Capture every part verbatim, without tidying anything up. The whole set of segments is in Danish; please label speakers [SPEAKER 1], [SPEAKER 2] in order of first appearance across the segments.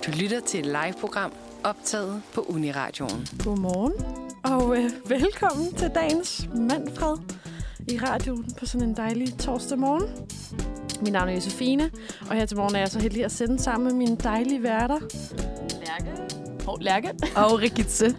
[SPEAKER 1] Du lytter til et live-program optaget på Uniradioen.
[SPEAKER 2] Godmorgen, og øh, velkommen til dagens Manfred i radioen på sådan en dejlig torsdag morgen. Mit navn er Josefine, og her til morgen er jeg så heldig at sende sammen med mine dejlige værter.
[SPEAKER 3] Lærke. Hov, Lærke.
[SPEAKER 2] Og Regitze.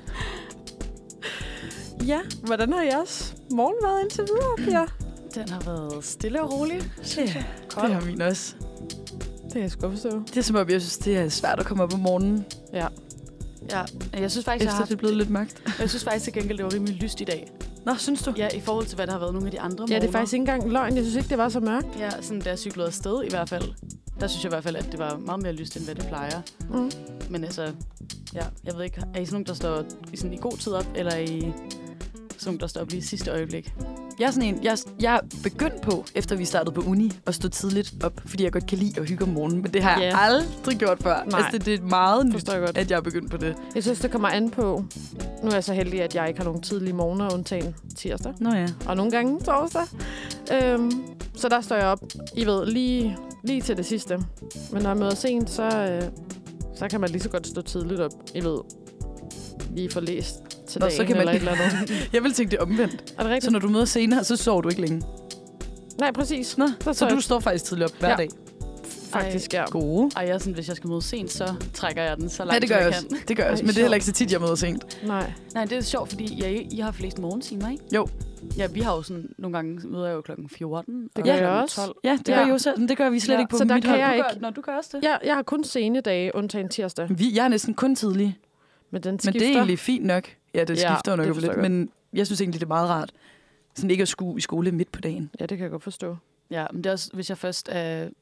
[SPEAKER 2] Ja, hvordan har jeres morgen været indtil videre, Pia?
[SPEAKER 3] Den har været stille og rolig, synes jeg.
[SPEAKER 4] Ja, det har min også.
[SPEAKER 2] Det kan jeg sgu forstå.
[SPEAKER 4] Det er som om, jeg synes, det er svært at komme op om morgenen.
[SPEAKER 2] Ja.
[SPEAKER 3] Ja, jeg synes faktisk,
[SPEAKER 4] Efter
[SPEAKER 3] jeg har
[SPEAKER 4] det er blevet lidt mørkt.
[SPEAKER 3] Jeg synes faktisk til gengæld, det var rimelig lyst i dag.
[SPEAKER 4] Nå, synes du?
[SPEAKER 3] Ja, i forhold til, hvad der har været nogle af de andre morgener.
[SPEAKER 2] Ja, det er faktisk ikke engang løgn. Jeg synes ikke, det var så mørkt.
[SPEAKER 3] Ja, sådan da jeg cyklede afsted i hvert fald. Der synes jeg i hvert fald, at det var meget mere lyst, end hvad det plejer.
[SPEAKER 2] Mm.
[SPEAKER 3] Men altså, ja, jeg ved ikke, er I sådan nogen, der står i, sådan, i god tid op, eller er I sådan nogen, der står op lige i sidste øjeblik?
[SPEAKER 4] Jeg er sådan en, jeg, jeg er begyndt på, efter vi startede på uni, at stå tidligt op, fordi jeg godt kan lide at hygge om morgenen. Men det har yeah. jeg aldrig gjort før.
[SPEAKER 2] Nej.
[SPEAKER 4] Altså, det, det er meget nyt,
[SPEAKER 2] jeg
[SPEAKER 4] at jeg er begyndt på det.
[SPEAKER 2] Jeg synes, det kommer an på. Nu er jeg så heldig, at jeg ikke har nogen tidlige morgener, undtagen tirsdag.
[SPEAKER 4] Nå ja.
[SPEAKER 2] Og nogle gange torsdag. Øhm, så der står jeg op, I ved, lige, lige til det sidste. Men når jeg møder sent, så, øh, så kan man lige så godt stå tidligt op. I ved, lige få læst til
[SPEAKER 4] Nå,
[SPEAKER 2] dagen
[SPEAKER 4] så kan man
[SPEAKER 2] eller et eller andet.
[SPEAKER 4] Jeg vil tænke det omvendt.
[SPEAKER 2] Er det rigtigt?
[SPEAKER 4] Så når du møder senere, så sover du ikke længe.
[SPEAKER 2] Nej, præcis.
[SPEAKER 4] Nå,
[SPEAKER 2] så,
[SPEAKER 4] så du står faktisk tidligt op hver
[SPEAKER 2] ja.
[SPEAKER 4] dag.
[SPEAKER 2] Faktisk, ja.
[SPEAKER 4] Gode.
[SPEAKER 3] Og jeg sådan, hvis jeg skal møde sent, så trækker jeg den så langt,
[SPEAKER 4] Ja, det gør
[SPEAKER 3] jeg,
[SPEAKER 4] jeg
[SPEAKER 3] kan.
[SPEAKER 4] også. Det gør jeg også.
[SPEAKER 2] Ej,
[SPEAKER 4] Men det er heller ikke så tit, jeg møder sent.
[SPEAKER 2] Nej.
[SPEAKER 3] Nej, det er sjovt, fordi jeg, I har flest morgentimer, ikke?
[SPEAKER 4] Jo.
[SPEAKER 3] Ja, vi har jo sådan, nogle gange møder jeg jo klokken fjorten.
[SPEAKER 2] Det
[SPEAKER 3] og
[SPEAKER 2] gør jeg
[SPEAKER 3] klokken
[SPEAKER 2] også.
[SPEAKER 3] tolv.
[SPEAKER 4] Ja, det
[SPEAKER 2] Ja.
[SPEAKER 4] gør jeg også. Men det gør vi slet
[SPEAKER 2] Ja,
[SPEAKER 4] ikke på
[SPEAKER 2] så der
[SPEAKER 4] mit
[SPEAKER 2] kan
[SPEAKER 4] hold.
[SPEAKER 2] jeg
[SPEAKER 3] Du
[SPEAKER 2] ikke.
[SPEAKER 3] gør, når du gør også det?
[SPEAKER 2] Jeg, jeg har kun sene dage, undtagen tirsdag.
[SPEAKER 4] Vi, jeg er næsten kun tidlig.
[SPEAKER 2] Men den
[SPEAKER 4] Men
[SPEAKER 2] skifter.
[SPEAKER 4] det er egentlig fint nok. Ja, det
[SPEAKER 2] Ja,
[SPEAKER 4] skifter jo nok
[SPEAKER 2] det
[SPEAKER 4] over lidt.
[SPEAKER 2] forstår jeg
[SPEAKER 4] Men jeg synes egentlig, det er meget rart. Sådan ikke at skulle i skole midt på dagen.
[SPEAKER 2] Ja, det kan jeg godt forstå.
[SPEAKER 3] Ja, men det er også, hvis jeg først er... Øh...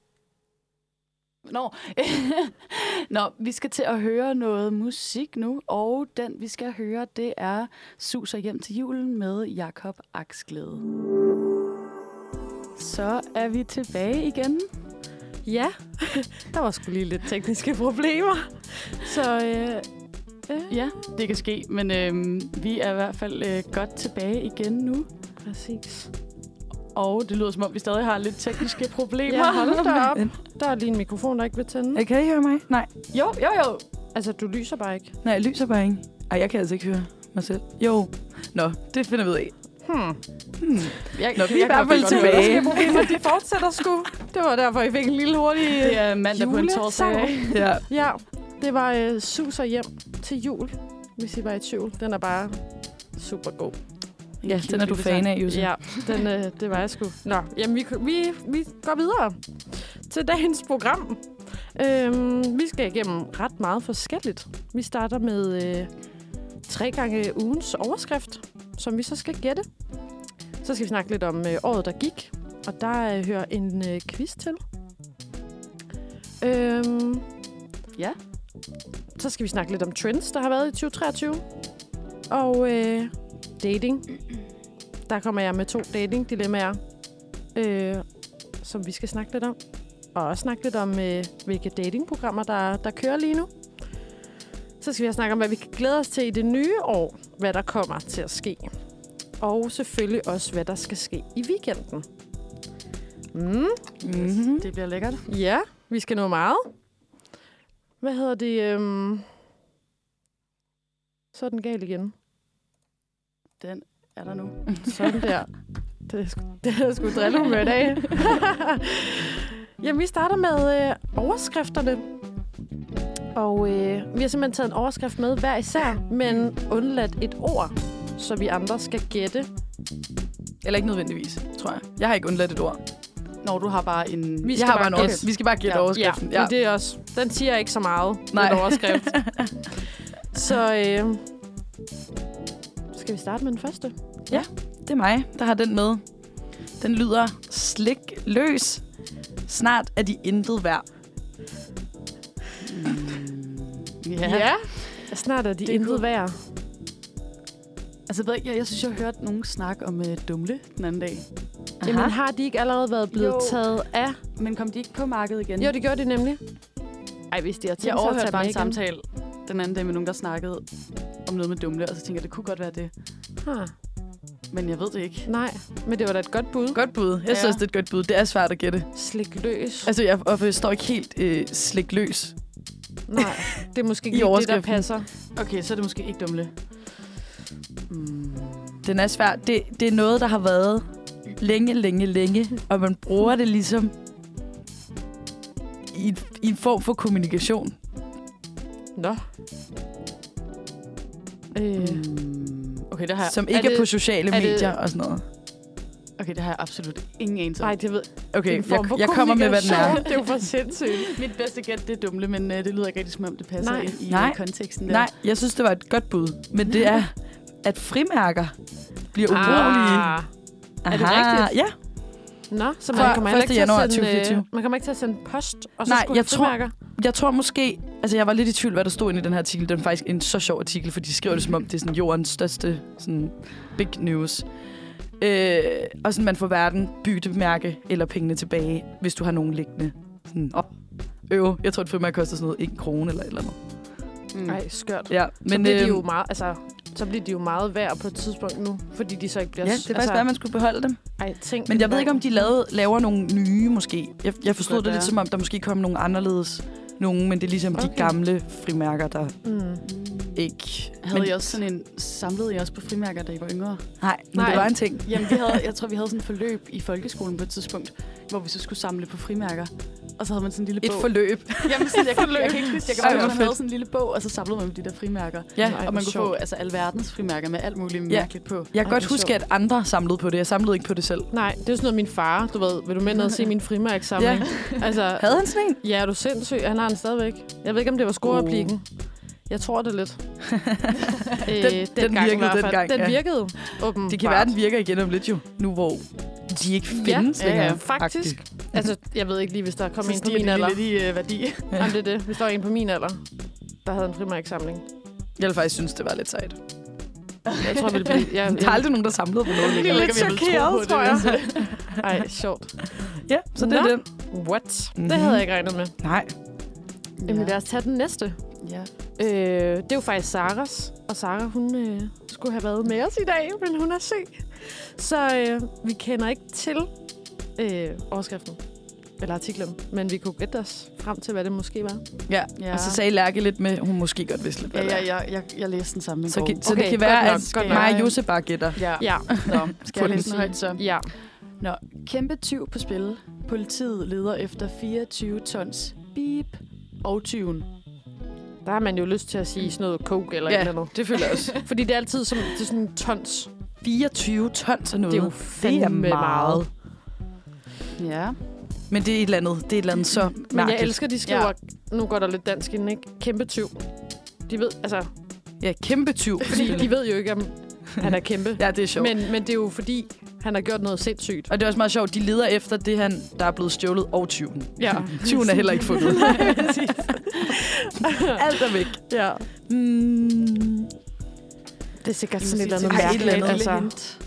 [SPEAKER 3] Nå. Nå, vi skal til at høre noget musik nu, og den, vi skal høre, det er Suser hjem til julen med Jakob Aksglæde. Så er vi tilbage igen.
[SPEAKER 2] Ja, der var sgu lige lidt tekniske problemer. Så øh, øh.
[SPEAKER 3] Ja, det kan ske, men øh, vi er i hvert fald øh, godt tilbage igen nu.
[SPEAKER 2] Præcis.
[SPEAKER 3] Og det lyder som om, vi stadig har lidt tekniske problemer.
[SPEAKER 2] Ja, hold da op. Der er lige en mikrofon, der ikke vil tænde.
[SPEAKER 4] Kan I høre mig? Nej.
[SPEAKER 3] Jo, jo, jo.
[SPEAKER 2] Altså, du lyser bare ikke.
[SPEAKER 4] Nej, jeg lyser bare ikke. Ej, jeg kan altså ikke høre mig selv. Jo. Nå, det finder vi ud af.
[SPEAKER 2] Hmm.
[SPEAKER 4] Hmm.
[SPEAKER 3] Jeg,
[SPEAKER 4] Nå, vi er i
[SPEAKER 3] jeg
[SPEAKER 4] hvert
[SPEAKER 3] kan
[SPEAKER 4] fald
[SPEAKER 3] godt
[SPEAKER 4] tilbage.
[SPEAKER 3] høre.
[SPEAKER 2] Tekniske problemer, de fortsætter sgu. Det var derfor, I fik en lille hurtig
[SPEAKER 3] Det er mandag på en
[SPEAKER 2] julesang.
[SPEAKER 3] torsdag.
[SPEAKER 4] Ja.
[SPEAKER 2] Ja, det var øh, Suser hjem til jul, hvis I var i tvivl. Den er bare super god.
[SPEAKER 4] Ja, den er du fan af, Jose.
[SPEAKER 2] Ja, den, øh, det var jeg sgu. Nå, jamen vi, vi, vi går videre til dagens program. Øhm, vi skal igennem ret meget forskelligt. Vi starter med øh, tre gange ugens overskrift, som vi så skal gætte. Så skal vi snakke lidt om øh, året, der gik. Og der øh, hører en øh, quiz til. Øhm,
[SPEAKER 3] Ja.
[SPEAKER 2] Så skal vi snakke lidt om trends, der har været i tyve treogtyve. Og øh, dating. Der kommer jeg med to dating-dilemmaer, øh, som vi skal snakke lidt om. Og også snakke lidt om, øh, hvilke datingprogrammer, der, der kører lige nu. Så skal vi snakke om, hvad vi kan glæde os til i det nye år. Hvad der kommer til at ske. Og selvfølgelig også, hvad der skal ske i weekenden. Mm.
[SPEAKER 4] Mm-hmm.
[SPEAKER 3] Det bliver lækkert.
[SPEAKER 2] Ja, vi skal nå meget. Hvad hedder det? Øhm... Så er den gal igen.
[SPEAKER 3] Den er der nu.
[SPEAKER 2] Sådan der. Det er sgu, det er sgu drillehumør i dag. Jamen, vi starter med øh, overskrifterne. Og øh, vi har simpelthen taget en overskrift med hver især, men undladt et ord, så vi andre skal gætte.
[SPEAKER 4] Eller ikke nødvendigvis, tror jeg. Jeg har ikke undladt et ord.
[SPEAKER 3] Når du har bare en...
[SPEAKER 2] Vi
[SPEAKER 4] Jeg
[SPEAKER 2] skal
[SPEAKER 4] har
[SPEAKER 2] bare
[SPEAKER 4] bare en
[SPEAKER 2] gætte.
[SPEAKER 4] overs- Vi skal bare gætte
[SPEAKER 3] Ja.
[SPEAKER 4] overskriften.
[SPEAKER 2] Ja, men det er også... Den siger ikke så meget,
[SPEAKER 4] Nej.
[SPEAKER 2] den overskrift. Så øh, skal vi starte med den første?
[SPEAKER 4] Ja, det er mig, der har den med. Den lyder slik løs. Snart er de intet værd.
[SPEAKER 3] Ja.
[SPEAKER 2] ja. Snart er de
[SPEAKER 3] Det er
[SPEAKER 2] intet
[SPEAKER 3] cool.
[SPEAKER 2] værd.
[SPEAKER 3] Altså, jeg, ved ikke, jeg, jeg synes, jeg har hørt nogen snakke om uh, Dumle den anden dag.
[SPEAKER 2] Jamen, har de ikke allerede været blevet
[SPEAKER 3] Jo.
[SPEAKER 2] taget af?
[SPEAKER 3] Men kom de ikke på markedet igen?
[SPEAKER 2] Jo, det gjorde de nemlig. Ej, hvis de har
[SPEAKER 3] jeg
[SPEAKER 2] tænkt sig at
[SPEAKER 3] overhørte
[SPEAKER 2] tage
[SPEAKER 3] bare
[SPEAKER 2] dem
[SPEAKER 3] en
[SPEAKER 2] igen.
[SPEAKER 3] samtale den anden dag med nogen, der snakkede om noget med Dumle, og så tænkte jeg, det kunne godt være det.
[SPEAKER 2] Huh.
[SPEAKER 3] Men jeg ved det ikke.
[SPEAKER 2] Nej, men det var da et godt bud.
[SPEAKER 4] Godt bud. Jeg
[SPEAKER 3] Ja.
[SPEAKER 4] synes, det er et godt bud. Det er svært at gætte.
[SPEAKER 2] Slik løs.
[SPEAKER 4] Altså, jeg, og jeg står ikke helt øh, slik løs.
[SPEAKER 2] Nej, det er måske
[SPEAKER 4] I
[SPEAKER 2] ikke det, der
[SPEAKER 4] overskriften.
[SPEAKER 2] passer.
[SPEAKER 3] Okay, så er det måske ikke Dumle. Mm.
[SPEAKER 4] Den er svær. Det, det er noget, der har været længe, længe, længe, og man bruger det ligesom i, i en form for kommunikation.
[SPEAKER 2] Nå. Øh,
[SPEAKER 3] Mm. Okay, det har jeg,
[SPEAKER 4] Som ikke er,
[SPEAKER 2] er det-
[SPEAKER 4] på sociale
[SPEAKER 2] er det-
[SPEAKER 4] medier og sådan noget.
[SPEAKER 3] okay, det har jeg absolut ingen anelse om.
[SPEAKER 2] nej, det ved
[SPEAKER 4] Okay,
[SPEAKER 2] en form for
[SPEAKER 4] jeg, jeg kommer med, hvad den er.
[SPEAKER 2] kommunikation. Det er jo for sindssygt.
[SPEAKER 3] Mit bedste gæt, det er Dumle, men uh, det lyder ikke rigtig, som om det passer
[SPEAKER 2] Nej.
[SPEAKER 3] ind i
[SPEAKER 4] Nej.
[SPEAKER 3] uh, konteksten der.
[SPEAKER 4] Nej, jeg synes, det var et godt bud. Men det er, at frimærker bliver ubrugelige.
[SPEAKER 2] Ah. Er det
[SPEAKER 4] Aha,
[SPEAKER 2] rigtigt?
[SPEAKER 4] Ja.
[SPEAKER 2] Nå, så
[SPEAKER 4] Fra
[SPEAKER 2] man kommer heller ikke til at
[SPEAKER 4] første januar
[SPEAKER 2] sende,
[SPEAKER 4] tyve fireogtyve.
[SPEAKER 2] øh, man kommer ikke til at sende post, og så
[SPEAKER 4] Nej,
[SPEAKER 2] skulle
[SPEAKER 4] jeg
[SPEAKER 2] have
[SPEAKER 4] tror-
[SPEAKER 2] frimærker.
[SPEAKER 4] Jeg tror måske... Altså, jeg var lidt i tvivl, hvad der stod inde i den her artikel. Den er faktisk en så sjov artikel, fordi de skriver det, som om det er sådan jordens største sådan, big news. Øh, og sådan, man får hverken byttemærke eller pengene tilbage, hvis du har nogen liggende. Sådan, oh, øv, jeg tror, et frimærke koster sådan noget en krone eller et eller andet.
[SPEAKER 3] Mm.
[SPEAKER 2] Nej, skørt.
[SPEAKER 4] Ja,
[SPEAKER 2] Men, så
[SPEAKER 4] men
[SPEAKER 2] bliver de
[SPEAKER 4] øh,
[SPEAKER 2] jo meget, altså, så bliver de jo meget værd på et tidspunkt nu, fordi de så ikke bliver...
[SPEAKER 4] ja, det er faktisk værd, at man skulle beholde dem.
[SPEAKER 2] Ej, tænk
[SPEAKER 4] Men jeg ved
[SPEAKER 2] engang.
[SPEAKER 4] ikke, om de lavede, laver nogle nye, måske. Jeg, jeg forstod
[SPEAKER 3] godt
[SPEAKER 4] det lidt
[SPEAKER 3] være.
[SPEAKER 4] som om, der måske kom nogle anderledes nogen, men det er ligesom okay. de
[SPEAKER 2] Okay.
[SPEAKER 4] gamle frimærker, der
[SPEAKER 2] Mm.
[SPEAKER 4] ikke...
[SPEAKER 3] Havde
[SPEAKER 4] men,
[SPEAKER 3] I også sådan en... Samlede I også på frimærker, da I var yngre?
[SPEAKER 4] Nej, men
[SPEAKER 2] Nej.
[SPEAKER 4] det var en ting.
[SPEAKER 3] Jamen, vi havde, jeg tror, vi havde sådan et forløb i folkeskolen på et tidspunkt, hvor vi så skulle samle på frimærker. Og så havde man sådan en lille
[SPEAKER 4] Et
[SPEAKER 3] bog.
[SPEAKER 4] forløb.
[SPEAKER 3] Jamen, sådan, jeg, kan, jeg kan ikke huske, jeg kan
[SPEAKER 4] Ej,
[SPEAKER 3] bare
[SPEAKER 4] hvor
[SPEAKER 3] huske, man havde
[SPEAKER 4] fedt.
[SPEAKER 3] sådan en lille bog, og så samlede man de der frimærker.
[SPEAKER 4] Ja,
[SPEAKER 2] Nej,
[SPEAKER 3] og
[SPEAKER 2] hvor
[SPEAKER 3] man kunne
[SPEAKER 2] sjovt.
[SPEAKER 3] få altså, alverdens frimærker med alt muligt
[SPEAKER 4] Ja.
[SPEAKER 3] mærkeligt på.
[SPEAKER 4] Jeg kan
[SPEAKER 2] Ej,
[SPEAKER 4] godt
[SPEAKER 2] hvor
[SPEAKER 4] huske,
[SPEAKER 2] sjovt.
[SPEAKER 4] at andre samlede på det. Jeg samlede ikke på det selv.
[SPEAKER 2] Nej, det er jo sådan noget, min far, du ved, vil du med ned og se min frimærksamling? Altså,
[SPEAKER 4] Havde han sådan en?
[SPEAKER 2] ja, er du sindssyg? Han har den stadigvæk. Jeg ved ikke, om det var scorereplikken. Jeg tror det lidt. øh,
[SPEAKER 4] Den- den
[SPEAKER 2] gang i
[SPEAKER 4] virkede
[SPEAKER 2] hvert fald.
[SPEAKER 4] dengang,
[SPEAKER 2] Den
[SPEAKER 4] ja.
[SPEAKER 2] virkede åbenbart.
[SPEAKER 4] Det kan være, at den virker igen om lidt jo. Nu hvor de ikke findes
[SPEAKER 2] ja, ja,
[SPEAKER 4] længere.
[SPEAKER 2] faktisk. Altså, jeg ved ikke lige, hvis der kom
[SPEAKER 3] Så
[SPEAKER 2] en på
[SPEAKER 3] stiger
[SPEAKER 2] min
[SPEAKER 3] det
[SPEAKER 2] alder.
[SPEAKER 3] lidt i uh, værdi.
[SPEAKER 2] Jamen, det er det. Hvis der var en på min alder, der havde en frimærksamling.
[SPEAKER 4] Jeg ville faktisk synes, det var lidt sejt.
[SPEAKER 2] Jeg tror, vi ville blive... Jeg,
[SPEAKER 4] Der er aldrig nogen, der samlede på noget
[SPEAKER 2] Jeg
[SPEAKER 4] længere.
[SPEAKER 2] er
[SPEAKER 3] Jeg
[SPEAKER 2] lidt
[SPEAKER 3] ved ikke, om jeg ville tro på
[SPEAKER 2] chokeret,
[SPEAKER 3] det,
[SPEAKER 2] tror jeg.
[SPEAKER 3] hvis-
[SPEAKER 2] Ej, sjovt.
[SPEAKER 4] Ja, så det er
[SPEAKER 2] Nå.
[SPEAKER 4] det.
[SPEAKER 2] What?
[SPEAKER 4] Mhm.
[SPEAKER 2] Det havde jeg ikke regnet med.
[SPEAKER 4] Nej.
[SPEAKER 2] Jamen, lad os tage den næste.
[SPEAKER 3] Ja.
[SPEAKER 2] Øh, det er jo faktisk Saras. Og Sara, hun øh, skulle have været med os i dag, men hun er syg. Så øh, vi kender ikke til øh, overskriften. Eller artiklen. Men vi kunne gætte os frem til, hvad det måske var.
[SPEAKER 4] Ja.
[SPEAKER 3] Ja.
[SPEAKER 4] Og så sagde Lærke lidt med, hun måske godt vidste lidt, hvad
[SPEAKER 3] Ja,
[SPEAKER 4] det
[SPEAKER 3] ja,
[SPEAKER 4] er.
[SPEAKER 3] ja, jeg, jeg læste den samme i
[SPEAKER 4] Så,
[SPEAKER 3] går.
[SPEAKER 4] gi- så
[SPEAKER 2] Okay,
[SPEAKER 4] det kan
[SPEAKER 2] godt
[SPEAKER 4] være,
[SPEAKER 2] nok,
[SPEAKER 4] at
[SPEAKER 2] godt
[SPEAKER 4] mig og
[SPEAKER 3] nok.
[SPEAKER 4] Jose bare gætter.
[SPEAKER 3] Ja.
[SPEAKER 2] Ja.
[SPEAKER 3] Nå, skal jeg
[SPEAKER 4] På
[SPEAKER 3] læse
[SPEAKER 4] den
[SPEAKER 3] den højt så?
[SPEAKER 2] Ja.
[SPEAKER 3] Nå, kæmpe tyv på spil. Politiet leder efter fireogtyve tons beep og tyven.
[SPEAKER 2] Der har man jo lyst til at sige sådan noget coke eller
[SPEAKER 4] Ja,
[SPEAKER 2] et eller andet.
[SPEAKER 4] det føler jeg også.
[SPEAKER 2] Fordi det er altid som, det er sådan tons.
[SPEAKER 4] fireogtyve tons af noget.
[SPEAKER 2] Det er jo
[SPEAKER 4] det er
[SPEAKER 2] fandme
[SPEAKER 4] meget.
[SPEAKER 2] meget.
[SPEAKER 3] Ja.
[SPEAKER 4] Men det er et eller andet. Det er et eller andet så mærkeligt.
[SPEAKER 2] Men jeg elsker, de skriver, ja. Nu går der lidt dansk inden, ikke? Kæmpe tyv. De ved, altså,
[SPEAKER 4] Ja, kæmpe tyv.
[SPEAKER 2] fordi de ved jo ikke, om han er kæmpe.
[SPEAKER 4] Ja, det er sjovt.
[SPEAKER 2] men, men det er jo fordi, han har gjort noget sindssygt.
[SPEAKER 4] Og det er også meget sjovt. De leder efter det, han, der er blevet stjålet, og tyven.
[SPEAKER 2] Ja.
[SPEAKER 4] Tyven er heller ikke fundet. Alt er væk.
[SPEAKER 2] Ja.
[SPEAKER 4] Mm.
[SPEAKER 2] Det er sikkert
[SPEAKER 3] Jeg
[SPEAKER 2] sådan et
[SPEAKER 3] vil
[SPEAKER 2] eller
[SPEAKER 3] sige
[SPEAKER 2] andet
[SPEAKER 3] til-
[SPEAKER 4] Ej, et
[SPEAKER 2] mærkeligt.
[SPEAKER 4] eller andet.
[SPEAKER 2] Altså.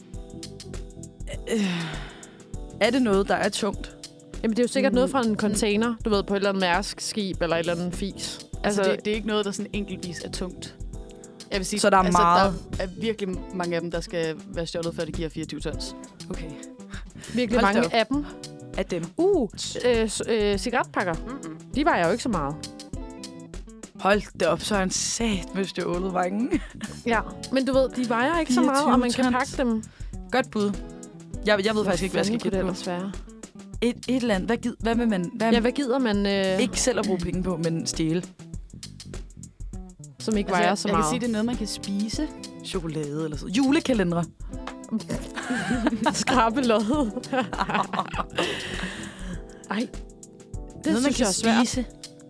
[SPEAKER 3] hint.
[SPEAKER 4] Er det noget, der er tungt?
[SPEAKER 2] Jamen, det er jo sikkert
[SPEAKER 3] Mm.
[SPEAKER 2] noget fra en container, du ved, på et eller andet Mærsk-skib eller et eller andet fis.
[SPEAKER 3] Altså,
[SPEAKER 2] Altså,
[SPEAKER 3] det, det er ikke noget, der sådan enkeltvis er tungt. Jeg vil sige,
[SPEAKER 4] Så der er
[SPEAKER 3] altså,
[SPEAKER 4] meget?
[SPEAKER 3] Der er virkelig mange af dem, der skal være stjålet, før det giver fireogtyve tons.
[SPEAKER 4] Okay.
[SPEAKER 2] virkelig
[SPEAKER 3] Hold da
[SPEAKER 2] mange af dem.
[SPEAKER 4] Af dem.
[SPEAKER 2] Uh, øh, s- øh, cigaretpakker.
[SPEAKER 3] Mm-mm.
[SPEAKER 2] De vejer jo ikke så meget.
[SPEAKER 4] Hold det op, så er han sat med stjålet vangen.
[SPEAKER 2] Ja, men du ved, de vejer ikke så meget, og man kan
[SPEAKER 4] fireogtyve
[SPEAKER 2] pakke dem.
[SPEAKER 4] Godt bud. Jeg, jeg ved faktisk ikke, hvad jeg skal
[SPEAKER 2] Hvor
[SPEAKER 4] gætte
[SPEAKER 2] fanden
[SPEAKER 4] på.
[SPEAKER 2] kunne det ellers være?
[SPEAKER 4] Et, et eller andet. Hvad, gid, hvad vil man... Hvad,
[SPEAKER 2] Ja, hvad gider man, øh,
[SPEAKER 4] Ikke selv at bruge penge på, men stjæle.
[SPEAKER 2] som ikke
[SPEAKER 3] Altså,
[SPEAKER 2] vejer
[SPEAKER 3] jeg,
[SPEAKER 2] så
[SPEAKER 3] jeg
[SPEAKER 2] meget?
[SPEAKER 3] kan sige, det er noget, man kan spise.
[SPEAKER 4] Chokolade eller sådan. Julekalendere.
[SPEAKER 2] Skrabelod. Ej, det
[SPEAKER 4] noget, man
[SPEAKER 2] synes
[SPEAKER 4] kan
[SPEAKER 2] jeg er svært.
[SPEAKER 4] spise.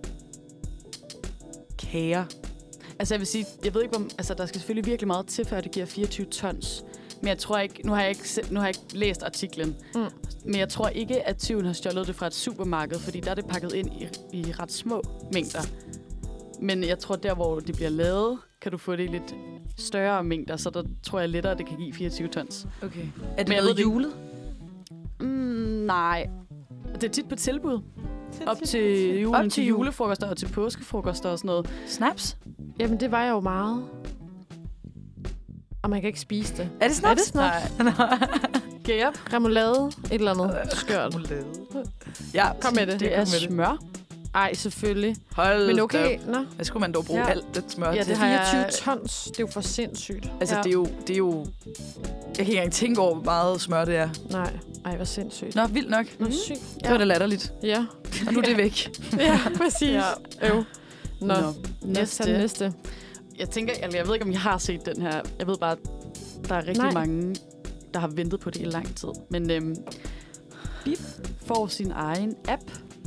[SPEAKER 4] Kager.
[SPEAKER 3] Altså, jeg vil sige, jeg ved ikke, om, altså, der skal selvfølgelig virkelig meget til, før det giver fireogtyve tons. Men jeg tror ikke, nu har jeg ikke, se- nu har jeg ikke læst artiklen,
[SPEAKER 2] Mm.
[SPEAKER 3] men jeg tror ikke, at tyven har stjålet det fra et supermarked, fordi der er det pakket ind i, i ret små mængder. Men jeg tror, der hvor det bliver lavet, kan du få det i lidt større mængder, så der tror jeg lettere, at det kan give fireogtyve tons.
[SPEAKER 4] Okay. Er det
[SPEAKER 3] Men jeg ved
[SPEAKER 4] noget
[SPEAKER 3] det ikke.
[SPEAKER 4] julet?
[SPEAKER 3] Mm, nej. Det er tit på tilbud. Op til julen,
[SPEAKER 4] Op
[SPEAKER 3] til
[SPEAKER 4] til jul.
[SPEAKER 3] julefrokoster og til påskefrokoster og sådan noget.
[SPEAKER 4] Snaps?
[SPEAKER 2] Jamen, det vejer jo meget. Og man kan ikke spise det.
[SPEAKER 4] Er det snaps?
[SPEAKER 2] Er det snaps?
[SPEAKER 3] Nej. Gæp.
[SPEAKER 2] Remoulade, et eller andet skørt.
[SPEAKER 4] Ja,
[SPEAKER 2] Kom med det.
[SPEAKER 3] Det er
[SPEAKER 4] kom med det.
[SPEAKER 3] smør.
[SPEAKER 2] Ej, selvfølgelig.
[SPEAKER 4] Hold
[SPEAKER 2] Men okay,
[SPEAKER 4] da.
[SPEAKER 2] nå.
[SPEAKER 4] Hvad skulle man dog bruge
[SPEAKER 3] Ja.
[SPEAKER 4] alt det smør
[SPEAKER 3] Ja,
[SPEAKER 4] til?
[SPEAKER 3] det har jeg-
[SPEAKER 2] fireogtyve tons, det er jo for sindssygt.
[SPEAKER 4] Altså,
[SPEAKER 3] Ja.
[SPEAKER 4] det, er jo, det er jo... Jeg kan ikke engang tænke over, hvor meget smør det er.
[SPEAKER 2] Nej, ej, hvor sindssygt.
[SPEAKER 4] Nå, vildt nok.
[SPEAKER 2] Nå,
[SPEAKER 3] Mm.
[SPEAKER 2] sygt.
[SPEAKER 4] Det var da latterligt.
[SPEAKER 2] Ja.
[SPEAKER 4] Og nu er det væk.
[SPEAKER 2] Ja, præcis.
[SPEAKER 3] Ja.
[SPEAKER 2] Øv. Nå,
[SPEAKER 3] Nå.
[SPEAKER 2] næste.
[SPEAKER 3] Næste.
[SPEAKER 2] næste.
[SPEAKER 3] Jeg tænker, eller jeg ved ikke, om jeg har set den her. Jeg ved bare, der er rigtig
[SPEAKER 2] Nej.
[SPEAKER 3] mange, der har ventet på det i lang tid. Men øhm, Bip får sin egen app.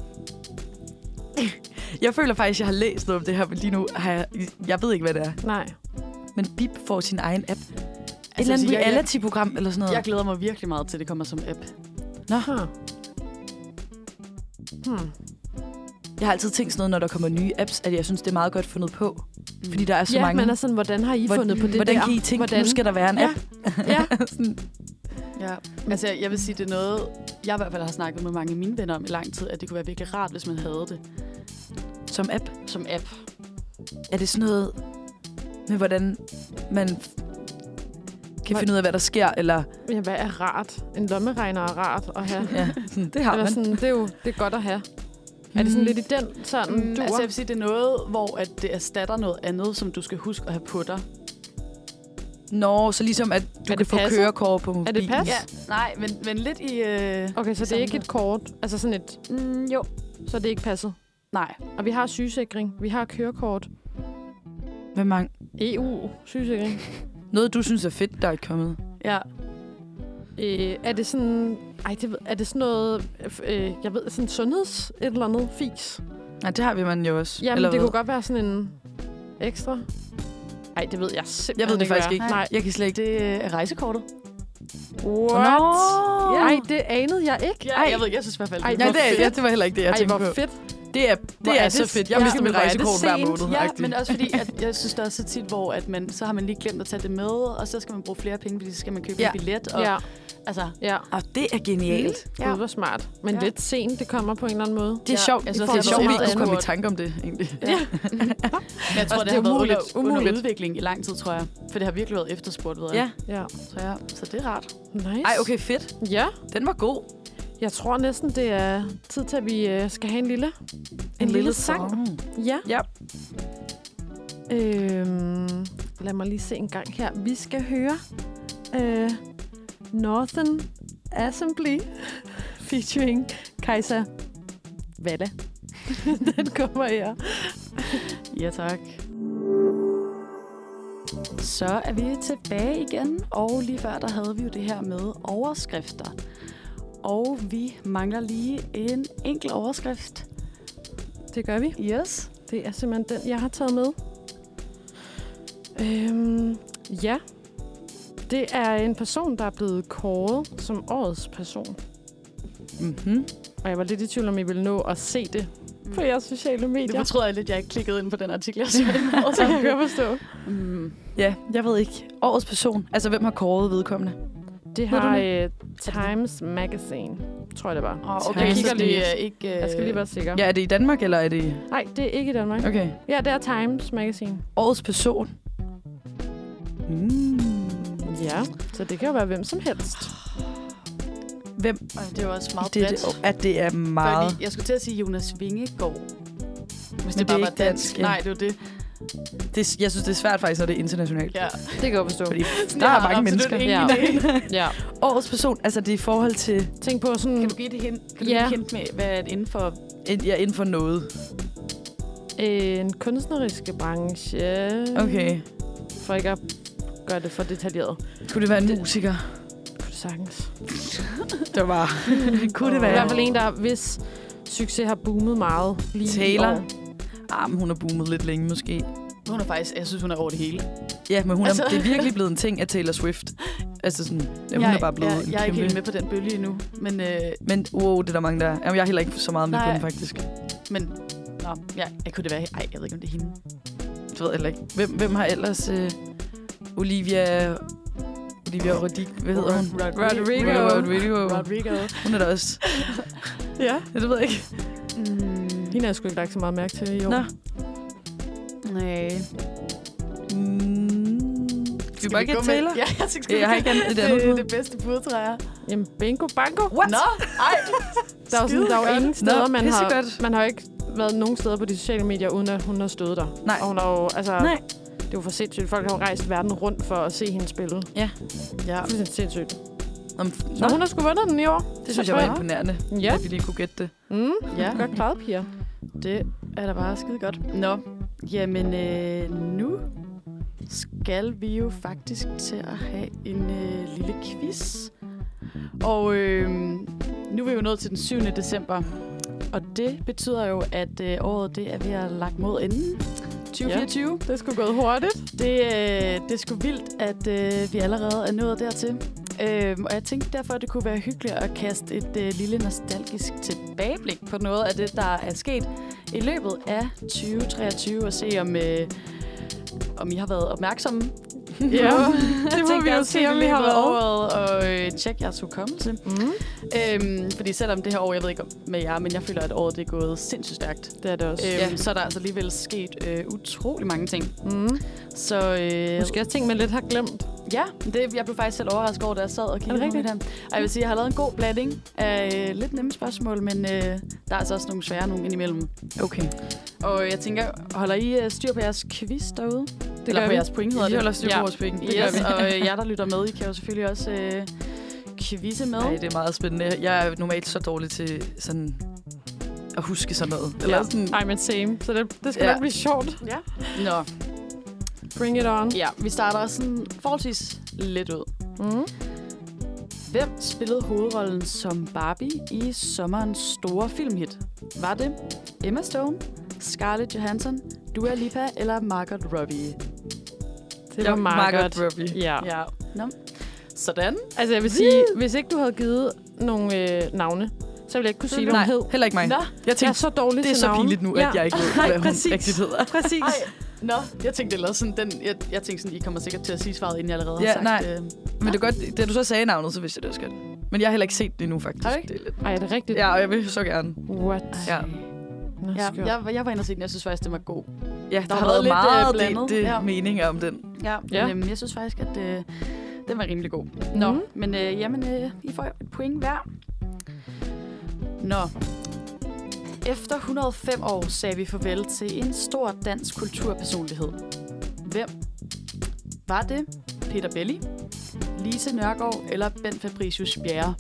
[SPEAKER 4] Jeg føler faktisk, jeg har læst noget om det her, men lige nu har jeg... Jeg ved ikke, hvad det er.
[SPEAKER 2] Nej.
[SPEAKER 4] Men Bip får sin egen app. Et
[SPEAKER 3] Altså,
[SPEAKER 4] eller andet
[SPEAKER 3] jeg- jeg-
[SPEAKER 4] reality-program eller sådan noget.
[SPEAKER 3] Jeg glæder mig virkelig meget til, at det kommer som app.
[SPEAKER 4] Nå.
[SPEAKER 2] Huh. Hmm.
[SPEAKER 4] Jeg har altid tænkt sådan noget, når der kommer nye apps, at jeg synes, det er meget godt fundet på.
[SPEAKER 3] Mm.
[SPEAKER 4] Fordi der er så
[SPEAKER 2] Ja,
[SPEAKER 4] mange...
[SPEAKER 2] man er sådan, hvordan har I
[SPEAKER 4] Hvor-
[SPEAKER 2] fundet på det
[SPEAKER 4] Hvordan
[SPEAKER 2] der?
[SPEAKER 4] kan I tænke,
[SPEAKER 2] hvordan?
[SPEAKER 4] nu skal der være en
[SPEAKER 2] Ja.
[SPEAKER 4] app?
[SPEAKER 2] Ja.
[SPEAKER 4] Sådan,
[SPEAKER 3] Ja, altså jeg vil sige, det er noget, jeg i hvert fald har snakket med mange af mine venner om i lang tid, at det kunne være virkelig rart, hvis man havde det
[SPEAKER 4] som app.
[SPEAKER 3] som app.
[SPEAKER 4] Er det sådan noget med, hvordan man kan finde ud af, hvad der sker? Eller,
[SPEAKER 2] Ja, hvad er rart? En lommeregner er rart at have.
[SPEAKER 4] ja, sådan, det har
[SPEAKER 2] Eller
[SPEAKER 4] man.
[SPEAKER 2] sådan, det er jo det er godt at have. Er det sådan lidt i den sådan
[SPEAKER 3] Mm,
[SPEAKER 2] dur?
[SPEAKER 3] altså jeg vil sige, det er noget, hvor at det erstatter noget andet, som du skal huske at have på dig.
[SPEAKER 4] Nå, så ligesom at du
[SPEAKER 2] Er
[SPEAKER 4] kan
[SPEAKER 2] det
[SPEAKER 4] få
[SPEAKER 2] passet?
[SPEAKER 4] kørekort på mobilen.
[SPEAKER 2] det pas?
[SPEAKER 3] Ja, nej, men, men lidt i... Øh,
[SPEAKER 2] Okay, så det er ikke et kort. Altså sådan et...
[SPEAKER 3] Mm, jo.
[SPEAKER 2] Så er det ikke passet.
[SPEAKER 3] Nej.
[SPEAKER 2] Og vi har sygesikring. Vi har kørekort.
[SPEAKER 4] Med mange.
[SPEAKER 2] E U-sygesikring.
[SPEAKER 4] Noget, du synes er fedt, der er kommet.
[SPEAKER 3] Ja.
[SPEAKER 2] Øh, er det sådan... Ej, det, ved- er det sådan noget... Øh, jeg ved, sådan sundheds... Et eller andet fis?
[SPEAKER 4] Nej, det har vi man jo også.
[SPEAKER 2] Jamen,
[SPEAKER 4] Eller
[SPEAKER 2] det
[SPEAKER 4] hvad?
[SPEAKER 2] kunne godt være sådan en ekstra... Ej, det ved jeg simpelthen
[SPEAKER 4] Jeg ved det faktisk
[SPEAKER 2] hvad
[SPEAKER 4] ikke.
[SPEAKER 2] er. Nej.
[SPEAKER 4] Jeg kan slet ikke.
[SPEAKER 3] Det er rejsekortet.
[SPEAKER 2] What?
[SPEAKER 4] Nå.
[SPEAKER 2] Ej, det anede jeg ikke.
[SPEAKER 3] Ja,
[SPEAKER 4] Ej.
[SPEAKER 3] jeg ved ikke, jeg synes i hvert fald,
[SPEAKER 2] Ej,
[SPEAKER 3] det
[SPEAKER 4] Nej,
[SPEAKER 2] hvor
[SPEAKER 4] det, er,
[SPEAKER 2] fedt.
[SPEAKER 4] ja, det var heller ikke det, jeg
[SPEAKER 2] Ej,
[SPEAKER 4] tænkte
[SPEAKER 2] hvor
[SPEAKER 4] på.
[SPEAKER 2] fedt.
[SPEAKER 4] Det er, det
[SPEAKER 2] Hvor
[SPEAKER 4] er,
[SPEAKER 2] er
[SPEAKER 4] så
[SPEAKER 2] det-
[SPEAKER 4] fedt. Jeg
[SPEAKER 2] ja,
[SPEAKER 4] mister mit
[SPEAKER 2] hvor er det
[SPEAKER 4] rejsekort hver
[SPEAKER 2] sent.
[SPEAKER 4] måned.
[SPEAKER 3] Ja,
[SPEAKER 4] agtigt.
[SPEAKER 3] men også fordi, at jeg synes, der er så tit, hvor at man, så har man lige glemt at tage det med, og så skal man bruge flere penge, fordi så skal man købe
[SPEAKER 4] Ja.
[SPEAKER 3] en billet. Og,
[SPEAKER 2] Ja,
[SPEAKER 3] altså,
[SPEAKER 2] ja.
[SPEAKER 4] Og det er genialt.
[SPEAKER 2] Gud, hvor smart. Men
[SPEAKER 3] Ja.
[SPEAKER 2] lidt sent, det kommer på en eller anden måde.
[SPEAKER 4] Det er
[SPEAKER 3] Ja,
[SPEAKER 4] sjovt.
[SPEAKER 3] jeg
[SPEAKER 4] Det
[SPEAKER 3] synes
[SPEAKER 4] er
[SPEAKER 3] også,
[SPEAKER 4] sjovt,
[SPEAKER 3] det
[SPEAKER 4] vi
[SPEAKER 3] er
[SPEAKER 4] ikke kunne komme i
[SPEAKER 3] meget
[SPEAKER 4] tanke om det, egentlig.
[SPEAKER 3] Ja. Men jeg tror,
[SPEAKER 2] Altså,
[SPEAKER 3] det,
[SPEAKER 2] det
[SPEAKER 3] har
[SPEAKER 2] er
[SPEAKER 3] været
[SPEAKER 2] umuligt.
[SPEAKER 3] under, under
[SPEAKER 2] Umuligt.
[SPEAKER 3] udvikling i lang tid, tror jeg. For det har virkelig været efterspurgt, ved jeg.
[SPEAKER 4] Ja.
[SPEAKER 2] Ja.
[SPEAKER 3] Så, ja. Så det er rart.
[SPEAKER 2] Nice.
[SPEAKER 4] Ej, okay, fedt.
[SPEAKER 2] Ja,
[SPEAKER 4] Den var god.
[SPEAKER 2] jeg tror næsten, det er tid til, at vi øh, skal have en lille, en, en lille sang. Ja.
[SPEAKER 4] Ja.
[SPEAKER 2] Øhm, lad mig lige se en gang her. Vi skal høre øh, Northern Assembly featuring Kajsa Valla. Den kommer her.
[SPEAKER 3] Ja, tak. Så er vi tilbage igen, og lige før der havde vi jo det her med overskrifter. Og vi mangler lige en enkelt overskrift.
[SPEAKER 2] Det gør vi.
[SPEAKER 3] Yes.
[SPEAKER 2] Det er simpelthen den, jeg har taget med. Øhm, ja. Det er en person, der er blevet kåret som årets person.
[SPEAKER 4] Mm-hmm.
[SPEAKER 2] Og jeg var lidt i tvivl, om I ville nå at se det på jeres sociale
[SPEAKER 3] Det
[SPEAKER 2] medier.
[SPEAKER 3] fortryder jeg lidt, jeg ikke klikkede ind på den artikel, jeg så i
[SPEAKER 2] Det
[SPEAKER 3] morges.
[SPEAKER 2] kan jeg godt forstå.
[SPEAKER 3] Mm.
[SPEAKER 4] Ja, jeg ved ikke. Årets person. Altså, hvem har kåret vedkommende?
[SPEAKER 2] Det
[SPEAKER 4] Ved du
[SPEAKER 2] har
[SPEAKER 4] det?
[SPEAKER 2] uh, Times Magazine, tror jeg det var.
[SPEAKER 3] Oh, okay,
[SPEAKER 2] Jeg
[SPEAKER 3] jeg
[SPEAKER 2] kigger
[SPEAKER 3] kigger lige
[SPEAKER 2] lige-
[SPEAKER 3] uh, ikke... Uh...
[SPEAKER 2] Jeg skal lige være sikker.
[SPEAKER 4] Ja, er det i Danmark, eller er det...
[SPEAKER 2] Nej, det er ikke i Danmark.
[SPEAKER 4] Okay.
[SPEAKER 2] Ja, det er Times Magazine.
[SPEAKER 4] Årets person. Mm.
[SPEAKER 2] Ja, så det kan jo være hvem som helst.
[SPEAKER 4] Hvem?
[SPEAKER 3] Ej, det er jo også meget
[SPEAKER 4] Det,
[SPEAKER 3] bredt.
[SPEAKER 4] det, at det er meget...
[SPEAKER 3] Fordi jeg skulle til at sige Jonas Vingegaard. Hvis
[SPEAKER 4] Men
[SPEAKER 3] det
[SPEAKER 4] det
[SPEAKER 3] bare
[SPEAKER 4] er
[SPEAKER 3] var
[SPEAKER 4] ikke
[SPEAKER 3] dansk.
[SPEAKER 4] dansk, ja.
[SPEAKER 3] Nej, det er jo det.
[SPEAKER 4] Det, jeg synes, det er svært faktisk, når det er internationalt.
[SPEAKER 3] Ja.
[SPEAKER 2] Det kan jeg godt forstå.
[SPEAKER 4] Fordi
[SPEAKER 3] Sådan,
[SPEAKER 4] der
[SPEAKER 3] jeg
[SPEAKER 4] er
[SPEAKER 3] har
[SPEAKER 4] mange
[SPEAKER 3] absolut
[SPEAKER 4] mennesker.
[SPEAKER 3] ingen
[SPEAKER 2] Ja.
[SPEAKER 3] idé.
[SPEAKER 2] Ja.
[SPEAKER 4] Årets person, altså det er i forhold til...
[SPEAKER 2] Tænk på sådan
[SPEAKER 3] Kan du give det hint, kan du
[SPEAKER 2] Ja.
[SPEAKER 3] give et hint med, hvad er det inden for...
[SPEAKER 4] Et, ja, inden for noget.
[SPEAKER 2] en kunstneriske branche.
[SPEAKER 4] Okay.
[SPEAKER 2] For ikke at gøre det for detaljeret.
[SPEAKER 4] Kunne det være en
[SPEAKER 2] Det-
[SPEAKER 4] musiker?
[SPEAKER 2] Kunne det sagtens.
[SPEAKER 4] Der var... Kunne det
[SPEAKER 2] I
[SPEAKER 4] være...
[SPEAKER 2] hvert fald en, der hvis succes har boomet meget lige i
[SPEAKER 4] Taylor?
[SPEAKER 2] år.
[SPEAKER 4] Ah, men hun har boomet lidt længe måske.
[SPEAKER 3] Hun er faktisk, jeg synes, hun er over det hele.
[SPEAKER 4] Ja, men hun
[SPEAKER 3] Altså-
[SPEAKER 4] er, det er virkelig blevet en ting af Taylor Swift. Altså sådan... Ja, hun er bare blevet
[SPEAKER 3] jeg,
[SPEAKER 4] en
[SPEAKER 3] jeg er ikke
[SPEAKER 4] kæmpe...
[SPEAKER 3] helt med på den bølge endnu. Men, øh,
[SPEAKER 4] Men wow, det er der mange, der er. Jamen, jeg er heller ikke så meget med på
[SPEAKER 3] Nej.
[SPEAKER 4] den, faktisk.
[SPEAKER 3] men nå, ja, jeg kunne det være... Ej, jeg ved ikke, om det er hende.
[SPEAKER 4] Det ved jeg heller ikke. Hvem, hvem har ellers... Øh, Olivia... Olivia Rodrigo... Hvad hedder hun?
[SPEAKER 2] Rodrigo.
[SPEAKER 4] Rodrigo.
[SPEAKER 3] Rodrigo.
[SPEAKER 4] Hun er der også.
[SPEAKER 2] Ja.
[SPEAKER 4] Ja, det ved jeg ikke.
[SPEAKER 3] Mm,
[SPEAKER 2] Hende har jeg sgu ikke lagt så meget mærke til i år.
[SPEAKER 4] Nå.
[SPEAKER 3] nej.
[SPEAKER 4] Mm. Skal vi bare ikke
[SPEAKER 3] gå
[SPEAKER 4] have
[SPEAKER 3] med-
[SPEAKER 4] Taylor?
[SPEAKER 3] Ja, jeg synes,
[SPEAKER 4] Jeg har ikke andet- et
[SPEAKER 3] det,
[SPEAKER 4] andet
[SPEAKER 3] det,
[SPEAKER 4] bud.
[SPEAKER 3] det bedste bud, tror jeg.
[SPEAKER 2] Jamen, bingo bango.
[SPEAKER 4] What?
[SPEAKER 3] Nå, ej.
[SPEAKER 2] Der er jo, sådan, der er jo ingen steder,
[SPEAKER 4] Nå,
[SPEAKER 2] man har,
[SPEAKER 4] pissegodt.
[SPEAKER 2] man har jo ikke været nogen steder på de sociale medier, uden at hun har stået der.
[SPEAKER 4] Nej.
[SPEAKER 2] Og hun har jo, altså,
[SPEAKER 4] Nej.
[SPEAKER 2] det er jo for sindssygt. Folk har jo rejst verden rundt for at se hende spille.
[SPEAKER 4] Ja.
[SPEAKER 3] Ja.
[SPEAKER 2] Fuldstændig sindssygt.
[SPEAKER 4] Om,
[SPEAKER 2] Så hun har sgu vundet den i år.
[SPEAKER 4] det synes jeg var imponerende,
[SPEAKER 2] Ja.
[SPEAKER 4] at vi lige kunne gætte det.
[SPEAKER 2] Mm.
[SPEAKER 3] Ja.
[SPEAKER 2] Godt klaret, piger.
[SPEAKER 3] Det er da bare skide godt. Nå, jamen øh, nu skal vi jo faktisk til at have en øh, lille quiz. Og øh, nu er vi jo nået til den syvende december. Og det betyder jo, at øh, året det er ved at lagt mod enden. tyve fireogtyve.
[SPEAKER 2] Det er sgu gået hurtigt.
[SPEAKER 3] Det, øh, det er sgu vildt, at øh, vi allerede er nået dertil. Øh, og jeg tænkte derfor, at det kunne være hyggeligt at kaste et øh, lille nostalgisk tilbageblik på noget af det, der er sket i løbet af tyve treogtyve, og se om, øh, om I har været opmærksomme.
[SPEAKER 2] Ja, det må vi jo se, om vi har været.
[SPEAKER 3] Året, og øh, tjek jeres hukommelse.
[SPEAKER 2] Mm.
[SPEAKER 3] Øhm, fordi selvom det her år, jeg ved ikke om med jer, men jeg føler, at året det er gået sindssygt stærkt.
[SPEAKER 2] Det er det også.
[SPEAKER 3] Øhm,
[SPEAKER 4] Ja.
[SPEAKER 3] Så er der altså alligevel sket øh, utrolig mange ting.
[SPEAKER 2] Mm.
[SPEAKER 3] Så øh,
[SPEAKER 2] Måske også ting, man lidt har glemt.
[SPEAKER 3] ja, det, jeg blev faktisk selv overrasket over, da jeg sad og kiggede
[SPEAKER 2] Er det
[SPEAKER 3] på mit her. Og jeg vil sige, at jeg har lavet en god blanding af øh, lidt nemme spørgsmål, men øh, der er altså også nogle svære nogle indimellem.
[SPEAKER 4] Okay.
[SPEAKER 3] Og jeg tænker, holder I øh, styr på jeres quiz derude?
[SPEAKER 2] Det
[SPEAKER 3] Eller
[SPEAKER 2] gør
[SPEAKER 3] på
[SPEAKER 2] vi.
[SPEAKER 3] jeres point, hedder
[SPEAKER 4] Vi
[SPEAKER 3] det?
[SPEAKER 4] holder styr på vores penge. Det gør
[SPEAKER 3] Yes,
[SPEAKER 4] vi.
[SPEAKER 3] og øh, jer, der lytter med, I kan jo selvfølgelig også øh, quizze med.
[SPEAKER 4] Nej, det er meget spændende. Jeg er normalt så dårlig til sådan at huske sådan noget. Eller
[SPEAKER 2] Ja.
[SPEAKER 4] sådan,
[SPEAKER 2] Ej, men same. Så det, det skal
[SPEAKER 4] Ja.
[SPEAKER 2] nok blive sjovt.
[SPEAKER 3] Ja. Nå,
[SPEAKER 2] Bring it on.
[SPEAKER 3] ja, vi starter sådan forholdsvis lidt ud.
[SPEAKER 2] Mm.
[SPEAKER 3] Hvem spillede hovedrollen som Barbie i sommerens store filmhit? Var det Emma Stone, Scarlett Johansson, Dua Lipa eller Margot Robbie?
[SPEAKER 2] Det var Margot.
[SPEAKER 4] Robbie.
[SPEAKER 2] Ja.
[SPEAKER 3] Ja. Nå. Sådan.
[SPEAKER 2] Altså, jeg vil sige, hvis ikke du havde givet nogle øh, navne, så ville jeg ikke kunne sige, hvad
[SPEAKER 4] Nej,
[SPEAKER 2] hun hed.
[SPEAKER 4] heller ikke mig.
[SPEAKER 3] Nå,
[SPEAKER 4] Jeg
[SPEAKER 2] Jeg er
[SPEAKER 4] tænkte,
[SPEAKER 2] så dårlig
[SPEAKER 4] det er
[SPEAKER 2] til
[SPEAKER 4] så
[SPEAKER 2] navne.
[SPEAKER 4] pinligt nu,
[SPEAKER 2] ja.
[SPEAKER 4] at jeg ikke ved,
[SPEAKER 2] Nej,
[SPEAKER 4] hvad hun
[SPEAKER 2] præcis.
[SPEAKER 4] rigtigt hedder.
[SPEAKER 2] Præcis.
[SPEAKER 3] ej. Nå, jeg tænkte ellers sådan, den, jeg, jeg tænkte sådan, I kommer sikkert til at sige svaret, inden jeg allerede
[SPEAKER 4] Ja,
[SPEAKER 3] har sagt
[SPEAKER 4] nej.
[SPEAKER 3] det.
[SPEAKER 4] Men det er godt, da du så sagde navnet, så vidste jeg det også godt. Men jeg har heller ikke set det endnu, faktisk.
[SPEAKER 3] Har du ikke?
[SPEAKER 4] Det er lidt...
[SPEAKER 2] Ej, er det rigtigt?
[SPEAKER 4] Ja, og jeg vil så gerne.
[SPEAKER 2] What?
[SPEAKER 4] Ja.
[SPEAKER 2] Nå,
[SPEAKER 3] Ja,
[SPEAKER 2] skørt.
[SPEAKER 3] jeg, jeg var inde og se den. Jeg synes faktisk, den var god.
[SPEAKER 4] Ja, der,
[SPEAKER 3] har
[SPEAKER 4] har
[SPEAKER 3] været
[SPEAKER 4] været
[SPEAKER 3] lidt,
[SPEAKER 4] meget
[SPEAKER 3] øh, blandet.
[SPEAKER 4] det, det
[SPEAKER 3] Ja.
[SPEAKER 4] meninger om den.
[SPEAKER 3] Ja,
[SPEAKER 2] Ja.
[SPEAKER 3] men øhm, jeg synes faktisk, at øh, den var rimelig god. Nå,
[SPEAKER 2] Mhm.
[SPEAKER 3] men øh, jamen, øh, I får et point hver. Nå. Efter et hundrede og fem år sagde vi farvel til en stor dansk kulturpersonlighed. Hvem? Var det Peter Belli, Lise Nørgaard eller Bent Fabricius Bjerre?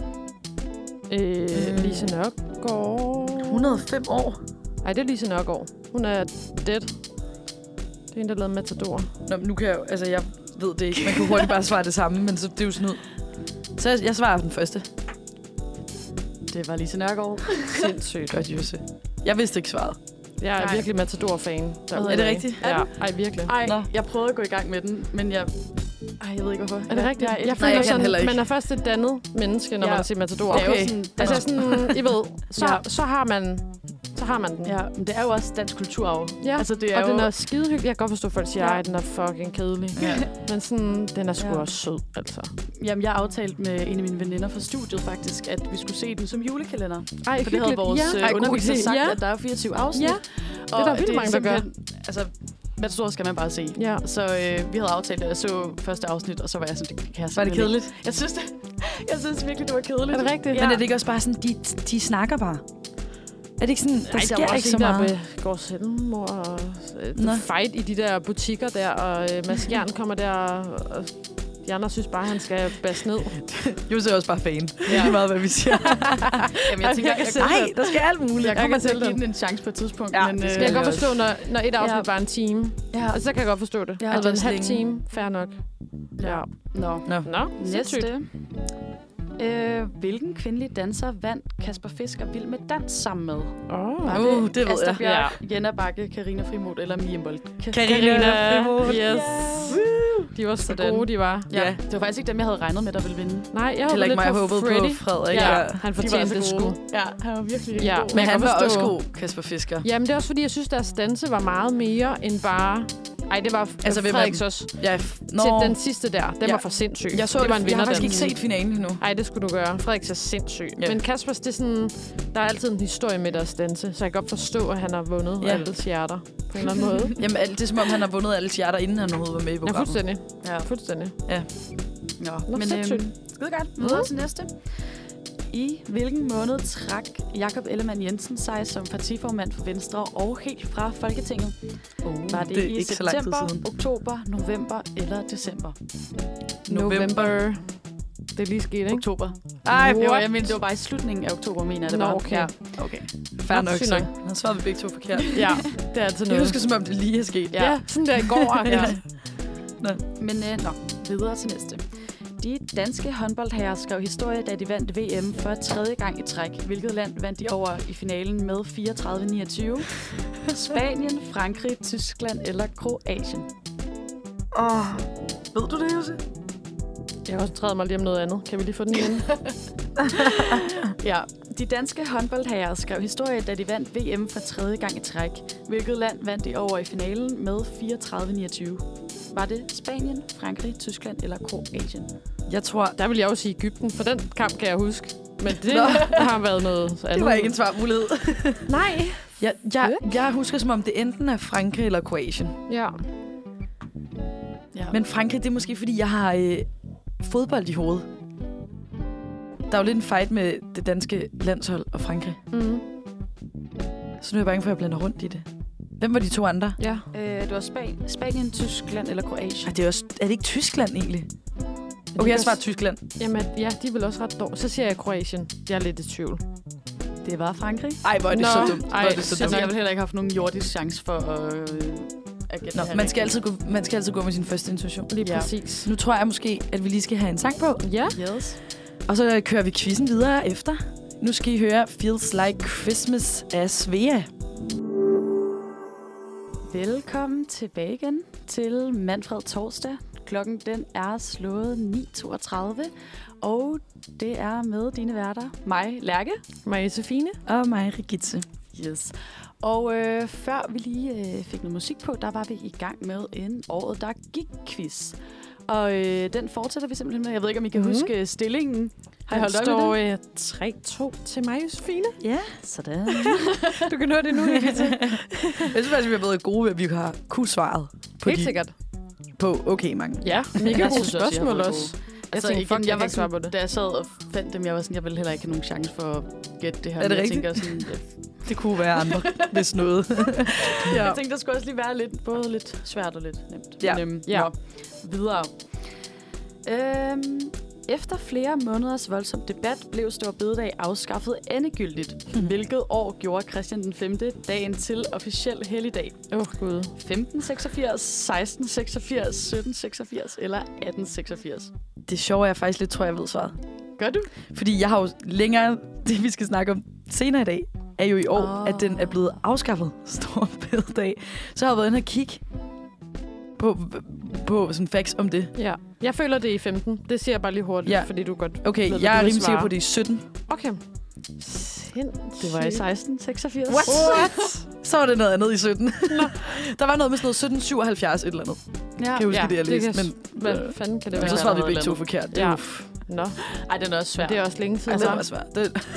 [SPEAKER 2] Øh, Lise Nørgaard.
[SPEAKER 4] et hundrede og fem år?
[SPEAKER 2] Ej, det er Lise Nørgaard. Hun er dead. Det er en, der lavede Matador.
[SPEAKER 4] Nå, men nu kan jeg jo, altså jeg ved det ikke. Man kan hurtigt bare svare det samme, men så det er jo sådan ud. Så jeg, jeg svarer den første.
[SPEAKER 3] Det var Lise Nørgaard.
[SPEAKER 2] Sindssygt.
[SPEAKER 4] Godt, Jose. Jeg vidste ikke svaret.
[SPEAKER 2] Jeg er
[SPEAKER 3] Nej.
[SPEAKER 2] virkelig Matador-fan.
[SPEAKER 3] Er det
[SPEAKER 4] rigtigt?
[SPEAKER 2] Ja. Ej, virkelig.
[SPEAKER 3] Ej,
[SPEAKER 4] Nå.
[SPEAKER 3] jeg prøvede at gå i gang med den, men jeg... Ej, jeg ved ikke hvorfor.
[SPEAKER 2] Er det rigtigt?
[SPEAKER 3] Jeg,
[SPEAKER 2] Jeg,
[SPEAKER 3] jeg,
[SPEAKER 2] føler
[SPEAKER 4] jeg kan
[SPEAKER 2] sådan,
[SPEAKER 4] heller ikke.
[SPEAKER 2] man er først et dannet menneske, når
[SPEAKER 3] Ja.
[SPEAKER 2] man har set Matador.
[SPEAKER 3] Det er jo
[SPEAKER 2] Okay.
[SPEAKER 3] sådan...
[SPEAKER 2] Altså sådan, I ved, så,
[SPEAKER 3] Ja.
[SPEAKER 2] så har man så har man den.
[SPEAKER 3] Ja, men det er jo også dansk kulturarv.
[SPEAKER 2] Ja.
[SPEAKER 3] Altså, det er
[SPEAKER 2] Og
[SPEAKER 3] jo...
[SPEAKER 2] den er skidehyggelig. Jeg kan godt forstå, at folk siger,
[SPEAKER 3] Ja.
[SPEAKER 2] at den er fucking kedelig.
[SPEAKER 4] Ja.
[SPEAKER 2] Men sådan, den er sgu
[SPEAKER 3] Ja.
[SPEAKER 2] også sød, altså.
[SPEAKER 3] Jamen, jeg aftalte med en af mine veninder fra studiet faktisk, at vi skulle se den som julekalender.
[SPEAKER 2] Ej,
[SPEAKER 3] For det havde vores
[SPEAKER 2] ja.
[SPEAKER 3] ja.
[SPEAKER 4] Ej, god
[SPEAKER 3] underviser
[SPEAKER 4] idé.
[SPEAKER 3] sagt,
[SPEAKER 2] Ja.
[SPEAKER 3] at der er fireogtyve afsnit.
[SPEAKER 2] Ja,
[SPEAKER 3] og
[SPEAKER 2] der vildt mange, der gør.
[SPEAKER 3] simpelthen- Altså, Matador skal man bare se.
[SPEAKER 2] Ja.
[SPEAKER 3] Så øh, vi havde aftalt, at jeg så første afsnit, og så var jeg sådan, det kan jeg
[SPEAKER 4] Var det
[SPEAKER 3] simpelthen
[SPEAKER 4] kedeligt?
[SPEAKER 3] ikke. Jeg synes, det, jeg synes virkelig, det var kedeligt.
[SPEAKER 2] Er det rigtigt?
[SPEAKER 3] Ja.
[SPEAKER 4] Men er det ikke også bare sådan, de, de snakker bare? Er det ikke sådan, der
[SPEAKER 2] Ej,
[SPEAKER 4] sker
[SPEAKER 2] der var
[SPEAKER 4] ikke
[SPEAKER 2] også
[SPEAKER 4] så
[SPEAKER 2] en, der
[SPEAKER 4] meget?
[SPEAKER 2] begår selvmord og øh,
[SPEAKER 4] Nå.
[SPEAKER 2] fight i de der butikker der, og øh, Mads Gjern kommer der, og de andre synes bare, at han skal basse ned.
[SPEAKER 4] Jose er også bare fan.
[SPEAKER 2] Ja.
[SPEAKER 4] Ja. Lige meget, hvad vi siger.
[SPEAKER 3] Jamen, jeg tænker,
[SPEAKER 2] Jeg kan
[SPEAKER 3] jeg,
[SPEAKER 2] selv-
[SPEAKER 3] jeg,
[SPEAKER 4] Nej, der skal alt muligt.
[SPEAKER 3] jeg kommer
[SPEAKER 2] kan
[SPEAKER 3] til at
[SPEAKER 2] selv
[SPEAKER 3] give
[SPEAKER 2] den.
[SPEAKER 3] den en chance på et tidspunkt.
[SPEAKER 4] Ja,
[SPEAKER 3] men,
[SPEAKER 4] det
[SPEAKER 3] øh,
[SPEAKER 4] skal
[SPEAKER 2] Jeg kan godt
[SPEAKER 4] også.
[SPEAKER 2] forstå, når, når et afsnit
[SPEAKER 3] Ja.
[SPEAKER 2] var en time.
[SPEAKER 3] Ja.
[SPEAKER 2] Altså, så kan jeg godt forstå det.
[SPEAKER 3] Ja,
[SPEAKER 2] Ja, det
[SPEAKER 4] det
[SPEAKER 2] var en
[SPEAKER 4] er
[SPEAKER 2] halv
[SPEAKER 4] længe.
[SPEAKER 2] time. Fair nok. Ja.
[SPEAKER 3] Nå.
[SPEAKER 4] Nå.
[SPEAKER 2] Nå, sindssygt.
[SPEAKER 3] Næste. Øh, hvilken kvindelig danser vandt Kasper Fisker Vild med Dans sammen med?
[SPEAKER 2] Åh.
[SPEAKER 3] Var
[SPEAKER 4] Uh, det ved
[SPEAKER 3] Asta
[SPEAKER 4] jeg.
[SPEAKER 3] Bjerg, Jenna Bakke, Karina Frimod eller Mie Bold?
[SPEAKER 2] Karina
[SPEAKER 4] Frimod.
[SPEAKER 2] Yes. De var så
[SPEAKER 3] Sådan.
[SPEAKER 2] gode, de var.
[SPEAKER 3] Ja,
[SPEAKER 4] Ja.
[SPEAKER 3] det var faktisk ikke dem, jeg havde regnet med, der ville vinde.
[SPEAKER 2] Nej, jeg
[SPEAKER 4] Heller
[SPEAKER 2] håbede
[SPEAKER 4] ikke
[SPEAKER 2] lidt
[SPEAKER 4] mig, jeg
[SPEAKER 2] på
[SPEAKER 4] håbede
[SPEAKER 2] Freddy.
[SPEAKER 4] på Frederik.
[SPEAKER 2] Ja,
[SPEAKER 4] Ja.
[SPEAKER 2] han
[SPEAKER 3] De var
[SPEAKER 2] fortjente det
[SPEAKER 3] så
[SPEAKER 2] sgu.
[SPEAKER 3] gode. Ja, han var virkelig
[SPEAKER 2] Ja.
[SPEAKER 3] god.
[SPEAKER 4] Men
[SPEAKER 2] Jeg kan
[SPEAKER 4] han var
[SPEAKER 2] forstå-
[SPEAKER 4] også god, Kasper Fisker.
[SPEAKER 2] Jamen, det er også fordi, jeg synes, deres danse var meget mere end bare... Ej, det var
[SPEAKER 4] Altså,
[SPEAKER 2] altså,
[SPEAKER 4] hvem er
[SPEAKER 2] Frederiks
[SPEAKER 4] dem?
[SPEAKER 2] også.
[SPEAKER 4] Ja,
[SPEAKER 2] Nå. Til den sidste der, den
[SPEAKER 4] Ja.
[SPEAKER 2] var for sindssyg.
[SPEAKER 4] jeg så
[SPEAKER 2] det
[SPEAKER 4] det,
[SPEAKER 2] var en
[SPEAKER 4] jeg har
[SPEAKER 2] vinder,
[SPEAKER 4] faktisk
[SPEAKER 2] den.
[SPEAKER 4] ikke set finalen endnu.
[SPEAKER 2] Ej, det skulle du gøre. Frederiks er sindssyg.
[SPEAKER 4] Ja.
[SPEAKER 2] Men Kaspers, det er sådan... Der er altid en historie med deres danse, så jeg kan godt forstå, at han har vundet
[SPEAKER 4] Ja.
[SPEAKER 2] alles hjerter på en eller anden måde.
[SPEAKER 4] Jamen, alt- det er som om, han har vundet alle hjerter, inden han overhovedet var med i
[SPEAKER 2] Ja,
[SPEAKER 4] programmet.
[SPEAKER 2] fuldstændig.
[SPEAKER 3] Ja.
[SPEAKER 2] Fuldstændig.
[SPEAKER 3] Nå,
[SPEAKER 2] Nå,
[SPEAKER 3] men
[SPEAKER 2] sindssygt.
[SPEAKER 3] øhm, skide godt. Videre til næste. I hvilken måned trak Jakob Ellemann-Jensen sig som partiformand for Venstre og helt fra Folketinget?
[SPEAKER 4] Oh,
[SPEAKER 3] Var det,
[SPEAKER 4] det er
[SPEAKER 3] i
[SPEAKER 4] ikke så lang tid
[SPEAKER 3] september,
[SPEAKER 4] siden.
[SPEAKER 3] oktober, november eller december?
[SPEAKER 2] November. Det er lige sket, ikke?
[SPEAKER 3] Oktober.
[SPEAKER 4] Ej,
[SPEAKER 3] Jo,
[SPEAKER 4] what?
[SPEAKER 3] jeg mener, det var bare i slutningen af oktober, mener jeg, det
[SPEAKER 2] Nå,
[SPEAKER 3] var.
[SPEAKER 2] okay.
[SPEAKER 3] Ja.
[SPEAKER 4] Okay, fair
[SPEAKER 2] Nå,
[SPEAKER 4] nok
[SPEAKER 2] sygt
[SPEAKER 4] så.
[SPEAKER 2] nok.
[SPEAKER 4] Han svarede vi begge to forkert.
[SPEAKER 2] Ja, det er altid
[SPEAKER 4] Jeg
[SPEAKER 2] noget.
[SPEAKER 4] husker, som om det lige er sket.
[SPEAKER 2] Ja, ja sådan der i går.
[SPEAKER 4] Ja.
[SPEAKER 2] ja.
[SPEAKER 3] Men øh, nå, videre til næste. De danske håndboldherrer skrev historie, da de vandt V M for tredje gang i træk. Hvilket land vandt de over i finalen med fireogtredive niogtyve? Spanien, Frankrig, Tyskland eller Kroatien?
[SPEAKER 4] Åh, oh, ved du det, Jose?
[SPEAKER 2] Jeg har også trædet mig lige om noget andet. Kan vi lige få den igen?
[SPEAKER 3] Ja, de danske håndboldherrer skrev historie, da de vandt V M for tredje gang i træk. Hvilket land vandt de over i finalen med fireogtredive niogtyve? Var det Spanien, Frankrig, Tyskland eller Kroatien?
[SPEAKER 4] Jeg tror,
[SPEAKER 2] Der vil jeg jo sige Egypten, for den kamp kan jeg huske. Men det
[SPEAKER 4] Nå.
[SPEAKER 2] har været noget andet.
[SPEAKER 4] det var ikke en svarmulighed.
[SPEAKER 2] Nej.
[SPEAKER 4] jeg, jeg, jeg husker, som om det enten er Frankrig eller Kroatien.
[SPEAKER 2] Ja.
[SPEAKER 3] Ja.
[SPEAKER 4] Men Frankrig, det er måske, fordi jeg har øh, fodbold i hovedet. Der er jo lidt en fight med det danske landshold og Frankrig.
[SPEAKER 2] Mm.
[SPEAKER 4] Så nu er jeg bange for, at jeg blander rundt i det. Hvem var de to andre?
[SPEAKER 2] Ja.
[SPEAKER 3] Øh, det var Span- Spanien, Tyskland eller Kroatien.
[SPEAKER 4] Ej, det er, også, er det ikke Tyskland egentlig? Okay, jeg svarer Tyskland.
[SPEAKER 2] Jamen, ja, de er vel også ret dårlige. Så siger jeg Kroatien. Jeg er lidt i tvivl.
[SPEAKER 3] Det var Frankrig.
[SPEAKER 4] Ej, hvor er det
[SPEAKER 2] Nå.
[SPEAKER 4] så dumt. Hvor
[SPEAKER 2] Ej,
[SPEAKER 4] er det så
[SPEAKER 2] sygt
[SPEAKER 3] Altså,
[SPEAKER 4] dumt.
[SPEAKER 3] jeg vil heller ikke have haft nogen jordisk chance for at, øh, at gætte
[SPEAKER 4] Nå,
[SPEAKER 3] det her
[SPEAKER 4] man skal,
[SPEAKER 3] rigtigt.
[SPEAKER 4] altid gå, man skal altid gå med sin første intuition.
[SPEAKER 2] Lige
[SPEAKER 3] Ja.
[SPEAKER 2] præcis.
[SPEAKER 4] Nu tror jeg måske, at vi lige skal have en sang på.
[SPEAKER 2] Ja.
[SPEAKER 3] Yes.
[SPEAKER 4] Og så kører vi quizzen videre efter. Nu skal I høre Feels Like Christmas af Svea.
[SPEAKER 3] Velkommen tilbage igen til Manfred Torsdag. Klokken den er slået ni toogtredive, og det er med dine værter, mig, Lærke.
[SPEAKER 2] Mig, Josefine.
[SPEAKER 4] Og mig, Regitze.
[SPEAKER 3] Yes. Og øh, før vi lige øh, fik noget musik på, der var vi i gang med en året, der gik quiz. Og øh, den fortsætter vi simpelthen med. Jeg ved ikke, om I kan
[SPEAKER 2] Mhm.
[SPEAKER 3] mm-hmm. huske stillingen. Har I
[SPEAKER 2] Den
[SPEAKER 3] holdt øje
[SPEAKER 2] står
[SPEAKER 3] med den?
[SPEAKER 2] øh, tre to til mig, Josefine.
[SPEAKER 3] Ja, sådan.
[SPEAKER 2] Du kan nå det nu, Regitze.
[SPEAKER 4] Jeg synes faktisk, vi har været gode ved, at vi har kunne svaret på,
[SPEAKER 2] Helt
[SPEAKER 4] de,
[SPEAKER 2] sikkert.
[SPEAKER 4] på okay mange.
[SPEAKER 2] Ja, mega
[SPEAKER 3] Jeg
[SPEAKER 2] gode
[SPEAKER 3] synes også, I har
[SPEAKER 2] spørgsmål
[SPEAKER 3] været
[SPEAKER 2] også.
[SPEAKER 3] gode.
[SPEAKER 2] Jeg
[SPEAKER 3] Altså,
[SPEAKER 2] tænkte,
[SPEAKER 3] igen,
[SPEAKER 2] fuck, jeg,
[SPEAKER 3] jeg
[SPEAKER 2] kan
[SPEAKER 3] var
[SPEAKER 2] ikke svare på
[SPEAKER 3] sådan,
[SPEAKER 2] det.
[SPEAKER 3] da jeg sad og fandt dem, jeg var sådan, jeg ville heller ikke have nogen chance for at gætte det her.
[SPEAKER 4] Er det
[SPEAKER 3] Men
[SPEAKER 4] rigtigt?
[SPEAKER 3] Jeg tænker sådan,
[SPEAKER 4] Det kunne være andre, hvis noget.
[SPEAKER 2] Ja.
[SPEAKER 3] Jeg tænkte, der skulle også lige være lidt, både lidt svært og lidt nemt.
[SPEAKER 4] Ja.
[SPEAKER 3] Men, øhm,
[SPEAKER 2] Ja.
[SPEAKER 3] nå, videre. Øhm, efter flere måneders voldsom debat blev Store Bededag afskaffet endegyldigt.
[SPEAKER 2] Mhm.
[SPEAKER 3] Hvilket år gjorde Christian den femte dagen til officiel helligdag?
[SPEAKER 2] Åh, oh, gud.
[SPEAKER 3] femten seksogfirs, seksten seksogfirs, sytten seksogfirs eller atten seksogfirs?
[SPEAKER 4] Det sjove er, jeg faktisk lidt tror, jeg ved svaret.
[SPEAKER 3] Gør du?
[SPEAKER 4] Fordi jeg har jo længere, det vi skal snakke om senere i dag, er jo i år,
[SPEAKER 3] Oh.
[SPEAKER 4] at den er blevet afskaffet. Stor bededag. Så har jeg været inde og kigge på, på sådan facts om det.
[SPEAKER 2] Ja. Jeg føler, det er i femten. Det siger jeg bare lige hurtigt,
[SPEAKER 4] Ja.
[SPEAKER 2] ja. fordi du godt
[SPEAKER 4] Okay,
[SPEAKER 2] ved, hvad
[SPEAKER 4] jeg er
[SPEAKER 2] du vil
[SPEAKER 4] rimelig sikker
[SPEAKER 2] svare.
[SPEAKER 4] på, at det er sytten.
[SPEAKER 2] Okay. Sindssygt.
[SPEAKER 3] Det var i seksten seksogfirs.
[SPEAKER 4] What? What? Så var det noget andet i sytten. Der var noget med sådan noget sytten syvoghalvfjerds et eller andet.
[SPEAKER 3] Ja.
[SPEAKER 4] Kan jeg huske
[SPEAKER 2] ja,
[SPEAKER 4] det, jeg
[SPEAKER 2] det
[SPEAKER 4] læste.
[SPEAKER 2] kan-
[SPEAKER 4] Men
[SPEAKER 2] Hvad
[SPEAKER 3] Øh,
[SPEAKER 2] fanden kan det
[SPEAKER 4] men
[SPEAKER 2] være?
[SPEAKER 4] så
[SPEAKER 3] være
[SPEAKER 4] svarede vi
[SPEAKER 3] noget
[SPEAKER 4] begge to
[SPEAKER 3] andet.
[SPEAKER 4] forkert. Det er
[SPEAKER 2] Ja.
[SPEAKER 4] jo f-
[SPEAKER 2] Nå,
[SPEAKER 3] Ej, den er også svær.
[SPEAKER 2] men det er også længe siden.
[SPEAKER 4] altså,
[SPEAKER 2] Altså,
[SPEAKER 4] det var svært. Det,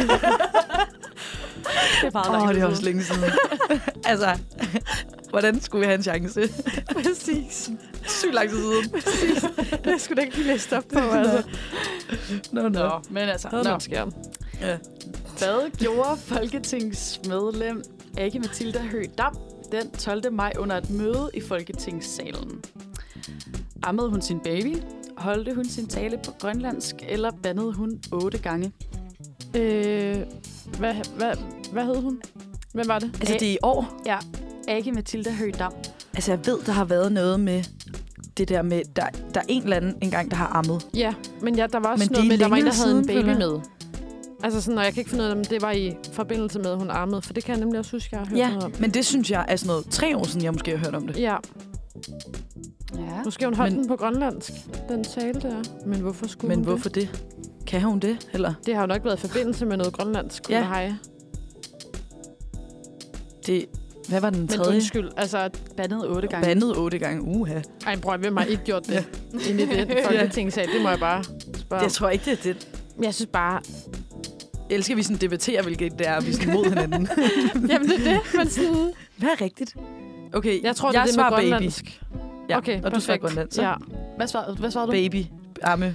[SPEAKER 3] det er meget
[SPEAKER 4] åh,
[SPEAKER 3] lang
[SPEAKER 4] det
[SPEAKER 3] tid
[SPEAKER 4] er også længe siden. Altså, hvordan skulle vi have en chance?
[SPEAKER 2] præcis.
[SPEAKER 4] Sygt lang tid siden.
[SPEAKER 2] Det skulle da ikke lige læst op på, altså.
[SPEAKER 4] Nå, nå.
[SPEAKER 3] Nå, men altså,
[SPEAKER 2] Havde
[SPEAKER 3] nå.
[SPEAKER 2] noget skærm.
[SPEAKER 4] Ja.
[SPEAKER 3] Hvad gjorde folketingsmedlem Aki-Matilda Høegh Dam den tolvte maj under et møde i Folketingssalen? Ammede hun sin baby? Holdte hun sin tale på grønlandsk? Eller bandede hun otte gange?
[SPEAKER 2] Øh, hvad, hvad, hvad hed hun? Hvem var det?
[SPEAKER 4] Altså, det er i år.
[SPEAKER 3] Ja, Aki-Matilda Høegh Dam.
[SPEAKER 4] Altså, jeg ved, der har været noget med det der med, der, der er en eller anden engang, der har ammet.
[SPEAKER 2] Ja, men ja, der var også
[SPEAKER 4] Men
[SPEAKER 2] noget
[SPEAKER 4] det er
[SPEAKER 2] med, der var en, der
[SPEAKER 4] længere
[SPEAKER 2] havde en
[SPEAKER 4] siden,
[SPEAKER 2] baby
[SPEAKER 4] føler
[SPEAKER 2] med. Altså sådan, og jeg kan ikke finde ud af, om det var i forbindelse med, at hun armede, for det kan jeg nemlig også huske, jeg har hørt
[SPEAKER 4] Ja,
[SPEAKER 2] noget om.
[SPEAKER 4] men det synes jeg er sådan noget tre år siden, jeg måske har hørt om det.
[SPEAKER 2] Ja,
[SPEAKER 3] Ja.
[SPEAKER 2] måske hun holdt
[SPEAKER 4] Men-
[SPEAKER 2] den på grønlandsk, den tale der. Men hvorfor skulle
[SPEAKER 4] Men
[SPEAKER 2] hun
[SPEAKER 4] hvorfor det? Kan hun det? Eller
[SPEAKER 2] det? Det har jo nok været i forbindelse med noget grønlandsk.
[SPEAKER 4] Ja.
[SPEAKER 2] Hej.
[SPEAKER 4] det... Hvad var den
[SPEAKER 2] Men
[SPEAKER 4] tredje?
[SPEAKER 2] undskyld, altså,
[SPEAKER 3] Bandede otte gange.
[SPEAKER 4] Bandet otte gange. Uha.
[SPEAKER 2] ej, bror, hvem har ikke gjort det? Inde i den folketingssal, det må jeg bare spørge.
[SPEAKER 4] Jeg tror ikke, det er det.
[SPEAKER 2] Men jeg synes bare,
[SPEAKER 4] Jeg elsker, at vi sådan debatterer, hvilket det er, vi skal mod hinanden.
[SPEAKER 2] jamen det er det, men sådan,
[SPEAKER 4] Hvad er rigtigt? Okay,
[SPEAKER 2] jeg tror,
[SPEAKER 4] jeg
[SPEAKER 2] det er det med
[SPEAKER 4] svarer baby.
[SPEAKER 2] grønlandsk.
[SPEAKER 4] Ja,
[SPEAKER 2] Okay,
[SPEAKER 4] og du svarer
[SPEAKER 2] perfekt.
[SPEAKER 4] grønlandsk. Så
[SPEAKER 2] Ja.
[SPEAKER 3] Hvad svarede, hvad svarede du?
[SPEAKER 4] baby, arme,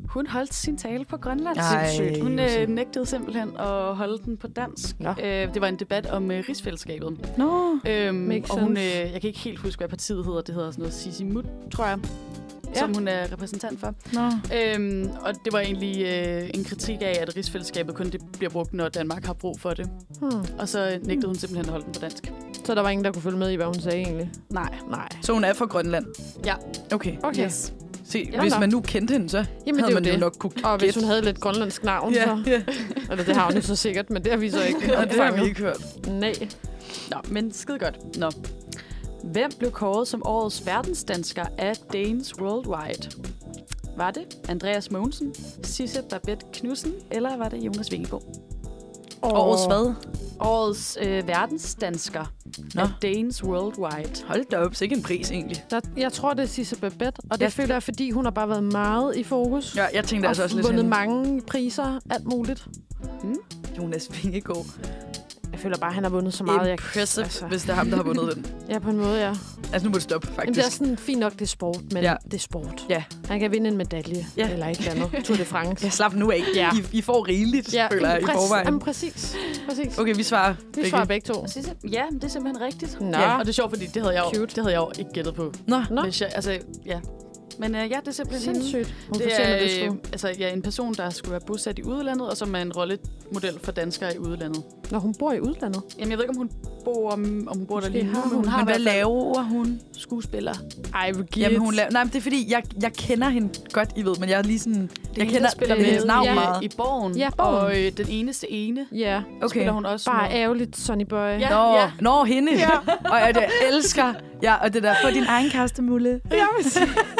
[SPEAKER 3] Hun holdt sin tale på grønlandsk.
[SPEAKER 4] Ej,
[SPEAKER 3] Hun
[SPEAKER 4] hvor
[SPEAKER 3] øh,
[SPEAKER 4] sygt.
[SPEAKER 3] nægtede simpelthen at holde den på dansk.
[SPEAKER 2] Nå.
[SPEAKER 3] Øh, det var en debat om øh, rigsfællesskabet.
[SPEAKER 4] Nå.
[SPEAKER 3] Øhm,
[SPEAKER 2] Makes
[SPEAKER 3] og hun, øh,
[SPEAKER 2] sense.
[SPEAKER 3] jeg kan ikke helt huske, hvad partiet hedder. Det hedder sådan noget Sisimut, tror jeg.
[SPEAKER 2] Ja.
[SPEAKER 3] Som hun er repræsentant for.
[SPEAKER 4] Nå.
[SPEAKER 3] Øhm, og det var egentlig øh, en kritik af, at rigsfællesskabet kun det bliver brugt, når Danmark har brug for det.
[SPEAKER 2] Hmm.
[SPEAKER 3] Og så nægtede hun simpelthen at holde den på dansk.
[SPEAKER 2] Så der var ingen, der kunne følge med i, hvad hun sagde egentlig?
[SPEAKER 3] Nej.
[SPEAKER 2] Nej.
[SPEAKER 4] Så hun er fra Grønland?
[SPEAKER 3] Ja.
[SPEAKER 4] Okay.
[SPEAKER 2] Okay.
[SPEAKER 3] Yes.
[SPEAKER 4] Se,
[SPEAKER 2] Ja,
[SPEAKER 4] hvis
[SPEAKER 2] nå.
[SPEAKER 4] man nu kendte hende, så
[SPEAKER 2] Jamen,
[SPEAKER 4] havde
[SPEAKER 2] det er
[SPEAKER 4] man
[SPEAKER 2] jo
[SPEAKER 4] jo
[SPEAKER 2] det.
[SPEAKER 4] nok kunne
[SPEAKER 2] Og hvis
[SPEAKER 4] gætte.
[SPEAKER 2] hun havde lidt grønlandsk navn,
[SPEAKER 4] Ja,
[SPEAKER 2] så...
[SPEAKER 4] ja.
[SPEAKER 2] Eller det har hun jo så sikkert, men det har vi så ikke
[SPEAKER 4] Og det har vi
[SPEAKER 2] opfanget.
[SPEAKER 4] ikke hørt.
[SPEAKER 2] Nej.
[SPEAKER 3] Nå, men skide godt. Nå. Hvem blev kåret som årets verdensdansker af Danes Worldwide? Var det Andreas Mogensen, Sisse Babette Knudsen, eller var det Jonas Vingegaard?
[SPEAKER 4] Årets hvad?
[SPEAKER 3] Årets øh, verdensdansker
[SPEAKER 4] Nå.
[SPEAKER 3] af Danes Worldwide.
[SPEAKER 4] Hold da op, så ikke en pris egentlig.
[SPEAKER 2] Der, jeg tror, det er Sisse Babette, og det
[SPEAKER 4] Jeg-
[SPEAKER 2] føler jeg, fordi hun har bare været meget i fokus.
[SPEAKER 4] Ja, jeg tænkte
[SPEAKER 2] Og
[SPEAKER 4] altså også lidt
[SPEAKER 2] vundet
[SPEAKER 4] hende.
[SPEAKER 2] mange priser, alt muligt.
[SPEAKER 4] Jonas Vingegaard.
[SPEAKER 2] Jeg føler bare, at han har vundet så meget.
[SPEAKER 4] Impressive,
[SPEAKER 2] jeg, altså,
[SPEAKER 4] hvis det er ham, der har vundet den.
[SPEAKER 2] ja, på en måde, ja.
[SPEAKER 4] Altså, nu må det stoppe,
[SPEAKER 2] Jamen, det er
[SPEAKER 4] faktisk.
[SPEAKER 2] sådan fint nok, det er sport, men
[SPEAKER 4] Ja.
[SPEAKER 2] ja. det er sport.
[SPEAKER 4] Ja.
[SPEAKER 2] Han kan vinde en medalje,
[SPEAKER 4] Ja.
[SPEAKER 2] ja. eller et eller andet. Tour de France.
[SPEAKER 4] Ja, slap nu af.
[SPEAKER 2] Ja.
[SPEAKER 4] I, I får rigeligt,
[SPEAKER 2] Ja,
[SPEAKER 4] føler jeg, i
[SPEAKER 2] præcis-
[SPEAKER 4] forvejen.
[SPEAKER 2] Jamen, præcis. præcis.
[SPEAKER 4] Okay, vi svarer.
[SPEAKER 2] Vi svarer begge to.
[SPEAKER 3] Og Sisse, ja, det er simpelthen rigtigt.
[SPEAKER 2] Nå.
[SPEAKER 3] Ja, og det er sjovt, fordi det havde jeg jo,
[SPEAKER 2] Cute.
[SPEAKER 3] det havde jeg jo ikke gættet på.
[SPEAKER 4] Nå,
[SPEAKER 2] Nå,
[SPEAKER 3] Hvis jeg, altså, ja. Men øh, ja, det er simpelthen hende.
[SPEAKER 2] sindssygt. Hun
[SPEAKER 3] Det
[SPEAKER 2] fortjener
[SPEAKER 3] er
[SPEAKER 2] det sgu.
[SPEAKER 3] øh, altså, ja, en person, der skulle være bosat i udlandet, og som er en rollemodel for danskere i udlandet.
[SPEAKER 2] Når hun bor i udlandet.
[SPEAKER 3] Jamen, jeg ved ikke, om hun bor, om, om hun bor der
[SPEAKER 2] Måske
[SPEAKER 3] lige nu,
[SPEAKER 2] har
[SPEAKER 3] men
[SPEAKER 2] hun.
[SPEAKER 3] hun har
[SPEAKER 4] men
[SPEAKER 3] i
[SPEAKER 4] hvad
[SPEAKER 3] hvert fald
[SPEAKER 4] laver hun?
[SPEAKER 3] skuespiller.
[SPEAKER 2] Ej,
[SPEAKER 4] Jamen, hun laver... Nej, men det er fordi, jeg, jeg kender hende godt, I ved, men jeg er lige sådan... Jeg
[SPEAKER 3] hende,
[SPEAKER 4] kender
[SPEAKER 3] der spiller
[SPEAKER 4] der hendes
[SPEAKER 3] med
[SPEAKER 4] navn
[SPEAKER 2] ja.
[SPEAKER 4] meget.
[SPEAKER 3] i Borgen,
[SPEAKER 2] Ja, Borgen.
[SPEAKER 3] og øh, den eneste ene
[SPEAKER 2] Ja,
[SPEAKER 4] Okay.
[SPEAKER 3] spiller hun også
[SPEAKER 2] bare
[SPEAKER 3] med.
[SPEAKER 2] ærgerligt, Sonny Boy.
[SPEAKER 3] Ja.
[SPEAKER 4] Nå, nå, hende.
[SPEAKER 3] Ja.
[SPEAKER 4] Og jeg det elsker. Ja, og det der, få din egen kæreste, Mulle.
[SPEAKER 2] Ja, præcis.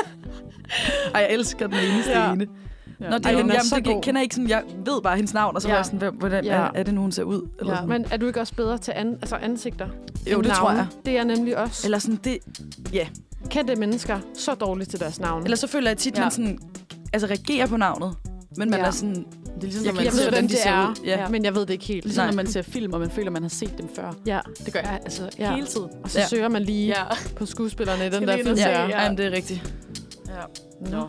[SPEAKER 4] Og jeg elsker den eneste
[SPEAKER 2] Ja.
[SPEAKER 4] ene.
[SPEAKER 3] Ja.
[SPEAKER 4] Nå, det
[SPEAKER 2] Ej,
[SPEAKER 4] er
[SPEAKER 2] den
[SPEAKER 4] hun,
[SPEAKER 2] er
[SPEAKER 4] jamen,
[SPEAKER 2] så
[SPEAKER 4] det
[SPEAKER 2] god.
[SPEAKER 4] kender jeg ikke sådan, jeg ved bare hendes navn, og så
[SPEAKER 3] Ja.
[SPEAKER 4] var jeg sådan, hvem- hvordan
[SPEAKER 2] Ja.
[SPEAKER 4] er, er det nu, hun ser ud? Eller
[SPEAKER 3] Ja.
[SPEAKER 4] sådan.
[SPEAKER 2] Men er du ikke også bedre til an, altså ansigter?
[SPEAKER 4] Jo,
[SPEAKER 2] end
[SPEAKER 4] det tror
[SPEAKER 2] navne?
[SPEAKER 4] jeg.
[SPEAKER 2] Det er nemlig også.
[SPEAKER 4] Eller sådan, det... Ja.
[SPEAKER 2] Kendte mennesker så dårligt til deres navn.
[SPEAKER 4] Eller så føler jeg tit,
[SPEAKER 3] Ja.
[SPEAKER 4] man sådan... Altså, reagerer på navnet. Men man
[SPEAKER 2] Ja.
[SPEAKER 4] er sådan...
[SPEAKER 3] Det er ligesom,
[SPEAKER 4] Jeg
[SPEAKER 3] når man
[SPEAKER 2] jeg
[SPEAKER 4] ved,
[SPEAKER 2] ved,
[SPEAKER 3] ser,
[SPEAKER 4] hvordan
[SPEAKER 2] hvem
[SPEAKER 4] de
[SPEAKER 2] det
[SPEAKER 4] ser
[SPEAKER 2] er,
[SPEAKER 4] ud. Ja.
[SPEAKER 2] men jeg ved det ikke helt.
[SPEAKER 3] ligesom
[SPEAKER 4] Nej.
[SPEAKER 3] når man ser film, og man føler, man har set dem før.
[SPEAKER 2] Ja,
[SPEAKER 3] Det gør jeg altså
[SPEAKER 2] Ja.
[SPEAKER 3] hele tiden.
[SPEAKER 2] og så
[SPEAKER 4] Ja.
[SPEAKER 2] ja. søger man lige
[SPEAKER 3] Ja.
[SPEAKER 2] ja. på skuespillerne i den
[SPEAKER 3] Skal
[SPEAKER 2] der
[SPEAKER 3] lige
[SPEAKER 2] film.
[SPEAKER 3] ind og
[SPEAKER 4] Ja,
[SPEAKER 3] se,
[SPEAKER 2] der.
[SPEAKER 3] ja.
[SPEAKER 4] Jamen, det er rigtigt.
[SPEAKER 3] Ja.
[SPEAKER 2] Nå.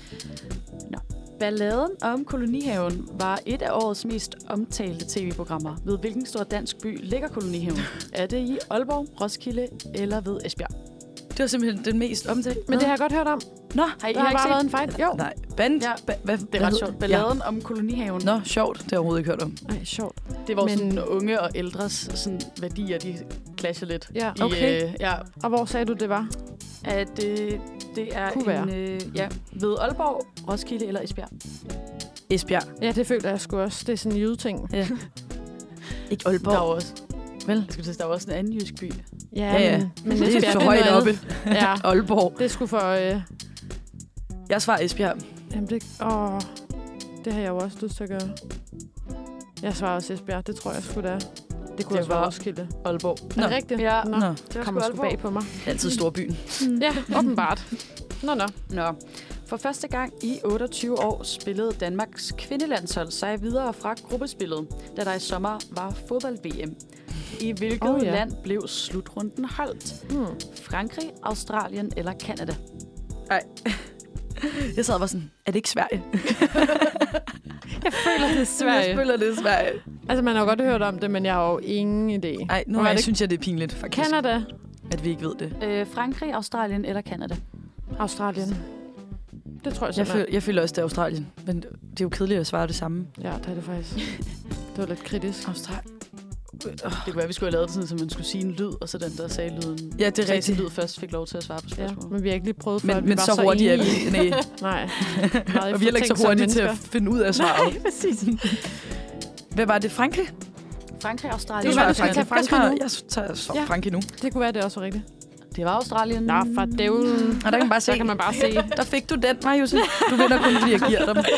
[SPEAKER 3] Balladen om kolonihaven var et af årets mest omtalte tv-programmer. Ved hvilken stor dansk by ligger kolonihaven? Er det i Aalborg, Roskilde eller ved Esbjerg?
[SPEAKER 4] Det var simpelthen den mest omtalte.
[SPEAKER 2] Men det har jeg godt hørt om.
[SPEAKER 4] Nå,
[SPEAKER 3] Har I,
[SPEAKER 2] Der
[SPEAKER 3] har
[SPEAKER 2] har
[SPEAKER 3] ikke
[SPEAKER 2] bare
[SPEAKER 3] set?
[SPEAKER 2] været en fejl. Jo.
[SPEAKER 4] nej. Band...
[SPEAKER 3] Ja.
[SPEAKER 4] Ba- hvad,
[SPEAKER 3] Det er ret sjovt. Balladen ja. om kolonihaven.
[SPEAKER 4] Nå, sjovt. Det har jeg overhovedet ikke hørt om.
[SPEAKER 2] Ej, sjovt.
[SPEAKER 3] Det var
[SPEAKER 2] Men-
[SPEAKER 3] sådan unge og ældres sådan, værdier, de clasher lidt.
[SPEAKER 2] Ja.
[SPEAKER 3] I,
[SPEAKER 4] Okay.
[SPEAKER 3] øh, ja,
[SPEAKER 2] Og hvor sagde du, det var?
[SPEAKER 3] at øh, det er
[SPEAKER 2] Kunne
[SPEAKER 3] en,
[SPEAKER 2] være.
[SPEAKER 3] øh, ja, ved Aalborg, Roskilde eller Esbjerg.
[SPEAKER 4] Esbjerg.
[SPEAKER 2] Ja, det føler jeg sgu også. Det er sådan en jyde-ting.
[SPEAKER 4] Ja. Ikke
[SPEAKER 3] Der er
[SPEAKER 4] Aalborg.
[SPEAKER 3] jo også,
[SPEAKER 4] Vel?
[SPEAKER 3] jeg skulle sige, der er også en anden jysk by.
[SPEAKER 2] Ja,
[SPEAKER 4] Ja, ja.
[SPEAKER 2] Men, men
[SPEAKER 4] Det er
[SPEAKER 2] Esbjerg,
[SPEAKER 4] for
[SPEAKER 2] noget
[SPEAKER 4] højt
[SPEAKER 2] andet.
[SPEAKER 4] oppe.
[SPEAKER 2] Ja,
[SPEAKER 4] Aalborg.
[SPEAKER 2] det skulle for... Øh,
[SPEAKER 4] Jeg svarer Esbjerg.
[SPEAKER 2] jamen, det, åh, det har jeg jo også lyst til at gøre. Jeg svarer også Esbjerg. Det tror jeg sgu, det er. Det kunne
[SPEAKER 3] Det
[SPEAKER 2] også være
[SPEAKER 3] var-
[SPEAKER 2] Roskilde.
[SPEAKER 3] Aalborg.
[SPEAKER 2] Er
[SPEAKER 4] Nå.
[SPEAKER 2] det rigtigt?
[SPEAKER 3] Ja.
[SPEAKER 2] Nå,
[SPEAKER 4] Nå,
[SPEAKER 3] Det var
[SPEAKER 2] kommer
[SPEAKER 3] sgu
[SPEAKER 2] sgu
[SPEAKER 3] Aalborg.
[SPEAKER 2] bag på mig.
[SPEAKER 4] altid storbyen.
[SPEAKER 2] Ja, åbenbart. Nå, nå.
[SPEAKER 3] Nå. For første gang i otteogtyve år spillede Danmarks kvindelandshold sig videre fra gruppespillet, da der i sommer var fodbold-V M. I hvilket
[SPEAKER 2] Oh,
[SPEAKER 3] oh,
[SPEAKER 2] ja.
[SPEAKER 3] land blev slutrunden holdt?
[SPEAKER 2] Hmm.
[SPEAKER 3] Frankrig, Australien eller Kanada?
[SPEAKER 4] Jeg sad og var sådan, er det ikke Sverige?
[SPEAKER 2] Jeg føler, det er
[SPEAKER 4] Jeg
[SPEAKER 2] Sverige.
[SPEAKER 4] spiller det i Sverige.
[SPEAKER 2] Altså, man har jo godt hørt om det, men jeg har jo ingen idé.
[SPEAKER 4] Nej, nu
[SPEAKER 2] Hvor er
[SPEAKER 4] jeg
[SPEAKER 2] det-
[SPEAKER 4] synes jeg, det er pinligt, faktisk.
[SPEAKER 2] Canada,
[SPEAKER 4] At vi ikke ved det.
[SPEAKER 3] Øh, Frankrig, Australien eller Kanada?
[SPEAKER 2] Australien. Det tror jeg
[SPEAKER 4] Jeg,
[SPEAKER 2] simpelthen.
[SPEAKER 4] føler, jeg føler også, det er Australien. Men det er jo kedeligt at svare det samme.
[SPEAKER 2] Ja, det er det faktisk. Det var lidt kritisk.
[SPEAKER 4] Australien.
[SPEAKER 3] Det kunne være, at vi skulle have lavet det sådan, så man skulle sige en lyd, og så den, der sagde lyden,
[SPEAKER 4] Ja, det er
[SPEAKER 3] sagde sin
[SPEAKER 4] rigtigt.
[SPEAKER 3] lyd først, fik lov til at svare på
[SPEAKER 2] Ja,
[SPEAKER 3] spørgsmålet.
[SPEAKER 2] men vi har ikke lige prøvet før,
[SPEAKER 4] Men,
[SPEAKER 2] at vi
[SPEAKER 4] men
[SPEAKER 2] var
[SPEAKER 4] så
[SPEAKER 2] så
[SPEAKER 4] hurtigt er
[SPEAKER 2] enige.
[SPEAKER 4] vi. Nej.
[SPEAKER 2] Nej.
[SPEAKER 4] Og vi er heller ikke så hurtige til at finde ud af svaret.
[SPEAKER 2] Nej, præcis.
[SPEAKER 4] Hvad var det? Frankrig?
[SPEAKER 3] Frankrig,
[SPEAKER 2] Det
[SPEAKER 3] Australien.
[SPEAKER 2] kunne være,
[SPEAKER 3] eller
[SPEAKER 2] du skal tage
[SPEAKER 3] Kanada?
[SPEAKER 2] Frankrig
[SPEAKER 4] jeg,
[SPEAKER 2] nu.
[SPEAKER 4] svarer, jeg tager
[SPEAKER 2] Ja.
[SPEAKER 4] Frankrig nu.
[SPEAKER 2] Det kunne være, det også var rigtigt.
[SPEAKER 3] Det var Australien.
[SPEAKER 2] Nå, for dævlen.
[SPEAKER 4] Og der kan man bare se.
[SPEAKER 2] Der kan man bare se.
[SPEAKER 4] Der fik du den, Marius. Du vinder kun, fordi jeg giver dem.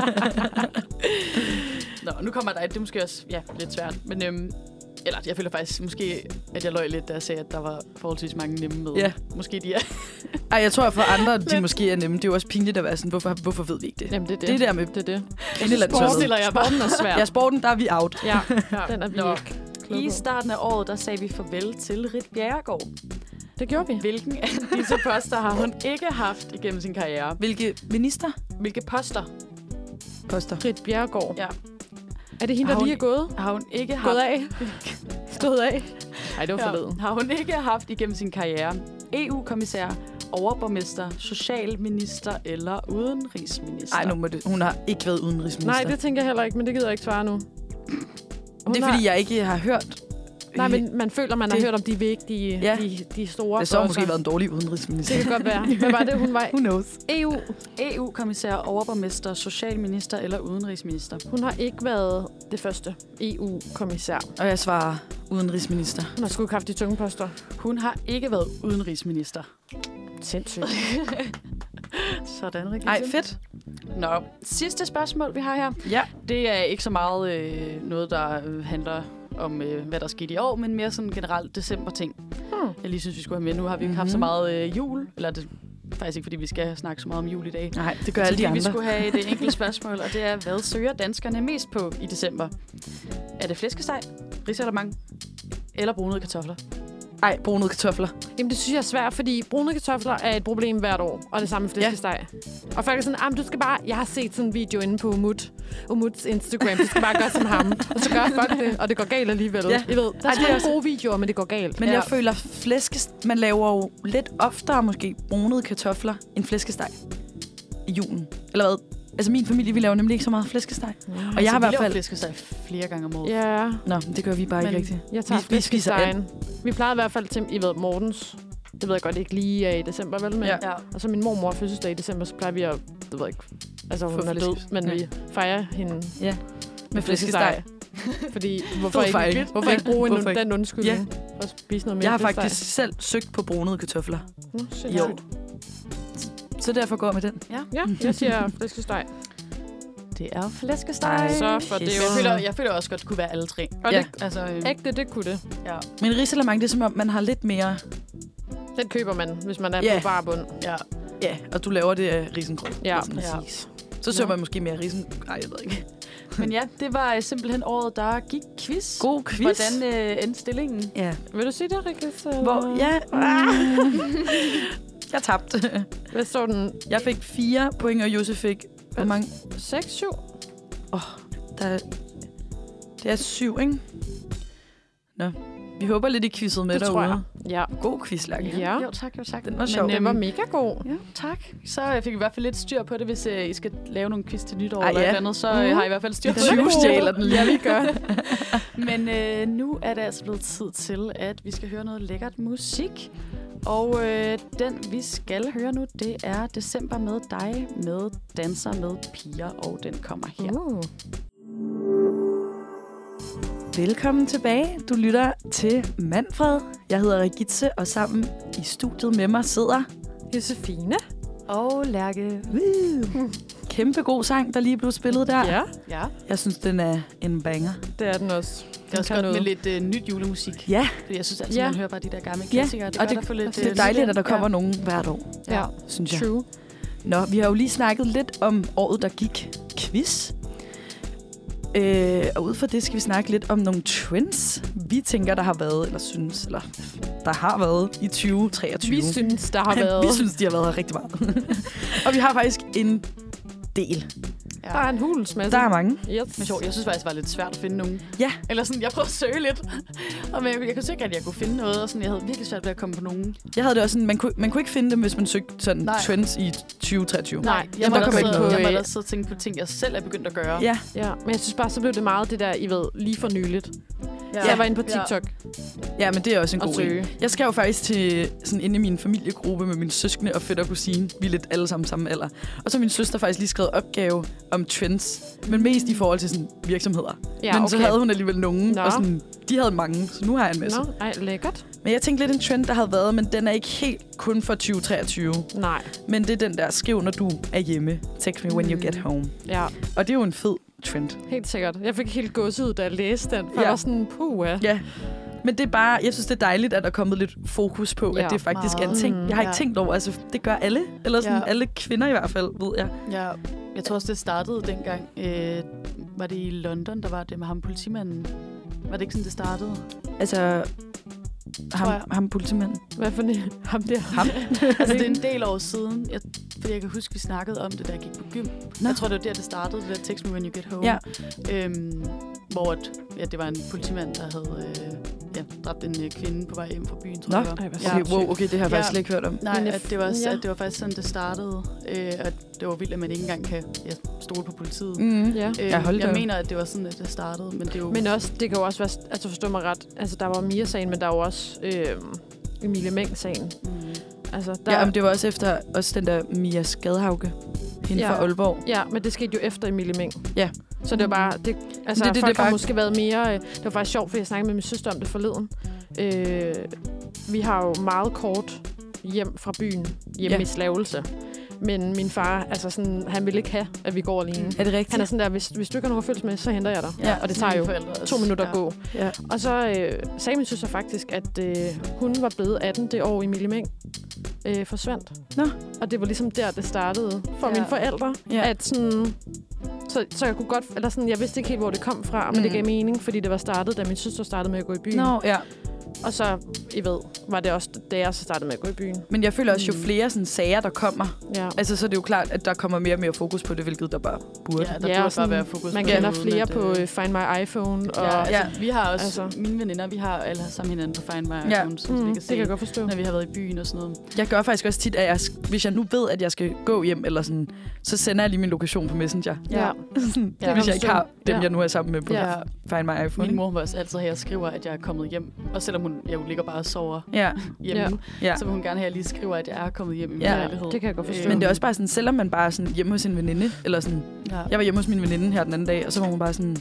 [SPEAKER 3] Nå, nu kommer der et. Det er måske også ja, lidt svært. Men øhm, eller jeg føler faktisk måske, at jeg løj lidt, da jeg sagde, at der var forholdsvis mange nemme med.
[SPEAKER 4] Ja.
[SPEAKER 3] Måske de er.
[SPEAKER 4] Ej, jeg tror, at for andre, de måske er nemme. Det er jo også pinligt at være sådan, hvorfor, hvorfor ved vi ikke det?
[SPEAKER 2] Jamen, det er det.
[SPEAKER 4] Det er der med
[SPEAKER 2] Det er det.
[SPEAKER 4] kvindelandsholdet.
[SPEAKER 3] Forestiller jeg bare.
[SPEAKER 2] Sporten er svær.
[SPEAKER 4] Ja, sporten, der er vi out.
[SPEAKER 2] Ja, den er vi
[SPEAKER 3] Nå.
[SPEAKER 2] ikke kloge
[SPEAKER 3] I
[SPEAKER 2] på.
[SPEAKER 3] starten af året, der sagde vi farvel til Rit Bjerregaard.
[SPEAKER 2] Det gjorde vi.
[SPEAKER 3] Hvilken af disse poster har hun ikke haft igennem sin karriere?
[SPEAKER 4] Hvilke minister?
[SPEAKER 3] hvilke poster?
[SPEAKER 4] Poster.
[SPEAKER 2] Britt Bjerregaard.
[SPEAKER 3] Ja.
[SPEAKER 2] Er det hende,
[SPEAKER 3] Har
[SPEAKER 2] der
[SPEAKER 3] hun-
[SPEAKER 2] lige er gået?
[SPEAKER 3] Har hun ikke haft...
[SPEAKER 2] Gået af? Stået af? Nej, det var forleden.
[SPEAKER 3] Ja. Har hun ikke haft igennem sin karriere E U-kommissær, overborgmester, socialminister eller udenrigsminister?
[SPEAKER 4] Nej, nu må det. Hun har ikke været udenrigsminister.
[SPEAKER 2] Nej, det tænker jeg heller ikke, men det gider jeg ikke svare nu. Hun
[SPEAKER 4] det er
[SPEAKER 2] har...
[SPEAKER 4] fordi, jeg ikke har hørt...
[SPEAKER 2] Nej, men man føler, man har
[SPEAKER 4] det-
[SPEAKER 2] hørt om de vigtige,
[SPEAKER 4] Ja.
[SPEAKER 2] de, de store
[SPEAKER 4] Det så
[SPEAKER 2] bosser.
[SPEAKER 4] måske været en dårlig udenrigsminister.
[SPEAKER 2] Det kan godt være. Hvad var det, hun var?
[SPEAKER 4] Who knows?
[SPEAKER 2] E U.
[SPEAKER 3] E U-kommissær, overborgmester, socialminister eller udenrigsminister?
[SPEAKER 2] Hun har ikke været det første E U-kommissær.
[SPEAKER 4] Og jeg svarer udenrigsminister.
[SPEAKER 2] Hun har sgu ikke haft de tunge poster.
[SPEAKER 3] Hun har ikke været udenrigsminister.
[SPEAKER 2] Sindssygt.
[SPEAKER 3] Sådan, Rikke.
[SPEAKER 4] Ej, fedt.
[SPEAKER 3] Nå, sidste spørgsmål, vi har her.
[SPEAKER 4] Ja.
[SPEAKER 3] Det er ikke så meget øh, noget, der øh, handler om, øh, hvad der skete i år, men mere sådan generelt december-ting.
[SPEAKER 2] Hmm.
[SPEAKER 3] Jeg lige synes, vi skulle have med. Nu har vi ikke haft så meget øh, jul. Eller det er faktisk ikke, fordi vi skal snakke så meget om jul i dag.
[SPEAKER 4] Nej, det gør alle de
[SPEAKER 3] vi
[SPEAKER 4] andre.
[SPEAKER 3] skulle have et enkelt spørgsmål, og det er, hvad søger danskerne mest på i december? Er det flæskesteg, risalemang eller brunede kartofler?
[SPEAKER 4] Ej, brunede kartofler.
[SPEAKER 2] Jamen, det synes jeg er svært, fordi brune kartofler er et problem hvert år, og det samme med flæskesteg. Og folk er sådan, ah, du skal bare... Jeg har set sådan en video inde på Umut, Umuts Instagram. Du skal bare gøre som ham. Og så gør folk det, og det går galt alligevel.
[SPEAKER 4] Ja.
[SPEAKER 2] I ved, der er
[SPEAKER 4] Ej,
[SPEAKER 2] så
[SPEAKER 4] det er
[SPEAKER 2] mange
[SPEAKER 4] også-
[SPEAKER 2] gode videoer, men det går galt.
[SPEAKER 4] Men
[SPEAKER 3] Ja.
[SPEAKER 4] jeg føler, flæskest... man laver jo lidt oftere måske brunede kartofler end flæskesteg i julen. Eller hvad? Altså min familie, vi laver nemlig ikke så meget flæskesteg.
[SPEAKER 2] Ja.
[SPEAKER 4] Og jeg har i hvert fald...
[SPEAKER 3] flæskesteg flere gange om året.
[SPEAKER 2] Ja,
[SPEAKER 4] Nå, det gør vi bare
[SPEAKER 3] Men-
[SPEAKER 4] ikke rigtigt.
[SPEAKER 2] jeg tager
[SPEAKER 4] Vi- vi spiser
[SPEAKER 2] flæskestegen. Vi plejede i hvert fald til, I ved, Mortens. Det ved jeg godt ikke lige er i december, vel? Men,
[SPEAKER 4] Ja.
[SPEAKER 3] Ja.
[SPEAKER 2] Og så min mormor fødselsdag i december, så plejer vi at... Det ved jeg ikke. Altså, hun
[SPEAKER 4] Få
[SPEAKER 2] er død,
[SPEAKER 4] flæskesteg.
[SPEAKER 2] men
[SPEAKER 4] Ja.
[SPEAKER 2] vi fejrer hende
[SPEAKER 4] Ja, med flæskesteg.
[SPEAKER 2] Fordi, hvorfor
[SPEAKER 4] Fed fejring.
[SPEAKER 2] ikke, hvorfor ikke bruge en,
[SPEAKER 4] Hvorfor ikke?
[SPEAKER 2] den undskyldning for at spise noget mere
[SPEAKER 4] Jeg har
[SPEAKER 2] flæskesteg?
[SPEAKER 4] faktisk selv søgt på brunede kartofler
[SPEAKER 2] Nå, sindssygt.
[SPEAKER 4] i år. Så derfor går jeg med den.
[SPEAKER 2] Ja, jeg siger flæskesteg.
[SPEAKER 3] Det er flæskesteg.
[SPEAKER 2] Så for det
[SPEAKER 3] Jeg
[SPEAKER 2] er jo...
[SPEAKER 3] føler, jeg føler også godt, det kunne være alle tre.
[SPEAKER 2] Og
[SPEAKER 4] Ja.
[SPEAKER 2] det,
[SPEAKER 3] Altså, øh,
[SPEAKER 2] ægte, det kunne det.
[SPEAKER 3] ja.
[SPEAKER 4] Men risalemang, det er som om, man har lidt mere...
[SPEAKER 2] Den køber man, hvis man er
[SPEAKER 4] Ja.
[SPEAKER 2] på barbund.
[SPEAKER 3] ja.
[SPEAKER 4] Ja, og du laver det af risengrød.
[SPEAKER 2] Ja,
[SPEAKER 4] Eller sådan.
[SPEAKER 3] Ja.
[SPEAKER 2] præcis.
[SPEAKER 4] Så søger
[SPEAKER 3] Nå.
[SPEAKER 4] man måske mere risen... Nej, jeg ved ikke.
[SPEAKER 3] Men ja, det var øh, simpelthen året, der gik quiz.
[SPEAKER 4] God quiz.
[SPEAKER 3] Hvordan øh, endte stillingen?
[SPEAKER 4] Ja.
[SPEAKER 2] Vil du sige det, Rikkes?
[SPEAKER 4] Hvor... Ja. Mm. Jeg tabte.
[SPEAKER 2] Hvad står den?
[SPEAKER 4] Jeg fik fire point, og Josef fik... Hvor mange?
[SPEAKER 2] seks syv?
[SPEAKER 4] Der er, det er syv, ikke? Nå. Vi håber lidt, I quizzede med
[SPEAKER 2] Det
[SPEAKER 4] derude.
[SPEAKER 2] tror jeg. Ja.
[SPEAKER 4] God quiz, Lærke.
[SPEAKER 2] Ja.
[SPEAKER 3] Jo, tak, jo, tak.
[SPEAKER 4] Den var sjov.
[SPEAKER 2] Men den var mega god.
[SPEAKER 3] Ja, tak. Så jeg fik i hvert fald lidt styr på det, hvis øh, I skal lave nogle quiz til nytår
[SPEAKER 4] Ej,
[SPEAKER 3] eller
[SPEAKER 4] ja.
[SPEAKER 3] et eller andet, så øh,
[SPEAKER 2] Mhm.
[SPEAKER 3] har I i hvert fald styr på
[SPEAKER 4] Vi
[SPEAKER 3] det.
[SPEAKER 4] tyvestjæler den lige.
[SPEAKER 2] Ja, vi gør.
[SPEAKER 3] Men øh, nu er det altså blevet tid til, at vi skal høre noget lækkert musik. Og øh, den, vi skal høre nu, det er December med dig med Danser med piger, og den kommer her.
[SPEAKER 2] Uh.
[SPEAKER 4] Velkommen tilbage. Du lytter til Manfred. Jeg hedder Regitze, og sammen i studiet med mig sidder...
[SPEAKER 2] Josefine.
[SPEAKER 3] Og Lærke.
[SPEAKER 4] Woo. Kæmpe god sang, der lige blev spillet der.
[SPEAKER 2] Ja,
[SPEAKER 3] Ja,
[SPEAKER 4] Jeg synes, den er en banger.
[SPEAKER 2] det er den også.
[SPEAKER 3] det er også godt med lidt øh, nyt julemusik.
[SPEAKER 4] Ja,
[SPEAKER 3] Fordi jeg synes altid,
[SPEAKER 2] Ja.
[SPEAKER 3] man hører bare de der gamle
[SPEAKER 4] Ja,
[SPEAKER 3] klassikere. Det
[SPEAKER 4] og
[SPEAKER 3] gør
[SPEAKER 4] det-
[SPEAKER 3] der for lidt,
[SPEAKER 4] det er
[SPEAKER 3] øh,
[SPEAKER 4] dejligt,
[SPEAKER 3] nyt.
[SPEAKER 4] at der kommer
[SPEAKER 3] Ja.
[SPEAKER 4] nogen hvert år,
[SPEAKER 3] Ja.
[SPEAKER 4] synes jeg.
[SPEAKER 2] True.
[SPEAKER 4] Nå, vi har jo lige snakket lidt om året, der gik quiz. Øh, og ud fra det skal vi snakke lidt om nogle trends, vi tænker, der har været, eller synes, eller der har været i tyve treogtyve.
[SPEAKER 2] Vi synes, der har været...
[SPEAKER 4] vi synes, de har været her rigtig meget. Og vi har faktisk en del.
[SPEAKER 2] Der er en hulens masse.
[SPEAKER 4] Der er mange.
[SPEAKER 2] Yes.
[SPEAKER 3] Men sjovt, jeg synes faktisk, det var lidt svært at finde nogen.
[SPEAKER 4] Ja.
[SPEAKER 3] Eller sådan, jeg prøvede at søge lidt. Og men jeg, jeg kunne sikkert, at jeg kunne finde noget, og sådan, jeg havde virkelig svært ved at komme på nogen.
[SPEAKER 4] Jeg havde det også sådan, man kunne, man kunne ikke finde dem, hvis man søgte sådan
[SPEAKER 3] Nej.
[SPEAKER 4] trends i tyve treogtyve.
[SPEAKER 2] Nej,
[SPEAKER 3] jeg
[SPEAKER 2] der
[SPEAKER 3] må
[SPEAKER 2] kom
[SPEAKER 3] også
[SPEAKER 2] ikke
[SPEAKER 3] sidde,
[SPEAKER 2] noget.
[SPEAKER 3] jeg må også sidde og tænke på ting, jeg selv er begyndt at gøre.
[SPEAKER 4] Ja,
[SPEAKER 2] Ja, men jeg synes bare, så blev det meget det der, I ved, lige for nyligt.
[SPEAKER 3] Ja.
[SPEAKER 2] Så jeg var inde på TikTok
[SPEAKER 4] ja, men det er også en
[SPEAKER 2] og
[SPEAKER 4] god
[SPEAKER 2] søge.
[SPEAKER 4] en. Jeg skrev faktisk til sådan inde i min familiegruppe med min søskende og fætter og kusine. Vi er lidt alle sammen samme alder. Og så har min søster faktisk lige skrevet opgave om trends, men mest i forhold til sådan virksomheder.
[SPEAKER 2] Ja,
[SPEAKER 4] men
[SPEAKER 2] okay.
[SPEAKER 4] så havde hun alligevel nogen,
[SPEAKER 2] Nå.
[SPEAKER 4] og sådan, de havde mange, så nu har jeg en masse.
[SPEAKER 2] Nå, ej, lækkert.
[SPEAKER 4] Men jeg tænkte lidt en trend, der havde været, men den er ikke helt kun for tyve treogtyve.
[SPEAKER 2] Nej,
[SPEAKER 4] Men det er den der, skriv når du er hjemme. Text me when you
[SPEAKER 2] Mm.
[SPEAKER 4] get home.
[SPEAKER 2] ja,
[SPEAKER 4] Og det er jo en fed trend.
[SPEAKER 2] helt sikkert. Jeg fik helt gåsehud, da jeg læste den, for
[SPEAKER 4] Ja.
[SPEAKER 2] jeg var sådan, puh, ja.
[SPEAKER 4] Ja, men det er bare, jeg synes, det er dejligt, at der er kommet lidt fokus på,
[SPEAKER 2] Ja,
[SPEAKER 4] at det faktisk er en
[SPEAKER 3] meget.
[SPEAKER 4] ting. Jeg har ikke
[SPEAKER 3] Ja.
[SPEAKER 4] tænkt over, altså det gør alle, eller sådan
[SPEAKER 3] Ja.
[SPEAKER 4] alle kvinder i hvert fald, ved jeg.
[SPEAKER 3] Ja, jeg tror også, det startede dengang. Øh, var det i London, der var det med ham politimanden? Var det ikke sådan, det startede?
[SPEAKER 4] Altså,
[SPEAKER 3] Tror jeg.
[SPEAKER 4] Ham, ham politimanden.
[SPEAKER 2] Hvad for det? Ham der?
[SPEAKER 4] Ham?
[SPEAKER 3] Altså, det er en del år siden, jeg, fordi jeg kan huske, vi snakkede om det, da jeg gik på gym.
[SPEAKER 4] Nå.
[SPEAKER 3] Jeg tror, det var der, det startede, det der Text Me When You Get Home.
[SPEAKER 4] Ja.
[SPEAKER 3] Øhm, hvor at, ja, det var en politimand, der havde øh, ja, dræbt en øh, kvinde på vej hjem fra byen, tror
[SPEAKER 4] Nå.
[SPEAKER 3] jeg. det var.
[SPEAKER 2] Ej, hvad
[SPEAKER 3] Ja.
[SPEAKER 4] Okay, wow, okay, det har jeg
[SPEAKER 3] Ja.
[SPEAKER 4] faktisk slet ikke hørt om.
[SPEAKER 3] Nej,
[SPEAKER 2] Men jeg
[SPEAKER 3] at det, var,
[SPEAKER 2] ja.
[SPEAKER 3] at det var faktisk sådan, det startede. Øh, og det var vildt, at man ikke engang kan ja, stole på politiet.
[SPEAKER 4] Mm.
[SPEAKER 2] Ja.
[SPEAKER 3] Øh,
[SPEAKER 4] Ja, hold da
[SPEAKER 3] jeg
[SPEAKER 4] op.
[SPEAKER 3] mener, at det var sådan, at det startede, men det er jo...
[SPEAKER 2] Men også, det kan jo også være, altså forstå mig ret, altså der var Mia-sagen, men der var også øh, Emilie Meng-sagen.
[SPEAKER 3] Mm.
[SPEAKER 2] Altså, der,
[SPEAKER 4] Ja, men det var også efter også den der Mia Skadhauge, hende
[SPEAKER 2] Ja.
[SPEAKER 4] fra Aalborg.
[SPEAKER 2] ja, men det skete jo efter Emilie Meng.
[SPEAKER 4] Ja.
[SPEAKER 2] Så det var bare, det, altså
[SPEAKER 4] det- det-
[SPEAKER 2] folk
[SPEAKER 4] det er
[SPEAKER 2] har
[SPEAKER 4] bare-
[SPEAKER 2] måske været mere, øh, det var faktisk sjovt, fordi jeg snakkede med min søster om det forleden. Øh, vi har jo meget kort hjem fra byen, hjemme
[SPEAKER 4] Ja.
[SPEAKER 2] i Slagelse. Men min far, altså sådan, han ville ikke have, at vi går alene.
[SPEAKER 4] Er det rigtigt?
[SPEAKER 2] Han er sådan der, hvis, hvis du ikke har nogen at følges med, så henter jeg dig.
[SPEAKER 3] Ja,
[SPEAKER 2] og det
[SPEAKER 3] sådan
[SPEAKER 2] tager
[SPEAKER 3] mine
[SPEAKER 2] jo
[SPEAKER 3] forældre også.
[SPEAKER 2] to minutter at
[SPEAKER 3] Ja.
[SPEAKER 2] gå.
[SPEAKER 4] Ja.
[SPEAKER 2] Og så øh, sagde min søster faktisk, at øh, hun var blevet atten det år, Emilie Meng øh, forsvandt.
[SPEAKER 4] Nå.
[SPEAKER 2] Og det var ligesom der, det startede for
[SPEAKER 3] Ja.
[SPEAKER 2] mine forældre.
[SPEAKER 4] Ja.
[SPEAKER 2] At sådan, så, så jeg kunne godt, eller sådan, jeg vidste ikke helt, hvor det kom fra, men
[SPEAKER 4] Mm.
[SPEAKER 2] det gav mening, fordi det var startet, da min søster startede med at gå i byen.
[SPEAKER 4] Nå, ja.
[SPEAKER 2] Og så, I ved, var det også, da jeg så startede med at gå i byen.
[SPEAKER 4] Men jeg føler også, jo
[SPEAKER 2] Mm.
[SPEAKER 4] flere sådan, sager, der kommer,
[SPEAKER 2] Ja.
[SPEAKER 4] altså, så er det jo klart, at der kommer mere og mere fokus på det, hvilket der bare burde.
[SPEAKER 3] Ja, der
[SPEAKER 2] Ja,
[SPEAKER 3] burde
[SPEAKER 2] og sådan,
[SPEAKER 3] bare være fokus
[SPEAKER 2] Man
[SPEAKER 3] på
[SPEAKER 2] kender
[SPEAKER 3] det, uden
[SPEAKER 2] flere
[SPEAKER 3] at,
[SPEAKER 2] på
[SPEAKER 3] øh,
[SPEAKER 2] øh, Find My iPhone. Og,
[SPEAKER 3] Ja, altså,
[SPEAKER 4] Ja.
[SPEAKER 3] vi har også,
[SPEAKER 2] Altså.
[SPEAKER 3] altså, mine veninder, vi har alle sammen hinanden på Find My
[SPEAKER 4] Ja.
[SPEAKER 3] iPhone, så vi
[SPEAKER 2] mm,
[SPEAKER 3] kan
[SPEAKER 2] det
[SPEAKER 3] se,
[SPEAKER 2] kan jeg godt forstå.
[SPEAKER 3] når vi har været i byen og sådan noget.
[SPEAKER 4] Jeg gør faktisk også tit, at jeg, sk- hvis jeg nu ved, at jeg skal gå hjem, eller sådan, så sender jeg lige min lokation på Messenger.
[SPEAKER 2] Ja.
[SPEAKER 4] Sådan,
[SPEAKER 3] Ja.
[SPEAKER 4] hvis jeg ikke har dem,
[SPEAKER 2] Ja.
[SPEAKER 4] jeg nu er sammen med på
[SPEAKER 3] Ja.
[SPEAKER 4] Find My iPhone.
[SPEAKER 3] Min mor var også altid her, jeg skriver, at jeg er kommet hjem. Og selvom hun jeg jo ligger bare og sover
[SPEAKER 4] Ja,
[SPEAKER 3] hjemme,
[SPEAKER 2] Ja.
[SPEAKER 4] ja.
[SPEAKER 3] så vil hun gerne have, at jeg lige skriver, at jeg er kommet hjem i min
[SPEAKER 4] Ja,
[SPEAKER 3] lejlighed.
[SPEAKER 2] det kan jeg godt forstå.
[SPEAKER 4] Men det er også bare sådan, selvom man bare er sådan hjemme hos en veninde, eller sådan,
[SPEAKER 3] Ja.
[SPEAKER 4] jeg var hjemme hos min veninde her den anden dag, og så var hun bare sådan,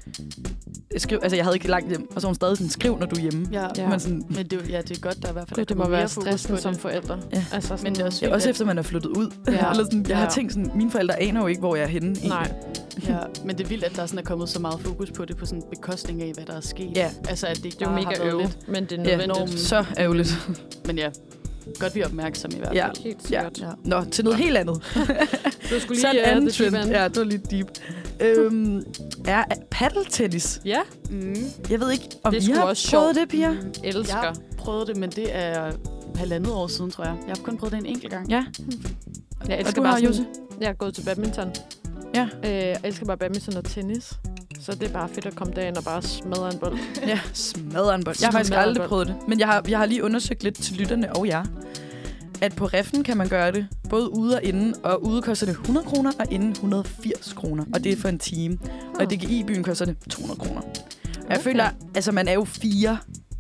[SPEAKER 4] skriv, altså jeg havde ikke langt hjem, og så var hun stadig sådan, skriv når du er hjemme.
[SPEAKER 3] Ja.
[SPEAKER 2] Ja.
[SPEAKER 4] Men sådan,
[SPEAKER 3] Men det, er jo- ja, det er godt, der er i hvert fald
[SPEAKER 2] Gud, det må
[SPEAKER 3] kommet
[SPEAKER 2] være
[SPEAKER 3] mere fokus
[SPEAKER 2] stressende
[SPEAKER 3] på
[SPEAKER 2] som
[SPEAKER 3] det.
[SPEAKER 2] forældre.
[SPEAKER 4] Ja.
[SPEAKER 2] Altså, sådan,
[SPEAKER 3] Men det er også
[SPEAKER 4] ja, også
[SPEAKER 3] at-
[SPEAKER 4] efter man er flyttet ud.
[SPEAKER 2] Ja.
[SPEAKER 4] eller sådan, jeg
[SPEAKER 2] Ja.
[SPEAKER 4] har tænkt sådan, mine forældre aner jo ikke, hvor jeg er henne. egentlig.
[SPEAKER 2] Nej.
[SPEAKER 3] Ja, men det er vildt, at der sådan er kommet så meget fokus på det, på sådan bekostning af, hvad der er sket.
[SPEAKER 4] Ja.
[SPEAKER 3] Altså, at det ikke
[SPEAKER 2] Det er jo
[SPEAKER 3] bare
[SPEAKER 2] mega
[SPEAKER 3] har været
[SPEAKER 2] øv,
[SPEAKER 3] lidt.
[SPEAKER 2] men det er
[SPEAKER 4] Ja,
[SPEAKER 2] nødvendigt.
[SPEAKER 4] så ærgerligt.
[SPEAKER 3] Men ja, godt vi er opmærksomme i hvert
[SPEAKER 4] Ja.
[SPEAKER 3] fald.
[SPEAKER 2] Helt
[SPEAKER 4] Ja.
[SPEAKER 2] sikkert. Ja.
[SPEAKER 4] Nå, til noget helt andet.
[SPEAKER 2] Du skulle
[SPEAKER 4] Så
[SPEAKER 2] lige
[SPEAKER 4] en
[SPEAKER 2] uh,
[SPEAKER 4] anden
[SPEAKER 2] the deep
[SPEAKER 4] trend.
[SPEAKER 2] end.
[SPEAKER 4] Ja, det var lidt deep. øhm, er paddeltennis.
[SPEAKER 2] Ja,
[SPEAKER 3] Mm.
[SPEAKER 4] Jeg ved ikke, om
[SPEAKER 2] Det er
[SPEAKER 4] I
[SPEAKER 2] sgu
[SPEAKER 4] har
[SPEAKER 2] også
[SPEAKER 4] prøvet
[SPEAKER 2] sjovt.
[SPEAKER 4] det, piger?
[SPEAKER 3] Mm.
[SPEAKER 2] elsker.
[SPEAKER 3] Jeg har prøvet det, men det er halvandet år siden, tror jeg. Jeg har kun prøvet det en enkelt gang.
[SPEAKER 4] Ja.
[SPEAKER 2] Jeg
[SPEAKER 4] Og
[SPEAKER 2] elsker
[SPEAKER 4] du
[SPEAKER 2] bare
[SPEAKER 4] har,
[SPEAKER 2] sådan,
[SPEAKER 4] Jose?
[SPEAKER 2] jeg er gået til badminton.
[SPEAKER 4] Ja.
[SPEAKER 2] Øh, jeg elsker bare badminton og tennis. Så det er bare fedt at komme derind og bare smadre en bold.
[SPEAKER 4] Ja, smadre en bold. Jeg har faktisk
[SPEAKER 2] Smadre en
[SPEAKER 4] aldrig
[SPEAKER 2] bold.
[SPEAKER 4] prøvet det. Men jeg har, jeg har lige undersøgt lidt til lytterne og jer, at på Reffen kan man gøre det, både ude og inde. Og ude koster det hundrede kroner, og inde et hundrede og firs kroner. Og det er for en time. Og i D G I-byen koster det to hundrede kroner. Og jeg
[SPEAKER 2] Okay.
[SPEAKER 4] føler, altså man er jo fire.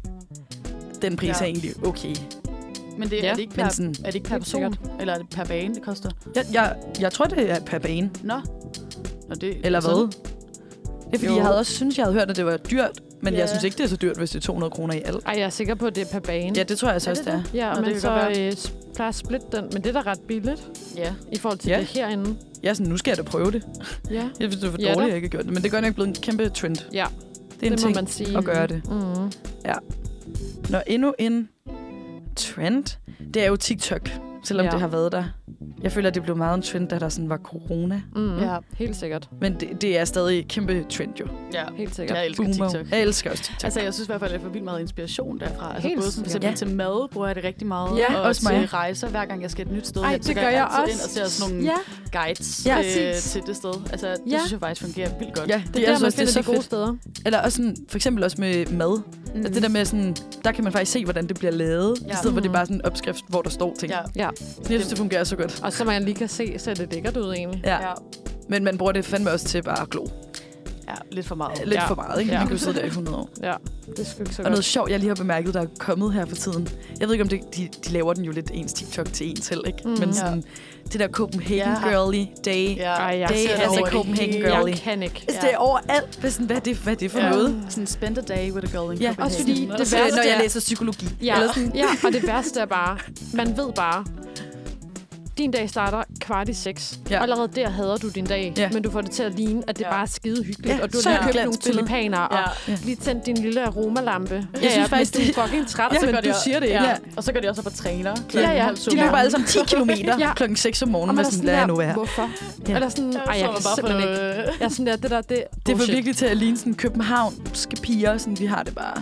[SPEAKER 4] Den pris
[SPEAKER 3] Ja.
[SPEAKER 4] er egentlig okay.
[SPEAKER 3] Men det,
[SPEAKER 2] Ja,
[SPEAKER 3] er, det ikke
[SPEAKER 4] men
[SPEAKER 3] per,
[SPEAKER 4] sådan-
[SPEAKER 3] er det ikke per
[SPEAKER 2] Helt
[SPEAKER 3] person?
[SPEAKER 2] sikkert.
[SPEAKER 3] Eller er det per bane, det koster?
[SPEAKER 4] Jeg, jeg, jeg tror, det er per bane.
[SPEAKER 3] Nå. Nå det,
[SPEAKER 4] Eller
[SPEAKER 3] sådan-
[SPEAKER 4] hvad? Det er fordi,
[SPEAKER 2] Jo.
[SPEAKER 4] jeg havde også synes jeg havde hørt, at det var dyrt. Men
[SPEAKER 3] Ja.
[SPEAKER 4] jeg synes ikke, det er så dyrt, hvis det er to hundrede kroner i alt.
[SPEAKER 2] Ej, jeg er sikker på, at det er per bane.
[SPEAKER 4] Ja, det tror jeg så
[SPEAKER 3] Er
[SPEAKER 4] også,
[SPEAKER 3] det
[SPEAKER 4] det er.
[SPEAKER 2] Ja,
[SPEAKER 3] Nå, det
[SPEAKER 2] men
[SPEAKER 3] kan
[SPEAKER 2] så
[SPEAKER 3] godt være.
[SPEAKER 2] øh, s- plejer at splitte den. Men det er da ret billigt
[SPEAKER 3] Ja.
[SPEAKER 2] i forhold til
[SPEAKER 4] Ja.
[SPEAKER 2] det herinde.
[SPEAKER 4] Jeg er sådan, nu skal jeg da prøve det.
[SPEAKER 2] Ja,
[SPEAKER 4] Jeg synes, det er for
[SPEAKER 2] Ja,
[SPEAKER 4] dårligt,
[SPEAKER 2] da.
[SPEAKER 4] at jeg ikke har gjort det. Men det er godt nok blevet en kæmpe trend.
[SPEAKER 2] ja
[SPEAKER 4] Det er en
[SPEAKER 2] det må
[SPEAKER 4] ting
[SPEAKER 2] man sige.
[SPEAKER 4] at gøre det.
[SPEAKER 2] Mm.
[SPEAKER 4] Når endnu en trend, det er jo TikTok. Selvom
[SPEAKER 2] Ja.
[SPEAKER 4] det har været der. Jeg føler, at det blev meget en trend, da der sådan var corona.
[SPEAKER 2] Mm.
[SPEAKER 3] Ja.
[SPEAKER 2] Helt sikkert.
[SPEAKER 4] Men det, det er stadig kæmpe trend jo.
[SPEAKER 3] Ja.
[SPEAKER 2] Helt sikkert.
[SPEAKER 3] Jeg elsker
[SPEAKER 4] Boomer.
[SPEAKER 3] TikTok.
[SPEAKER 4] Jeg elsker også TikTok.
[SPEAKER 3] Altså, jeg synes i hvert fald, at jeg får vildt meget inspiration derfra. Altså,
[SPEAKER 2] Helt
[SPEAKER 3] både sådan, for
[SPEAKER 2] sikkert.
[SPEAKER 3] eksempel til mad bruger jeg det rigtig meget.
[SPEAKER 4] Ja,
[SPEAKER 3] og
[SPEAKER 4] også
[SPEAKER 3] til
[SPEAKER 4] mig.
[SPEAKER 3] rejser, hver gang jeg skal et nyt sted.
[SPEAKER 2] Ej,
[SPEAKER 3] hen,
[SPEAKER 2] det
[SPEAKER 3] så går
[SPEAKER 2] gør jeg
[SPEAKER 3] altid
[SPEAKER 2] også.
[SPEAKER 3] ind og ser sådan nogle
[SPEAKER 2] Ja,
[SPEAKER 3] guides
[SPEAKER 4] Ja,
[SPEAKER 3] øh,
[SPEAKER 2] præcis.
[SPEAKER 3] til det sted. Altså, det
[SPEAKER 2] Ja.
[SPEAKER 3] synes jeg faktisk fungerer vildt godt.
[SPEAKER 4] ja,
[SPEAKER 2] det er der, man
[SPEAKER 4] også-
[SPEAKER 2] finder
[SPEAKER 4] så
[SPEAKER 2] de gode
[SPEAKER 4] fedt.
[SPEAKER 2] steder.
[SPEAKER 4] Eller også sådan, for eksempel også med mad.
[SPEAKER 3] Mm.
[SPEAKER 4] Altså det der med sådan, der kan man faktisk se, hvordan det bliver lavet.
[SPEAKER 3] Ja.
[SPEAKER 4] I stedet for, det er
[SPEAKER 2] Mhm.
[SPEAKER 4] bare sådan en opskrift, hvor der står ting.
[SPEAKER 3] Ja.
[SPEAKER 2] Ja,
[SPEAKER 4] Så jeg synes, det fungerer så godt.
[SPEAKER 2] og så man lige kan se, så det lækkert ud egentlig.
[SPEAKER 4] Ja.
[SPEAKER 3] Ja.
[SPEAKER 4] Men man bruger det fandme også til bare at glo.
[SPEAKER 3] ja, lidt for meget.
[SPEAKER 4] Lidt
[SPEAKER 2] Ja.
[SPEAKER 4] for meget, ikke?
[SPEAKER 2] Ja.
[SPEAKER 4] Man kan jo sidde der i hundrede år.
[SPEAKER 2] Ja, det er sgu ikke så
[SPEAKER 4] Og
[SPEAKER 2] godt.
[SPEAKER 4] noget sjovt, jeg lige har bemærket, der er kommet her for tiden. Jeg ved ikke, om det, de, de laver den jo lidt ens TikTok til en selv, ikke?
[SPEAKER 2] Mm.
[SPEAKER 4] Men sådan, det der Copenhagen
[SPEAKER 3] Ja.
[SPEAKER 4] Girly Day.
[SPEAKER 3] Ja.
[SPEAKER 2] Ej, jeg
[SPEAKER 4] Det
[SPEAKER 2] ser
[SPEAKER 4] er
[SPEAKER 2] det
[SPEAKER 4] altså
[SPEAKER 2] over det
[SPEAKER 4] Copenhagen
[SPEAKER 2] hele.
[SPEAKER 4] Girly.
[SPEAKER 2] Jeg kan ikke.
[SPEAKER 4] Altså, det er overalt. Hvad, sådan, hvad, er det, hvad er det for
[SPEAKER 3] Ja.
[SPEAKER 4] noget?
[SPEAKER 3] Sådan spend a day with a girl in
[SPEAKER 4] Ja,
[SPEAKER 3] Copenhagen.
[SPEAKER 2] også fordi det
[SPEAKER 4] Så,
[SPEAKER 2] værste
[SPEAKER 4] når jeg
[SPEAKER 2] er-
[SPEAKER 4] læser psykologi.
[SPEAKER 2] Ja,
[SPEAKER 4] Eller sådan,
[SPEAKER 2] ja, og det værste er bare, man ved bare, din dag starter kvart i seks.
[SPEAKER 4] Ja.
[SPEAKER 2] Ja. Allerede der hader du din dag,
[SPEAKER 4] Ja.
[SPEAKER 2] ja. men du får det til at ligne, at det
[SPEAKER 3] Ja.
[SPEAKER 2] bare er skide hyggeligt.
[SPEAKER 4] Ja,
[SPEAKER 2] Og du har
[SPEAKER 4] så
[SPEAKER 2] lige
[SPEAKER 4] er
[SPEAKER 2] købt
[SPEAKER 4] det
[SPEAKER 2] nogle
[SPEAKER 4] glansbillede.
[SPEAKER 2] tulipaner,
[SPEAKER 3] Ja.
[SPEAKER 2] og
[SPEAKER 4] Ja.
[SPEAKER 2] lige tændt din lille aromalampe. Jeg
[SPEAKER 4] synes
[SPEAKER 2] ja,
[SPEAKER 4] faktisk,
[SPEAKER 2] men du
[SPEAKER 4] det-
[SPEAKER 2] er fucking træt,
[SPEAKER 4] Ja,
[SPEAKER 2] så
[SPEAKER 4] men
[SPEAKER 2] gør
[SPEAKER 3] de
[SPEAKER 2] du
[SPEAKER 3] også-
[SPEAKER 2] siger det ikke.
[SPEAKER 3] Ja.
[SPEAKER 4] Ja.
[SPEAKER 3] Og så går de også op og træner.
[SPEAKER 2] Ja, ja.
[SPEAKER 3] halv to
[SPEAKER 4] de løber
[SPEAKER 3] morgen.
[SPEAKER 4] alle sammen ti kilometer
[SPEAKER 2] Ja.
[SPEAKER 4] klokken seks om morgenen.
[SPEAKER 2] Og man
[SPEAKER 4] Med
[SPEAKER 2] er
[SPEAKER 4] sådan,
[SPEAKER 2] sådan
[SPEAKER 4] lad
[SPEAKER 2] der,
[SPEAKER 4] jeg nu være.
[SPEAKER 2] hvorfor?
[SPEAKER 4] Ja.
[SPEAKER 2] Eller sådan,
[SPEAKER 3] Ja,
[SPEAKER 2] ej,
[SPEAKER 3] så
[SPEAKER 2] jeg
[SPEAKER 3] er
[SPEAKER 2] kan
[SPEAKER 3] man bare
[SPEAKER 2] simpelthen
[SPEAKER 3] for
[SPEAKER 2] ikke.
[SPEAKER 3] noget-
[SPEAKER 2] Jeg er sådan der, det der, det
[SPEAKER 4] Det får
[SPEAKER 2] bullshit.
[SPEAKER 4] virkelig til at ligne sådan københavnske piger. Sådan, vi har det bare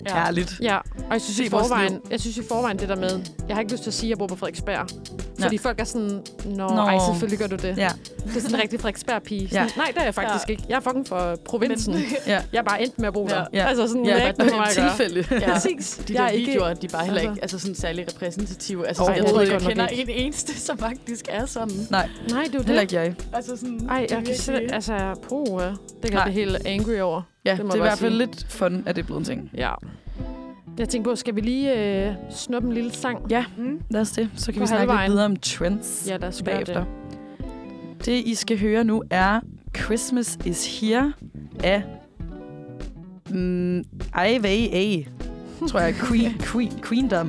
[SPEAKER 4] Ja. Herligt.
[SPEAKER 2] Ja, og jeg synes,
[SPEAKER 4] Se
[SPEAKER 2] i
[SPEAKER 4] vores
[SPEAKER 2] forvejen,
[SPEAKER 4] liv.
[SPEAKER 2] jeg synes i forvejen det der med, jeg har ikke lyst til at sige, at jeg bor på Frederiksberg. Fordi
[SPEAKER 4] Nej.
[SPEAKER 2] folk er sådan, nå,
[SPEAKER 4] Nå.
[SPEAKER 2] ej, selvfølgelig gør du det.
[SPEAKER 4] Ja.
[SPEAKER 2] Det er sådan en rigtig Frederiksberg-pige.
[SPEAKER 4] Ja.
[SPEAKER 2] Ja. Nej, det er jeg faktisk
[SPEAKER 3] Ja.
[SPEAKER 2] ikke. Jeg er fucking for provinsen. Men,
[SPEAKER 4] Ja.
[SPEAKER 2] jeg er bare endt med at bo der.
[SPEAKER 4] Ja.
[SPEAKER 2] Altså sådan,
[SPEAKER 4] Ja,
[SPEAKER 2] det er
[SPEAKER 4] det
[SPEAKER 2] ikke noget,
[SPEAKER 4] er
[SPEAKER 2] mig
[SPEAKER 4] et
[SPEAKER 2] at gøre.
[SPEAKER 4] tilfælde.
[SPEAKER 3] Ja.
[SPEAKER 2] Præcis.
[SPEAKER 3] De
[SPEAKER 2] Jeg
[SPEAKER 3] der
[SPEAKER 2] er ikke-
[SPEAKER 3] videoer, de er bare heller
[SPEAKER 2] altså-
[SPEAKER 3] ikke altså sådan særlig repræsentative. Altså,
[SPEAKER 2] Ej,
[SPEAKER 3] sådan, jeg
[SPEAKER 2] det
[SPEAKER 3] tror,
[SPEAKER 2] ved
[SPEAKER 3] jeg
[SPEAKER 2] jeg
[SPEAKER 3] kender
[SPEAKER 2] godt nok
[SPEAKER 3] en eneste, som faktisk er sådan.
[SPEAKER 4] Nej,
[SPEAKER 2] Nej, det er jo
[SPEAKER 4] heller
[SPEAKER 2] det.
[SPEAKER 4] ikke jeg.
[SPEAKER 3] Altså sådan,
[SPEAKER 2] Ej,
[SPEAKER 3] det er
[SPEAKER 2] jeg kan slet,
[SPEAKER 3] virkelig-
[SPEAKER 2] altså, puh, ja. Det kan
[SPEAKER 4] Nej.
[SPEAKER 2] jeg blive helt angry over.
[SPEAKER 4] Ja,
[SPEAKER 2] Det
[SPEAKER 4] det,
[SPEAKER 2] må
[SPEAKER 4] det er i
[SPEAKER 2] jeg
[SPEAKER 4] hvert fald
[SPEAKER 2] sige.
[SPEAKER 4] lidt fun, at det er blevet en ting.
[SPEAKER 2] Ja. Jeg tænker på, skal vi lige øh, snuppe en lille sang?
[SPEAKER 4] Ja,
[SPEAKER 3] Mm.
[SPEAKER 4] lad os det. Så kan
[SPEAKER 2] På
[SPEAKER 4] vi snakke
[SPEAKER 2] halvvejen.
[SPEAKER 4] lidt videre om trends
[SPEAKER 2] Ja, lad os gøre
[SPEAKER 4] bagefter.
[SPEAKER 2] det.
[SPEAKER 4] Det, I skal høre nu, er Christmas is Here af mm, I V A, tror jeg. Queen, Queen, Queendom.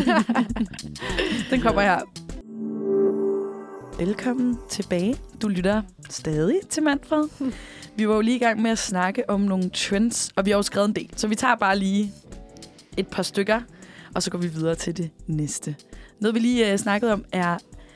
[SPEAKER 4] Den kommer her. Velkommen tilbage. Du lytter stadig til Manfred. Vi var jo lige i gang med at snakke om nogle trends, og vi har jo skrevet en del. Så vi tager bare lige et par stykker, og så går vi videre til det næste. Noget, vi lige uh, snakkede om, er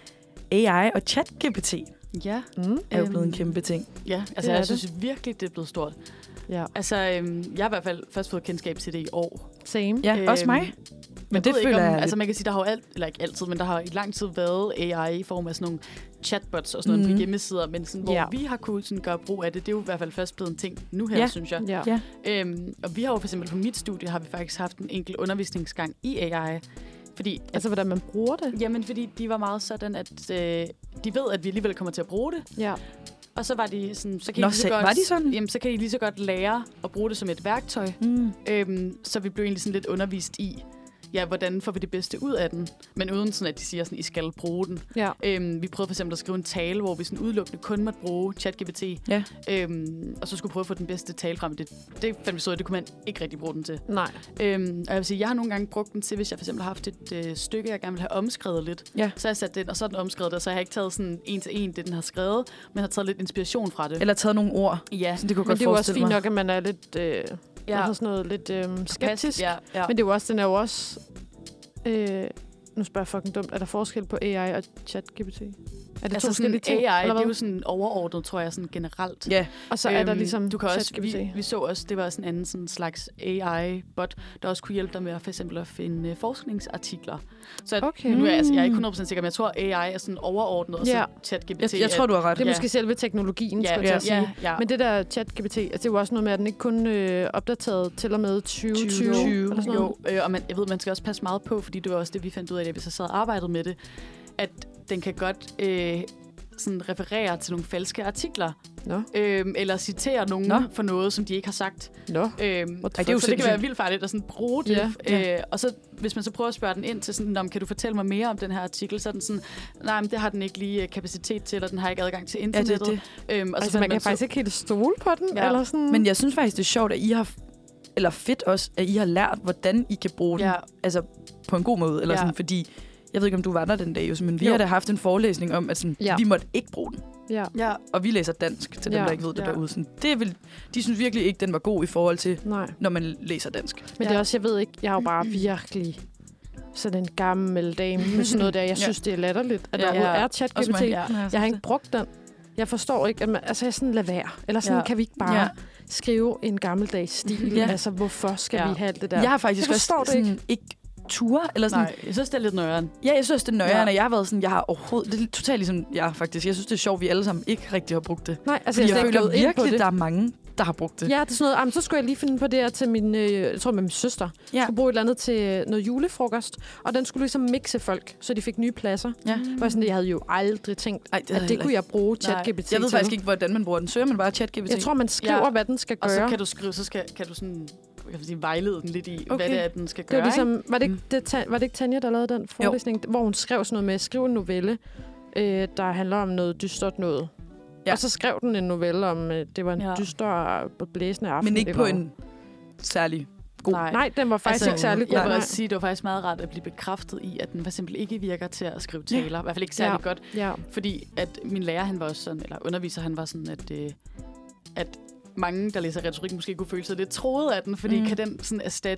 [SPEAKER 4] A I og ChatGPT.
[SPEAKER 3] Ja,
[SPEAKER 2] Mm.
[SPEAKER 4] Er jo blevet en
[SPEAKER 3] Øhm,
[SPEAKER 4] kæmpe ting.
[SPEAKER 3] ja. Altså,
[SPEAKER 2] Det er
[SPEAKER 3] jeg
[SPEAKER 2] det.
[SPEAKER 3] synes virkelig, det er blevet stort.
[SPEAKER 2] Ja.
[SPEAKER 3] Altså, øhm, jeg har i hvert fald først fået kendskab til det i år.
[SPEAKER 2] Same.
[SPEAKER 4] Ja,
[SPEAKER 3] Øhm,
[SPEAKER 4] også mig. Men
[SPEAKER 3] jeg
[SPEAKER 4] det
[SPEAKER 3] ved ikke
[SPEAKER 4] føler
[SPEAKER 3] om,
[SPEAKER 4] jeg
[SPEAKER 3] altså
[SPEAKER 4] lidt-
[SPEAKER 3] man kan sige, der har jo alt, eller ikke altid, men der har i lang tid været A I i form af sådan nogle chatbots og sådan noget
[SPEAKER 4] Mhm.
[SPEAKER 3] på hjemmesider, men sådan, hvor
[SPEAKER 2] Ja.
[SPEAKER 3] vi har kunnet sådan gøre brug af det, det er jo i hvert fald først blevet en ting nu her,
[SPEAKER 4] Ja.
[SPEAKER 3] synes jeg.
[SPEAKER 2] Ja.
[SPEAKER 4] Ja.
[SPEAKER 3] Øhm, og vi har jo for eksempel på mit studie, har vi faktisk haft en enkelt undervisningsgang i A I, fordi
[SPEAKER 2] Altså, hvordan man bruger det.
[SPEAKER 3] Jamen, fordi de var meget sådan, at øh, de ved, at vi alligevel kommer til at bruge det.
[SPEAKER 2] Ja.
[SPEAKER 3] Og så var de sådan, så kan
[SPEAKER 4] Nå,
[SPEAKER 3] I lige så
[SPEAKER 4] så-
[SPEAKER 3] godt,
[SPEAKER 4] var de sådan?
[SPEAKER 3] Jamen, så kan I lige så godt lære at bruge det som et værktøj.
[SPEAKER 4] Mm.
[SPEAKER 3] Øhm, så vi blev egentlig sådan lidt undervist i, ja, hvordan får vi det bedste ud af den. Men uden sådan, at de siger sådan, I skal bruge den.
[SPEAKER 2] Ja.
[SPEAKER 3] Øhm, vi prøvede for eksempel at skrive en tale, hvor vi sådan udelukkende kun måtte bruge ChatGPT.
[SPEAKER 4] Ja.
[SPEAKER 3] Øhm, og så skulle prøve at få den bedste tale frem. Det, det fandt vi så, at det kunne man ikke rigtig bruge den til.
[SPEAKER 2] Nej.
[SPEAKER 3] Øhm, og jeg vil sige, jeg har nogle gange brugt den til, hvis jeg for eksempel har haft et øh, stykke, jeg gerne vil have omskrevet lidt.
[SPEAKER 4] Ja.
[SPEAKER 3] Så har jeg sat den, og så er den omskrevet det, så jeg har ikke taget sådan en til en, det den har skrevet, men har taget lidt inspiration fra det.
[SPEAKER 4] Eller taget nogle ord.
[SPEAKER 3] Ja,
[SPEAKER 4] Så det kunne jeg
[SPEAKER 2] Men
[SPEAKER 4] godt
[SPEAKER 2] det er jo også
[SPEAKER 4] forestille
[SPEAKER 2] fint
[SPEAKER 4] mig.
[SPEAKER 2] nok, at man er lidt, øh,
[SPEAKER 3] ja.
[SPEAKER 2] ja. sådan noget, lidt øh, skeptisk.
[SPEAKER 3] Ja, ja.
[SPEAKER 2] Men det er jo også, den er jo også... Øh, nu spørger jeg fucking dumt. Er der forskel på A I og ChatGPT? Er det
[SPEAKER 3] Altså
[SPEAKER 2] to
[SPEAKER 3] sådan
[SPEAKER 2] forskellige ting?
[SPEAKER 3] A I,
[SPEAKER 2] eller
[SPEAKER 3] det er
[SPEAKER 2] hvad?
[SPEAKER 3] jo sådan overordnet, tror jeg, sådan generelt.
[SPEAKER 4] Ja,
[SPEAKER 2] Og så er der
[SPEAKER 3] Øhm,
[SPEAKER 2] ligesom
[SPEAKER 3] du kan også,
[SPEAKER 2] ChatGPT.
[SPEAKER 3] vi, vi så også, det var sådan en anden sådan slags A I-bot, der også kunne hjælpe dig med at, for eksempel at finde uh, forskningsartikler. Så
[SPEAKER 2] Okay.
[SPEAKER 3] nu er jeg, altså, jeg er ikke hundrede procent sikker, men jeg tror, A I er sådan overordnet, og så
[SPEAKER 2] Ja.
[SPEAKER 3] ChatGPT
[SPEAKER 4] jeg, jeg tror, du har ret.
[SPEAKER 2] Det er
[SPEAKER 3] Ja.
[SPEAKER 2] måske selve teknologien,
[SPEAKER 3] ja,
[SPEAKER 2] skulle jeg til at
[SPEAKER 3] ja,
[SPEAKER 2] sige.
[SPEAKER 3] ja, ja.
[SPEAKER 2] Men det der ChatGPT, altså det er jo også noget med, at den ikke kun øh, opdateret til og med tyve tyve.
[SPEAKER 4] tyve,
[SPEAKER 2] Eller sådan noget.
[SPEAKER 3] Jo, øh, og man, jeg ved, man skal også passe meget på, fordi det var også det, vi fandt ud af, da vi så sad og arbejdede med det, at den kan godt øh, sådan referere til nogle falske artikler,
[SPEAKER 2] Nå.
[SPEAKER 3] øh, eller citere nogen
[SPEAKER 4] Nå.
[SPEAKER 3] for noget, som de ikke har sagt.
[SPEAKER 2] Nå.
[SPEAKER 3] Øhm,
[SPEAKER 2] Ej,
[SPEAKER 4] det er jo
[SPEAKER 3] så det kan
[SPEAKER 4] sindssygt.
[SPEAKER 3] være vildt farligt at sådan bruge det.
[SPEAKER 2] Ja,
[SPEAKER 3] Ja, øh, og så hvis man så prøver at spørge den ind til sådan, "Nå, kan du fortælle mig mere om den her artikel, så er den sådan, nej, men det har den ikke lige øh, kapacitet til, eller den har ikke adgang til
[SPEAKER 4] Ja, det,
[SPEAKER 3] internettet.
[SPEAKER 4] det.
[SPEAKER 3] Øhm, og
[SPEAKER 2] Altså,
[SPEAKER 3] fandt
[SPEAKER 2] man kan
[SPEAKER 3] så-
[SPEAKER 2] faktisk ikke helt stole på den,
[SPEAKER 3] Ja.
[SPEAKER 2] eller sådan.
[SPEAKER 4] Men jeg synes faktisk, det er sjovt, at I har... Eller fedt også, at I har lært, hvordan I kan bruge den.
[SPEAKER 3] Ja,
[SPEAKER 4] Altså, på en god måde. Eller
[SPEAKER 3] Ja.
[SPEAKER 4] sådan, fordi... Jeg ved ikke, om du var der den dag, men vi
[SPEAKER 2] Jo.
[SPEAKER 4] har da haft en forelæsning om, at sådan,
[SPEAKER 2] Ja.
[SPEAKER 4] vi måtte ikke bruge den.
[SPEAKER 2] Ja.
[SPEAKER 3] ja,
[SPEAKER 4] Og vi læser dansk, til dem,
[SPEAKER 2] Ja.
[SPEAKER 4] der ikke ved det
[SPEAKER 3] Ja.
[SPEAKER 4] derude. Sådan, det vil, de synes virkelig ikke, den var god i forhold til,
[SPEAKER 2] Nej.
[SPEAKER 4] når man læser dansk.
[SPEAKER 2] Men ja. det er også, jeg ved ikke, jeg er jo bare virkelig sådan en gammel dame med sådan noget der. Jeg
[SPEAKER 4] Ja.
[SPEAKER 2] synes, det er latterligt, at
[SPEAKER 4] Ja.
[SPEAKER 2] der overhovedet
[SPEAKER 3] Ja.
[SPEAKER 2] er
[SPEAKER 4] Også
[SPEAKER 2] ChatGPT.
[SPEAKER 4] mig.
[SPEAKER 3] ja.
[SPEAKER 2] Jeg har ikke brugt den. Jeg forstår ikke, at man, altså jeg er sådan, lad være. Eller sådan,
[SPEAKER 3] Ja.
[SPEAKER 2] kan vi ikke bare
[SPEAKER 4] Ja.
[SPEAKER 2] ja. skrive en gammeldags stil?
[SPEAKER 4] Ja.
[SPEAKER 2] Altså, hvorfor skal
[SPEAKER 3] Ja.
[SPEAKER 2] vi have alt det der?
[SPEAKER 4] Jeg har faktisk
[SPEAKER 2] Jeg forstår
[SPEAKER 4] også
[SPEAKER 2] det
[SPEAKER 4] sådan, ikke ture, eller sådan,
[SPEAKER 3] Nej, jeg synes, det er lidt nøjeren.
[SPEAKER 4] ja, jeg synes, det er nøjeren,
[SPEAKER 3] Ja.
[SPEAKER 4] og jeg har været sådan, jeg har overhovedet, det er totalt ligesom, ja, faktisk, jeg synes, det er sjovt, vi alle sammen ikke rigtig har brugt det.
[SPEAKER 2] Nej, altså
[SPEAKER 4] Fordi
[SPEAKER 2] jeg,
[SPEAKER 4] jeg
[SPEAKER 2] er slet ikke
[SPEAKER 4] føler
[SPEAKER 2] gået ind på
[SPEAKER 4] virkelig,
[SPEAKER 2] det.
[SPEAKER 4] der er mange, der har brugt det.
[SPEAKER 2] Ja, det er sådan noget, jamen, så skulle jeg lige finde på det her til min, øh, jeg tror med min søster.
[SPEAKER 4] Ja.
[SPEAKER 2] Jeg skulle bruge et eller andet til noget julefrokost, og den skulle ligesom mixe folk, så de fik nye pladser.
[SPEAKER 4] Ja.
[SPEAKER 2] Det var sådan, jeg havde jo aldrig tænkt,
[SPEAKER 4] Ej, det havde
[SPEAKER 2] at det kunne jeg bruge ChatGPT
[SPEAKER 4] Jeg ved
[SPEAKER 2] til.
[SPEAKER 4] faktisk ikke, hvordan man bruger den. Søger man bare ChatGPT?
[SPEAKER 2] Jeg tror, man skriver,
[SPEAKER 3] Ja.
[SPEAKER 2] hvad den skal
[SPEAKER 3] Og så
[SPEAKER 2] gøre.
[SPEAKER 3] kan du skrive, så skal, kan du sådan, jeg vil sige, vejlede den lidt i, okay.
[SPEAKER 4] Okay.
[SPEAKER 3] hvad det er, den skal
[SPEAKER 2] Det
[SPEAKER 3] gøre.
[SPEAKER 2] var ligesom, var det, ikke,
[SPEAKER 4] Mm.
[SPEAKER 2] det, Ta- var det ikke Tanja, der lavede den forelæsning, hvor hun skrev sådan noget med, skriv en novelle, øh, der handler om noget dystert noget.
[SPEAKER 4] Ja.
[SPEAKER 2] Og så skrev den en novelle om, øh, det var en
[SPEAKER 3] Ja.
[SPEAKER 2] ja. dyster, blæsende aften.
[SPEAKER 4] Men ikke
[SPEAKER 2] det
[SPEAKER 4] på
[SPEAKER 2] var.
[SPEAKER 4] en særlig god...
[SPEAKER 3] Nej.
[SPEAKER 2] Nej, den var faktisk
[SPEAKER 3] Altså,
[SPEAKER 2] ikke særlig god.
[SPEAKER 3] Jeg vil
[SPEAKER 2] nej.
[SPEAKER 3] også sige, det var faktisk meget rart at blive bekræftet i, at den for eksempel ikke virker til at skrive taler. I hvert fald ikke særlig
[SPEAKER 2] Ja.
[SPEAKER 3] godt.
[SPEAKER 2] Ja.
[SPEAKER 3] Fordi at min lærer, han var også sådan, eller underviser, han var sådan, at, øh, at mange, der læser retorik, måske kunne føle sig lidt troet af den, fordi
[SPEAKER 4] Mm.
[SPEAKER 3] mm. kan den sådan erstatte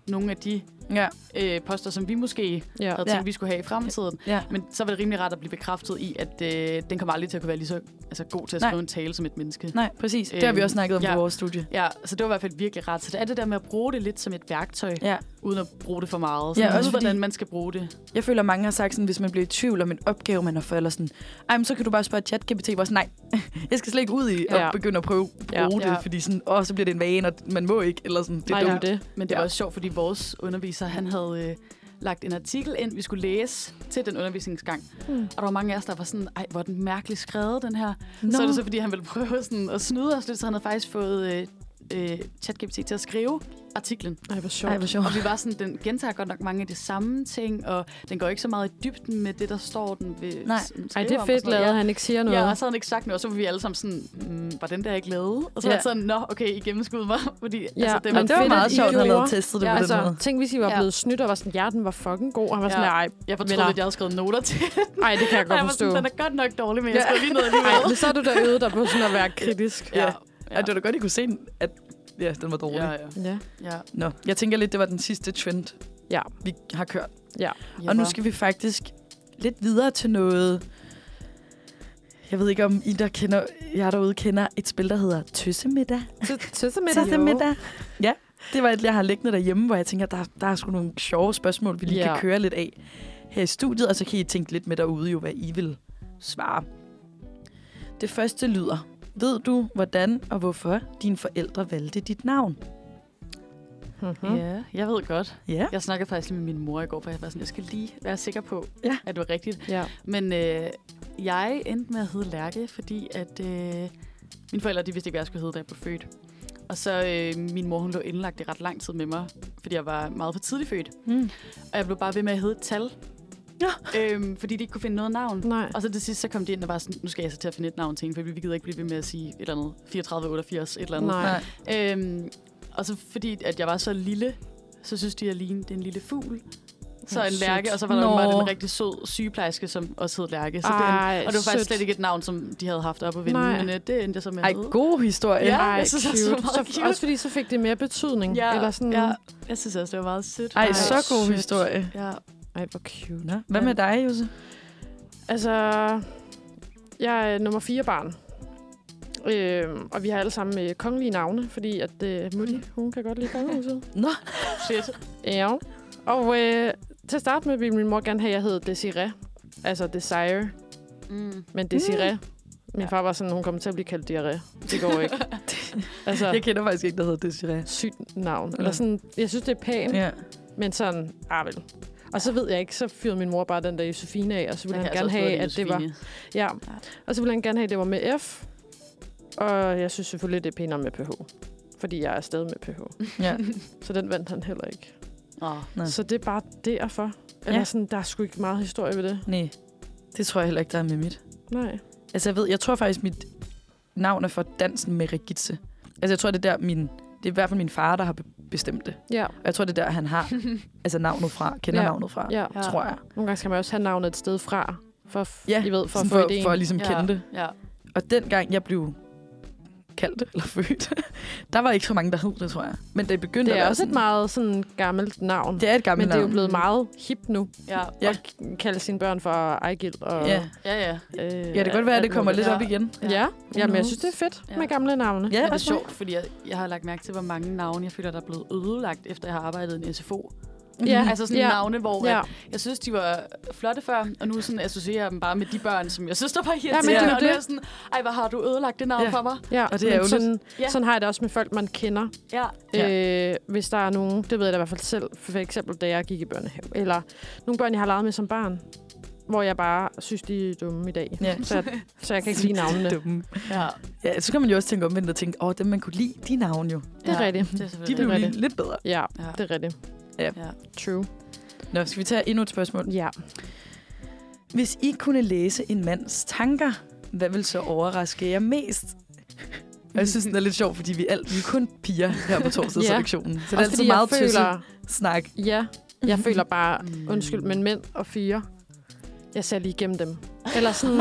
[SPEAKER 3] nogle af de
[SPEAKER 4] Ja.
[SPEAKER 3] øh, poster, som vi måske
[SPEAKER 2] Ja.
[SPEAKER 3] havde tænkt,
[SPEAKER 4] Ja.
[SPEAKER 3] vi skulle have i fremtiden.
[SPEAKER 4] Ja.
[SPEAKER 3] Men så var det rimelig rart at blive bekræftet i, at øh, den kommer aldrig til at kunne være lige så altså, god til at
[SPEAKER 4] Nej.
[SPEAKER 3] skrive en tale som et menneske.
[SPEAKER 4] Nej, præcis. Det har vi også snakket om
[SPEAKER 3] ja.
[SPEAKER 4] på vores studie.
[SPEAKER 3] Ja, så det var i hvert fald virkelig rart. Så det er det der med at bruge det lidt som et værktøj,
[SPEAKER 4] Ja.
[SPEAKER 3] uden at bruge det for meget. Så
[SPEAKER 4] Ja,
[SPEAKER 3] ja,
[SPEAKER 4] også
[SPEAKER 3] også hvordan
[SPEAKER 4] fordi-
[SPEAKER 3] man skal bruge det.
[SPEAKER 4] Jeg føler, mange har sagt sådan, hvis man bliver i tvivl om en opgave, man har fået, eller sådan, ej, men så kan du bare spørge ChatGPT, hvor sådan, nej, jeg skal slet ikke ud i at
[SPEAKER 2] Ja.
[SPEAKER 4] begynde at prøve at
[SPEAKER 2] Ja.
[SPEAKER 4] bruge
[SPEAKER 3] Ja.
[SPEAKER 4] det, fordi sådan, åh, så bliver det en vane, og man må ikke, eller sådan, det er
[SPEAKER 2] Nej, det er
[SPEAKER 4] dumt.
[SPEAKER 2] jo det.
[SPEAKER 3] Men det
[SPEAKER 4] Ja.
[SPEAKER 3] var også sjovt, fordi vores underviser, han havde øh, lagt en artikel ind, vi skulle læse til den undervisningsgang.
[SPEAKER 2] Mm.
[SPEAKER 3] Og der var mange af os, der var sådan, ej, hvor er den mærkeligt skrevet, den her.
[SPEAKER 4] Nå.
[SPEAKER 3] Så er det så, fordi han ville prøve sådan at snyde os lidt, så han havde faktisk fået øh, øh, ChatGPT til at skrive artiklen.
[SPEAKER 2] Ej, hvor sjovt.
[SPEAKER 4] Ej, hvor sjovt.
[SPEAKER 3] Og vi var sådan, den gentager godt nok mange af de samme ting, og den går ikke så meget i dybden med det, der står, den vil
[SPEAKER 4] Nej.
[SPEAKER 3] s- skrive
[SPEAKER 2] Ej, det er
[SPEAKER 3] om og
[SPEAKER 2] fedt
[SPEAKER 3] sådan noget.
[SPEAKER 2] lavet,
[SPEAKER 3] Ja.
[SPEAKER 2] han ikke siger noget.
[SPEAKER 3] Ja, og så havde han ikke sagt noget, og så var vi alle sammen sådan, mm, var den der ikke lavet? Og så
[SPEAKER 4] Ja.
[SPEAKER 3] var det sådan, nå, okay, I gennemskudde mig. Fordi,
[SPEAKER 2] Ja,
[SPEAKER 3] altså,
[SPEAKER 2] men
[SPEAKER 3] det
[SPEAKER 4] Men
[SPEAKER 3] var
[SPEAKER 4] det var
[SPEAKER 2] fedt,
[SPEAKER 4] meget
[SPEAKER 2] at I
[SPEAKER 4] sjovt, at han havde
[SPEAKER 2] gjorde.
[SPEAKER 4] testet det
[SPEAKER 3] Ja,
[SPEAKER 4] på den
[SPEAKER 2] Altså,
[SPEAKER 4] måde.
[SPEAKER 2] tænk, hvis I var
[SPEAKER 3] Ja.
[SPEAKER 2] blevet snydt og var sådan, ja, den var fucking god. Og han var sådan,
[SPEAKER 3] Ja.
[SPEAKER 2] nej,
[SPEAKER 3] jeg fortrød,
[SPEAKER 2] venner.
[SPEAKER 3] at jeg havde skrevet noter til den.
[SPEAKER 2] Ej, det kan jeg
[SPEAKER 3] Og
[SPEAKER 2] godt
[SPEAKER 3] jeg var
[SPEAKER 2] forstå.
[SPEAKER 3] sådan, den er godt nok dårlig, men jeg
[SPEAKER 4] Ja.
[SPEAKER 3] skrev lige noget alligevel.
[SPEAKER 2] Ej, men så er du der øvet dig på sådan at være kritisk.
[SPEAKER 3] Ja.
[SPEAKER 4] Ja. Ja, det var da godt, I kunne se, at ja, den var dårlig.
[SPEAKER 3] Ja,
[SPEAKER 4] Ja.
[SPEAKER 3] ja.
[SPEAKER 2] Ja.
[SPEAKER 3] ja.
[SPEAKER 4] Nå, jeg tænker lidt, det var den sidste trend,
[SPEAKER 2] Ja.
[SPEAKER 4] vi har kørt.
[SPEAKER 2] Ja.
[SPEAKER 4] Og nu skal vi faktisk lidt videre til noget. Jeg ved ikke, om I, der kender, jeg derude kender et spil, der hedder Tøssemiddag.
[SPEAKER 2] Tøssemiddag.
[SPEAKER 4] Tøssemiddag. Ja, det var et, jeg har liggende derhjemme, hvor jeg tænker, der, der er sgu nogle sjove spørgsmål, vi lige
[SPEAKER 2] Ja.
[SPEAKER 4] kan køre lidt af her i studiet, og så kan I tænke lidt med derude jo, hvad I vil svare. Det første lyder: ved du, hvordan og hvorfor dine forældre valgte dit navn?
[SPEAKER 2] Mm-hmm.
[SPEAKER 3] Ja, jeg ved godt.
[SPEAKER 4] Ja.
[SPEAKER 3] Jeg snakkede faktisk lige med min mor i går, for jeg var sådan, jeg skal lige være sikker på,
[SPEAKER 4] Ja.
[SPEAKER 3] at det var rigtigt.
[SPEAKER 2] Ja.
[SPEAKER 3] Men øh, jeg endte med at hedde Lærke, fordi at øh, mine forældre, de vidste ikke, hvad jeg skulle hedde, da jeg blev født. Og så øh, min mor, hun lå indlagt i ret lang tid med mig, fordi jeg var meget for tidligt født.
[SPEAKER 4] Mm.
[SPEAKER 3] Og jeg blev bare ved med at hedde et tal.
[SPEAKER 4] Ja.
[SPEAKER 3] Øhm, fordi de ikke kunne finde noget navn.
[SPEAKER 2] Nej.
[SPEAKER 3] Og så til sidst, så kom de ind og var sådan, nu skal jeg så til at finde et navn til hende, for vi gider ikke blive ved med at sige et eller andet fireogtredive otteogfirs, et eller andet.
[SPEAKER 2] Nej.
[SPEAKER 4] Nej.
[SPEAKER 3] Øhm, og så fordi, at jeg var så lille, så synes de, at jeg lignede en lille fugl. Så en
[SPEAKER 2] Sødt.
[SPEAKER 3] Lærke, og så var der
[SPEAKER 4] Nå.
[SPEAKER 3] bare en rigtig sød sygeplejerske, som også hed Lærke. Så
[SPEAKER 2] Ej,
[SPEAKER 3] det, og det var faktisk
[SPEAKER 2] sødt.
[SPEAKER 3] slet ikke et navn, som de havde haft op at vinde,
[SPEAKER 2] Nej.
[SPEAKER 3] men øh, det endte jeg så med at
[SPEAKER 4] Ej,
[SPEAKER 3] hedde.
[SPEAKER 4] god historie.
[SPEAKER 3] Ja.
[SPEAKER 2] Ej,
[SPEAKER 3] jeg synes også, det var
[SPEAKER 2] cute.
[SPEAKER 3] meget
[SPEAKER 2] Så,
[SPEAKER 3] cute.
[SPEAKER 2] også fordi så fik det mere betydning.
[SPEAKER 3] Ja,
[SPEAKER 2] Eller sådan,
[SPEAKER 3] ja, jeg synes også, det var meget sødt.
[SPEAKER 4] Ej,
[SPEAKER 2] Ej,
[SPEAKER 4] så god
[SPEAKER 2] sødt.
[SPEAKER 4] historie.
[SPEAKER 3] Ja.
[SPEAKER 2] Ej, hvor cute.
[SPEAKER 4] Nå, hvad med dig, Jose?
[SPEAKER 2] Altså, jeg er nummer fire barn. Øhm, og vi har alle sammen øh, kongelige navne, fordi at øh, Mutti, hun kan godt lide kongehuset.
[SPEAKER 4] Nå.
[SPEAKER 3] Shit.
[SPEAKER 2] Ja. Og øh, til at starte med, ville min mor gerne have, at jeg hed Desiree. Altså Desire,
[SPEAKER 3] Mm.
[SPEAKER 2] men Desiree. Mm. Min
[SPEAKER 3] Ja.
[SPEAKER 2] far var sådan, hun kommer til at blive kaldt diarré. Det går ikke. altså,
[SPEAKER 4] Jeg kender faktisk ikke, der hedder Desiree.
[SPEAKER 2] sygt navn.
[SPEAKER 4] Ja.
[SPEAKER 2] Eller sådan, jeg synes, det er pænt, ja.
[SPEAKER 4] Ja.
[SPEAKER 2] men sådan, ah vel. Og så ved jeg ikke, så fyrede min mor bare den der Josefine af, og så ville
[SPEAKER 3] Jeg
[SPEAKER 2] han
[SPEAKER 3] kan
[SPEAKER 2] gerne
[SPEAKER 3] altså
[SPEAKER 2] have,
[SPEAKER 3] også
[SPEAKER 2] at det var...
[SPEAKER 3] Josefine.
[SPEAKER 2] Ja, og så ville han gerne have, at det var med F. Og jeg synes selvfølgelig, det er pænere med P H. Fordi jeg er stadig med P H.
[SPEAKER 4] Ja.
[SPEAKER 2] Så den vandt han heller ikke.
[SPEAKER 3] Åh.
[SPEAKER 4] Nej.
[SPEAKER 2] Så det er bare derfor. Eller
[SPEAKER 4] Ja.
[SPEAKER 2] sådan, der er sgu ikke meget historie ved det.
[SPEAKER 4] Nej, det tror jeg heller ikke, der er med mit.
[SPEAKER 2] Nej.
[SPEAKER 4] Altså, jeg ved, jeg tror faktisk, mit navn er for dansen med Regitze. Altså, jeg tror, det er der min... Det er i hvert fald min far, der har be- bestemt det.
[SPEAKER 2] Ja,
[SPEAKER 4] Og jeg tror, det er der, han har altså navnet fra. Kender
[SPEAKER 2] Ja.
[SPEAKER 4] navnet fra,
[SPEAKER 2] ja.
[SPEAKER 3] Ja.
[SPEAKER 4] tror jeg.
[SPEAKER 2] Nogle gange skal man også have navnet et sted fra. For, f-
[SPEAKER 4] Ja,
[SPEAKER 2] I ved, for at
[SPEAKER 4] Sådan
[SPEAKER 2] få
[SPEAKER 4] for,
[SPEAKER 2] ideen.
[SPEAKER 4] for at ligesom
[SPEAKER 3] Ja.
[SPEAKER 4] kende det.
[SPEAKER 3] Ja.
[SPEAKER 4] Og dengang jeg blev kaldt eller født, der var ikke så mange, der hed det, tror jeg. Men det begyndte
[SPEAKER 2] Det
[SPEAKER 4] at
[SPEAKER 2] er
[SPEAKER 4] være
[SPEAKER 2] også et
[SPEAKER 4] sådan,
[SPEAKER 2] meget sådan gammelt navn.
[SPEAKER 4] Det er et gammelt
[SPEAKER 2] men det er jo
[SPEAKER 4] navn.
[SPEAKER 2] blevet meget hip nu.
[SPEAKER 3] Ja.
[SPEAKER 4] Ja.
[SPEAKER 2] At kalde sine børn for Ejgil. Og,
[SPEAKER 4] Ja.
[SPEAKER 3] Ja, ja.
[SPEAKER 2] øh,
[SPEAKER 4] Ja, det kan godt være, at det kommer lidt
[SPEAKER 3] Ja.
[SPEAKER 4] op igen.
[SPEAKER 2] Ja, ja. Jamen, jeg synes, det er fedt
[SPEAKER 3] Ja.
[SPEAKER 2] med gamle navne.
[SPEAKER 4] Ja,
[SPEAKER 3] Ja, det er
[SPEAKER 4] også mig.
[SPEAKER 3] sjovt, fordi jeg, jeg har lagt mærke til, hvor mange navne, jeg føler, der er blevet ødelagt, efter jeg har arbejdet i en S F O.
[SPEAKER 2] Ja.
[SPEAKER 3] Altså sådan
[SPEAKER 2] Ja.
[SPEAKER 3] navne, hvor
[SPEAKER 2] Ja.
[SPEAKER 3] at, jeg synes, de var flotte før, og nu sådan associerer jeg dem bare med de børn, som jeg synes, der var
[SPEAKER 2] men
[SPEAKER 3] irriterende.
[SPEAKER 2] det er jo
[SPEAKER 3] og det er
[SPEAKER 2] det.
[SPEAKER 3] sådan, ej, hvor har du ødelagt det navn
[SPEAKER 4] Ja.
[SPEAKER 3] for mig?
[SPEAKER 2] Ja,
[SPEAKER 4] Og det er
[SPEAKER 2] men
[SPEAKER 4] jo
[SPEAKER 2] sådan,
[SPEAKER 3] Ja.
[SPEAKER 2] sådan har jeg det også med folk, man kender.
[SPEAKER 3] Ja.
[SPEAKER 2] Ja. Øh, hvis der er nogen, det ved jeg da i hvert fald selv, for eksempel da jeg gik i børnehave, eller nogle børn, jeg har leget med som barn, hvor jeg bare synes, de er dumme i dag.
[SPEAKER 4] Ja.
[SPEAKER 2] Så, så jeg kan ikke lide navnene.
[SPEAKER 4] Dumme.
[SPEAKER 3] Ja.
[SPEAKER 4] Ja, så kan man jo også tænke omvendt og tænke, åh, dem man kunne lide, de navne jo.
[SPEAKER 2] Det er
[SPEAKER 3] ja.
[SPEAKER 2] rigtigt.
[SPEAKER 3] Det er
[SPEAKER 4] De
[SPEAKER 3] selvfølgelig
[SPEAKER 4] blev
[SPEAKER 2] er
[SPEAKER 4] lige
[SPEAKER 2] rigtigt.
[SPEAKER 4] lidt bedre.
[SPEAKER 2] Ja,
[SPEAKER 3] Ja.
[SPEAKER 2] det er rigtigt.
[SPEAKER 3] Ja.
[SPEAKER 2] True.
[SPEAKER 4] Nå, skal vi tage endnu et spørgsmål?
[SPEAKER 2] Ja.
[SPEAKER 4] Hvis I kunne læse en mands tanker, hvad vil så overraske jer mest? Og jeg synes, det er lidt sjovt, fordi vi er, alt, vi er kun piger her på torsdagsredaktionen. Ja. Så det er
[SPEAKER 2] Også
[SPEAKER 4] altid
[SPEAKER 2] fordi
[SPEAKER 4] meget
[SPEAKER 2] jeg
[SPEAKER 4] tøsse
[SPEAKER 2] føler,
[SPEAKER 4] snak.
[SPEAKER 2] ja, jeg føler bare,
[SPEAKER 3] Mm.
[SPEAKER 2] undskyld, men mænd og fyre, jeg ser lige igennem dem. Eller sådan...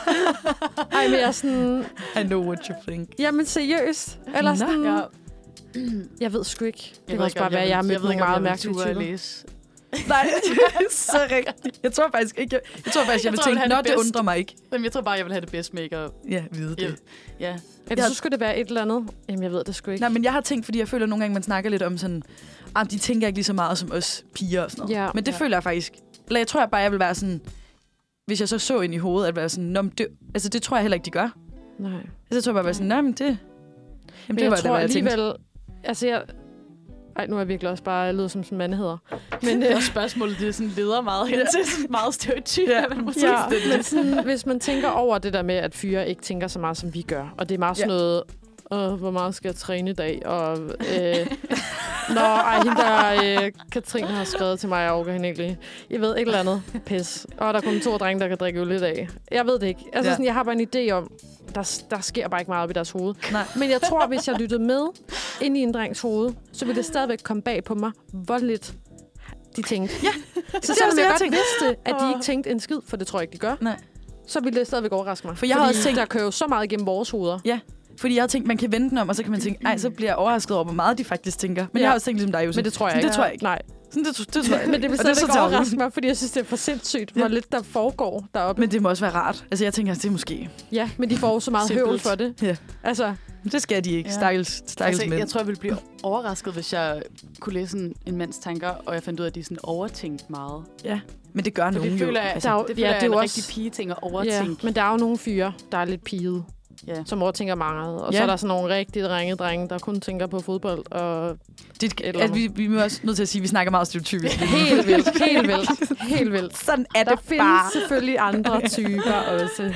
[SPEAKER 2] Ej, men jeg er sådan...
[SPEAKER 4] I know what you think.
[SPEAKER 2] Jamen seriøst. Eller
[SPEAKER 4] Nå.
[SPEAKER 2] sådan...
[SPEAKER 3] Ja.
[SPEAKER 2] Jeg ved sgu ikke. Det
[SPEAKER 3] Jeg
[SPEAKER 2] kan også bare være, at jeg har mødt nogle meget mærkelige typer.
[SPEAKER 3] læse.
[SPEAKER 4] Nej, så rigtigt. Jeg tror faktisk ikke, jeg, jeg tror faktisk, jeg, jeg vil
[SPEAKER 3] tror, jeg
[SPEAKER 4] tænke,
[SPEAKER 3] vil
[SPEAKER 4] nå,
[SPEAKER 3] have
[SPEAKER 4] det
[SPEAKER 3] det bedst.
[SPEAKER 4] undrer mig ikke.
[SPEAKER 3] Jamen, jeg tror bare, jeg vil have det bedst med ikke at...
[SPEAKER 4] Ja, vide det.
[SPEAKER 3] Ja.
[SPEAKER 2] Eller så skulle det være et eller andet. Jamen, jeg ved det sgu ikke.
[SPEAKER 4] Nej, men jeg har tænkt, fordi jeg føler nogle gange, man snakker lidt om sådan, ah, de tænker ikke lige så meget som os piger og sådan noget.
[SPEAKER 2] Ja.
[SPEAKER 4] Men det
[SPEAKER 3] Ja.
[SPEAKER 4] føler jeg faktisk. Eller jeg tror jeg bare, jeg vil være sådan, hvis jeg så så ind i hovedet, at være sådan, nå, men det, altså det tror jeg heller ikke, de gør.
[SPEAKER 2] Nej.
[SPEAKER 4] Altså jeg tror bare, at være sådan, nej, men det, jamen,
[SPEAKER 2] Men
[SPEAKER 4] det
[SPEAKER 2] jeg
[SPEAKER 4] var
[SPEAKER 2] tror
[SPEAKER 4] det, hvad jeg tænkte.
[SPEAKER 2] alligevel... Altså, jeg... Ej, nu er jeg virkelig også bare... Jeg lyder som sådan en mandheder. Men,
[SPEAKER 3] Men
[SPEAKER 2] øh,
[SPEAKER 3] øh, spørgsmålet, det er sådan leder meget hen
[SPEAKER 4] Ja.
[SPEAKER 3] til sådan meget stereotyp.
[SPEAKER 4] Ja.
[SPEAKER 3] Ja. Man må
[SPEAKER 2] ja,
[SPEAKER 3] sige.
[SPEAKER 2] men sådan, hvis man tænker over det der med, at fyre ikke tænker så meget, som vi gør. Og det er meget sådan
[SPEAKER 4] Ja.
[SPEAKER 2] noget... Åh, hvor meget skal jeg træne i dag? Og... Øh, Nå, ej, hende der... Øh, Katrine har skrevet til mig, jeg overgår hende ikke lige. Jeg ved, et eller andet. Pis. Og der er kun to drenge, der kan drikke øl i dag. Jeg ved det ikke. Altså,
[SPEAKER 4] Ja.
[SPEAKER 2] sådan, jeg har bare en idé om... Der, der sker bare ikke meget op i deres hoved.
[SPEAKER 4] Nej.
[SPEAKER 2] Men jeg tror, hvis jeg lyttede med ind i en drengs hoved, så ville det stadigvæk komme bag på mig, hvor lidt de tænkte. Ja, så selvom
[SPEAKER 4] også det,
[SPEAKER 2] jeg
[SPEAKER 4] jeg
[SPEAKER 2] godt
[SPEAKER 4] tænkte.
[SPEAKER 2] vidste, at de ikke tænkte en skid, for det tror jeg ikke, de gør,
[SPEAKER 4] Nej.
[SPEAKER 2] så ville det stadigvæk overraske mig.
[SPEAKER 4] For jeg har
[SPEAKER 2] Fordi
[SPEAKER 4] også tænkt-
[SPEAKER 2] der kører jo så meget igennem vores hoveder.
[SPEAKER 4] Fordi jeg har tænkt, man kan vente den om, og så kan man tænke, ej, så bliver jeg overrasket over, hvor meget de faktisk tænker. Men
[SPEAKER 2] Ja.
[SPEAKER 4] jeg har også tænkt ligesom dig, Josef.
[SPEAKER 2] Men det tror jeg
[SPEAKER 4] Sådan,
[SPEAKER 2] ikke.
[SPEAKER 4] det tror jeg ikke.
[SPEAKER 2] Nej,
[SPEAKER 4] Sådan, det, det tror jeg
[SPEAKER 2] men det vil
[SPEAKER 4] Og er så
[SPEAKER 2] stadigvæk
[SPEAKER 4] tager
[SPEAKER 2] overraske
[SPEAKER 4] vi.
[SPEAKER 2] mig, fordi jeg synes, det er for sindssygt, hvor
[SPEAKER 4] Ja.
[SPEAKER 2] lidt der foregår deroppe.
[SPEAKER 4] Men det må også være rart. Altså, jeg tænker, det er måske.
[SPEAKER 2] Ja, men de får jo så meget
[SPEAKER 3] Simpelt.
[SPEAKER 2] høvl for det.
[SPEAKER 4] Ja.
[SPEAKER 2] Altså,
[SPEAKER 4] Det skal de ikke.
[SPEAKER 3] Ja.
[SPEAKER 4] Stakkels, stakkels
[SPEAKER 3] Altså,
[SPEAKER 4] mænd.
[SPEAKER 3] jeg tror, jeg ville blive overrasket, hvis jeg kunne læse en, en mands tanker, og jeg fandt ud af, at de sådan overtænkt meget.
[SPEAKER 4] Men det gør
[SPEAKER 3] For
[SPEAKER 4] nogen
[SPEAKER 3] det
[SPEAKER 4] jo.
[SPEAKER 3] føler jeg,
[SPEAKER 2] Der er jo-
[SPEAKER 3] det
[SPEAKER 2] ja,
[SPEAKER 3] føler
[SPEAKER 2] det
[SPEAKER 3] jeg
[SPEAKER 2] er jo
[SPEAKER 3] en
[SPEAKER 2] også-
[SPEAKER 3] rigtig pige-ting at
[SPEAKER 2] ja,
[SPEAKER 3] overtænke.
[SPEAKER 2] men der er jo nogle fyre, der er lidt pigede,
[SPEAKER 3] Ja.
[SPEAKER 2] som overtænker meget. Og
[SPEAKER 4] Ja.
[SPEAKER 2] så er der sådan nogle rigtig drenge, drenge, der kun tænker på fodbold og
[SPEAKER 4] Det,
[SPEAKER 2] eller
[SPEAKER 4] altså, vi, vi er også nødt til at sige, at vi snakker meget stereotypisk.
[SPEAKER 2] helt vildt, helt vildt, helt vildt.
[SPEAKER 4] Sådan er
[SPEAKER 2] Der
[SPEAKER 4] det
[SPEAKER 2] findes
[SPEAKER 4] bare.
[SPEAKER 2] selvfølgelig andre typer også.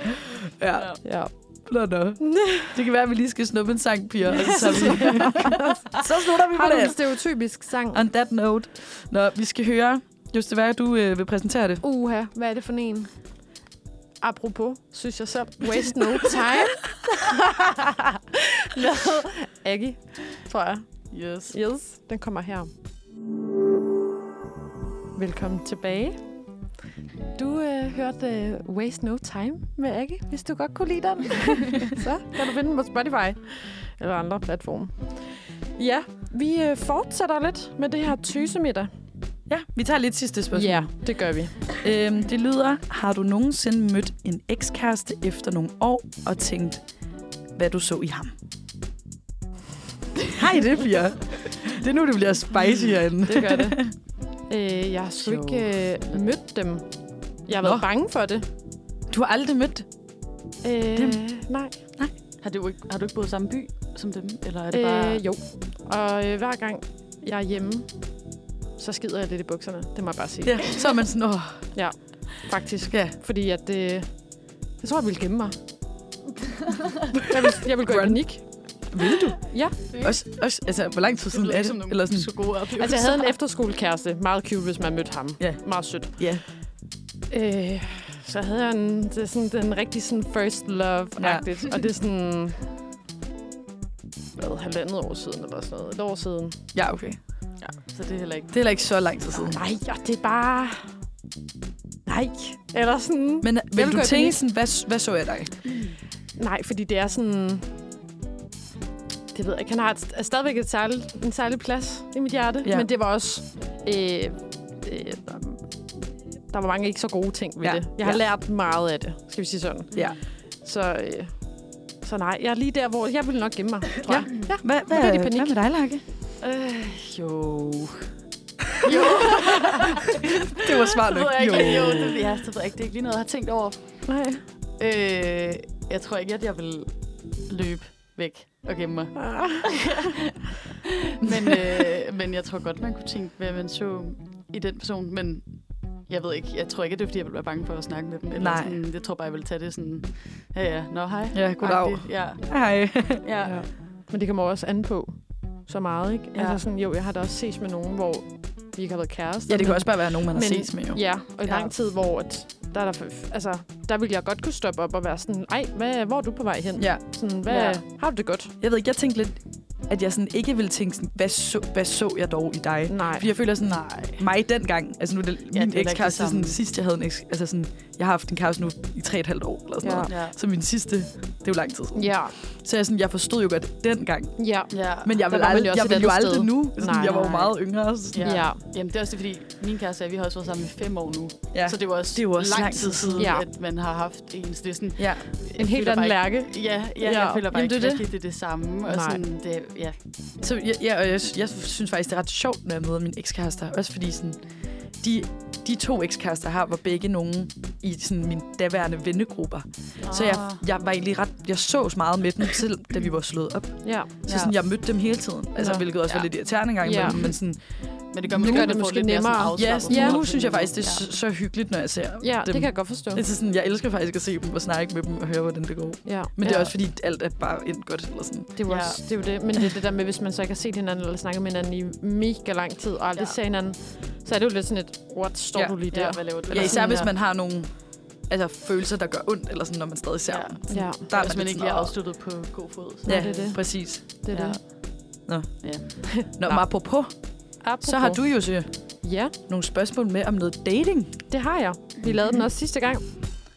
[SPEAKER 4] Ja.
[SPEAKER 2] Ja.
[SPEAKER 4] Nå, nå. Det kan være, at vi lige skal snuppe en sang, piger. Og så, tager vi... så slutter vi
[SPEAKER 2] Har
[SPEAKER 4] på
[SPEAKER 2] du en
[SPEAKER 4] det.
[SPEAKER 2] stereotypisk sang?
[SPEAKER 4] On that note. Nå, vi skal høre. Juste, hvad er du øh, vil præsentere det?
[SPEAKER 2] Uha, hvad er det for en? Apropos, synes jeg selv. Waste no time. Med Aggie, tror jeg.
[SPEAKER 3] Yes.
[SPEAKER 2] Yes, den kommer her. Velkommen tilbage. Du øh, hørte uh, Waste No Time med Aggie, hvis du godt kunne lide den. Så kan du finde den på Spotify eller andre platforme. Ja, vi øh, fortsætter lidt med det her tøsemiddag.
[SPEAKER 4] Ja, vi tager lidt sidste spørgsmål.
[SPEAKER 2] Ja, det gør vi.
[SPEAKER 4] Øhm, det lyder, har du nogensinde mødt en ekskæreste efter nogle år og tænkt, hvad du så i ham? Hej, det Pia. Det er nu, det bliver spicy herinde.
[SPEAKER 2] Det gør det. øh, jeg har sgu ikke øh, mødt dem. Jeg har været
[SPEAKER 4] Nå.
[SPEAKER 2] bange for det.
[SPEAKER 4] Du har aldrig mødt
[SPEAKER 2] Øh,
[SPEAKER 4] Dem?
[SPEAKER 2] nej.
[SPEAKER 3] Har du, ikke, har du ikke boet i samme by som dem? Eller er det bare...
[SPEAKER 2] Øh, jo. Og øh, hver gang jeg er hjemme, så skider jeg lidt i bukserne. Det må jeg bare sige.
[SPEAKER 4] Ja, så er man sådan, åh,
[SPEAKER 2] Faktisk.
[SPEAKER 4] ja.
[SPEAKER 2] Fordi at det... Jeg tror, jeg ville gemme mig. jeg vil, jeg vil gå i
[SPEAKER 4] Run.
[SPEAKER 2] panik.
[SPEAKER 4] Vil du?
[SPEAKER 2] Ja.
[SPEAKER 4] Også, også, altså, hvor lang tid
[SPEAKER 3] Det
[SPEAKER 4] siden
[SPEAKER 3] lyder
[SPEAKER 4] er
[SPEAKER 3] ikke
[SPEAKER 4] det?
[SPEAKER 3] som nogle
[SPEAKER 4] Eller sådan,
[SPEAKER 3] så gode oplevelser.
[SPEAKER 2] Altså, jeg havde en efterskolekæreste. Meget cute, hvis man mødte ham.
[SPEAKER 4] Ja.
[SPEAKER 2] Meget sødt.
[SPEAKER 4] ja.
[SPEAKER 2] Øh, så havde jeg en, det er sådan, den rigtig sådan first love-agtigt. Ja. Og det er sådan... Hvad, halvandet år siden eller sådan noget. Et år siden.
[SPEAKER 4] Ja, okay.
[SPEAKER 3] Ja, så det er heller ikke...
[SPEAKER 4] Det er heller ikke så lang tid siden.
[SPEAKER 2] Nej, ja, det er bare... Nej. Eller sådan...
[SPEAKER 4] Men
[SPEAKER 2] vil
[SPEAKER 4] vil
[SPEAKER 2] gå
[SPEAKER 4] du
[SPEAKER 2] i
[SPEAKER 4] tænke
[SPEAKER 2] panik.
[SPEAKER 4] sådan, hvad, hvad så jeg dig?
[SPEAKER 2] Nej, fordi det er sådan... Det ved jeg ikke. Han har et, er stadigvæk et særligt, en særlig plads i mit hjerte.
[SPEAKER 4] Ja.
[SPEAKER 2] Ja. Men det var også... Øh, øh, der var mange ikke så gode ting ved
[SPEAKER 4] Ja.
[SPEAKER 2] ja. det. Jeg har
[SPEAKER 4] Ja.
[SPEAKER 2] lært meget af det, skal vi sige sådan.
[SPEAKER 4] Ja.
[SPEAKER 2] Så, øh, så nej, jeg er lige der, hvor jeg vil nok gemme mig, tror
[SPEAKER 4] Ja.
[SPEAKER 2] jeg. Ja.
[SPEAKER 4] Hvad, hvad,
[SPEAKER 2] lidt i panik.
[SPEAKER 4] hvad med dig, Lærke?
[SPEAKER 3] Øh, jo...
[SPEAKER 2] Jo.
[SPEAKER 4] Det var svar
[SPEAKER 3] Det ved
[SPEAKER 4] nok.
[SPEAKER 3] jeg ikke. Jo, det, ja, det ved jeg ikke. Det er ikke lige noget, jeg har tænkt over.
[SPEAKER 2] Nej.
[SPEAKER 3] Øh, jeg tror ikke, at jeg vil løbe væk og gemme mig.
[SPEAKER 2] Ah.
[SPEAKER 3] Men, øh, men jeg tror godt, man kunne tænke, hvad man så i den person. Men jeg ved ikke. Jeg tror ikke, at det er, fordi jeg vil være bange for at snakke med dem. Eller
[SPEAKER 4] Nej.
[SPEAKER 3] Sådan, det tror bare, jeg vil tage det sådan... Ja, ja. Nå, hej.
[SPEAKER 4] Ja, goddag.
[SPEAKER 3] Agtigt. Ja,
[SPEAKER 4] Hej.
[SPEAKER 3] ja.
[SPEAKER 2] Ja. Men det kommer også an på så meget, ikke?
[SPEAKER 3] Ja.
[SPEAKER 2] Altså sådan, jo, jeg har da også ses med nogen, hvor vi ikke har været kærester.
[SPEAKER 4] Ja, det kan
[SPEAKER 2] men-
[SPEAKER 4] også bare være nogen, man har
[SPEAKER 2] Men-
[SPEAKER 4] ses med, jo.
[SPEAKER 2] Ja, og i
[SPEAKER 3] Ja.
[SPEAKER 2] lang tid, hvor at, der, er der, altså, der ville jeg godt kunne stoppe op og være sådan, ej, hvad, hvor er du på vej hen?
[SPEAKER 4] Ja.
[SPEAKER 2] Sådan, hvad,
[SPEAKER 3] Ja.
[SPEAKER 2] ja. Har du det godt?
[SPEAKER 4] Jeg ved ikke, jeg tænkte lidt... at jeg sådan ikke ville tænke sådan, hvad så, hvad så jeg dog i dig?
[SPEAKER 2] Nej.
[SPEAKER 4] Fordi jeg føler sådan,
[SPEAKER 3] Nej.
[SPEAKER 4] mig dengang, altså nu er det
[SPEAKER 3] Ja,
[SPEAKER 4] min
[SPEAKER 3] det er da ikke
[SPEAKER 4] ekskæreste,
[SPEAKER 3] det
[SPEAKER 4] sådan,
[SPEAKER 3] samme.
[SPEAKER 4] sidst jeg havde en eks, altså sådan, jeg har haft en kæreste nu i tre og et halvt år, eller sådan
[SPEAKER 2] Ja.
[SPEAKER 4] noget.
[SPEAKER 3] Ja.
[SPEAKER 4] Så min sidste, det er jo lang tid siden.
[SPEAKER 2] Ja,
[SPEAKER 4] Så jeg, sådan, jeg forstod jo godt dengang.
[SPEAKER 2] ja.
[SPEAKER 3] Ja.
[SPEAKER 4] Men jeg
[SPEAKER 2] Der
[SPEAKER 4] vil,
[SPEAKER 2] var man
[SPEAKER 4] aldrig,
[SPEAKER 2] jo også
[SPEAKER 4] jeg
[SPEAKER 2] et
[SPEAKER 4] vil jo
[SPEAKER 2] andet
[SPEAKER 4] aldrig
[SPEAKER 2] sted.
[SPEAKER 4] nu. Sådan,
[SPEAKER 2] Nej,
[SPEAKER 4] jeg var jo
[SPEAKER 3] nej.
[SPEAKER 4] meget yngre. Så sådan,
[SPEAKER 3] Ja.
[SPEAKER 2] Ja.
[SPEAKER 3] Jamen, det er også det, fordi min kæreste og vi har også været sammen i fem år nu.
[SPEAKER 4] ja.
[SPEAKER 3] Så det var også,
[SPEAKER 4] Det er jo også
[SPEAKER 3] lang
[SPEAKER 4] lang
[SPEAKER 3] tid
[SPEAKER 4] tid
[SPEAKER 3] siden,
[SPEAKER 2] siden. Ja.
[SPEAKER 3] at man har haft en. Så det er sådan,
[SPEAKER 4] ja.
[SPEAKER 3] jeg
[SPEAKER 2] En helt
[SPEAKER 3] føler
[SPEAKER 2] anden
[SPEAKER 3] bare
[SPEAKER 2] lærke.
[SPEAKER 3] ikke- Ja, ja,
[SPEAKER 2] Ja.
[SPEAKER 3] jeg føler bare
[SPEAKER 4] Jamen,
[SPEAKER 3] ikke
[SPEAKER 4] det er det.
[SPEAKER 3] rigtigt, det er det samme. Og
[SPEAKER 2] Nej.
[SPEAKER 3] sådan, det, ja.
[SPEAKER 4] Så ja, ja, og jeg, jeg synes faktisk, det er ret sjovt, når jeg møder mine ekskærester. Også fordi sådan, de, de to ekskærester her var begge nogen i sådan, mine daværende vennegrupper. Så jeg,
[SPEAKER 3] Ah.
[SPEAKER 4] jeg var egentlig ret... Jeg sås meget med dem, selv da vi var slået op.
[SPEAKER 2] Ja.
[SPEAKER 4] Så sådan, jeg mødte dem hele tiden. Altså,
[SPEAKER 2] Ja.
[SPEAKER 4] hvilket også var
[SPEAKER 3] Ja.
[SPEAKER 4] lidt irriterende engang
[SPEAKER 2] Ja.
[SPEAKER 4] imellem. Men sådan,
[SPEAKER 3] Men det gør,
[SPEAKER 2] Nu
[SPEAKER 3] måske,
[SPEAKER 2] gør
[SPEAKER 3] at
[SPEAKER 2] det
[SPEAKER 3] man får
[SPEAKER 2] måske
[SPEAKER 3] lidt mere sådan
[SPEAKER 2] nemmere.
[SPEAKER 4] ja,
[SPEAKER 3] afslappet
[SPEAKER 4] ja,
[SPEAKER 3] forhold
[SPEAKER 4] nu
[SPEAKER 3] til
[SPEAKER 4] synes jeg
[SPEAKER 3] hinanden.
[SPEAKER 4] faktisk, det er så, så hyggeligt, når jeg ser
[SPEAKER 2] Ja,
[SPEAKER 4] dem.
[SPEAKER 2] det kan jeg godt forstå.
[SPEAKER 4] Det er sådan, jeg elsker faktisk at se dem og snakke med dem og høre, hvordan det går.
[SPEAKER 2] Ja.
[SPEAKER 4] Men det er
[SPEAKER 3] Ja.
[SPEAKER 4] også fordi, alt er bare endt godt. Eller sådan.
[SPEAKER 2] Det er, jo
[SPEAKER 3] Ja.
[SPEAKER 2] også, det er jo det. Men det er det der med, hvis man så ikke har set hinanden eller snakket med hinanden i mega lang tid, og aldrig
[SPEAKER 3] Ja.
[SPEAKER 2] ser hinanden, så er det jo lidt sådan et, what, står
[SPEAKER 4] Ja.
[SPEAKER 2] du lige der?
[SPEAKER 3] Ja, hvad laver du?
[SPEAKER 4] Ja, især
[SPEAKER 2] sådan
[SPEAKER 4] hvis
[SPEAKER 2] her.
[SPEAKER 4] man har nogle altså, følelser, der gør ondt, eller sådan, når man stadig ser
[SPEAKER 3] Ja.
[SPEAKER 4] dem.
[SPEAKER 2] Ja,
[SPEAKER 4] Der er
[SPEAKER 3] Hvis
[SPEAKER 4] man
[SPEAKER 3] man
[SPEAKER 4] lidt
[SPEAKER 3] ikke
[SPEAKER 4] sådan,
[SPEAKER 3] bliver
[SPEAKER 4] "Åh."
[SPEAKER 3] afsluttet på god fod. Så.
[SPEAKER 4] Ja,
[SPEAKER 2] det er det.
[SPEAKER 4] præcis.
[SPEAKER 2] det er
[SPEAKER 3] Ja.
[SPEAKER 2] det.
[SPEAKER 4] Nå,
[SPEAKER 3] Ja.
[SPEAKER 4] Nå,
[SPEAKER 2] Nå.
[SPEAKER 4] men apropos,
[SPEAKER 2] Apropos.
[SPEAKER 4] så har du jo så
[SPEAKER 2] Ja,
[SPEAKER 4] nogle spørgsmål med om noget dating.
[SPEAKER 2] det har jeg. Vi lavede den også sidste gang.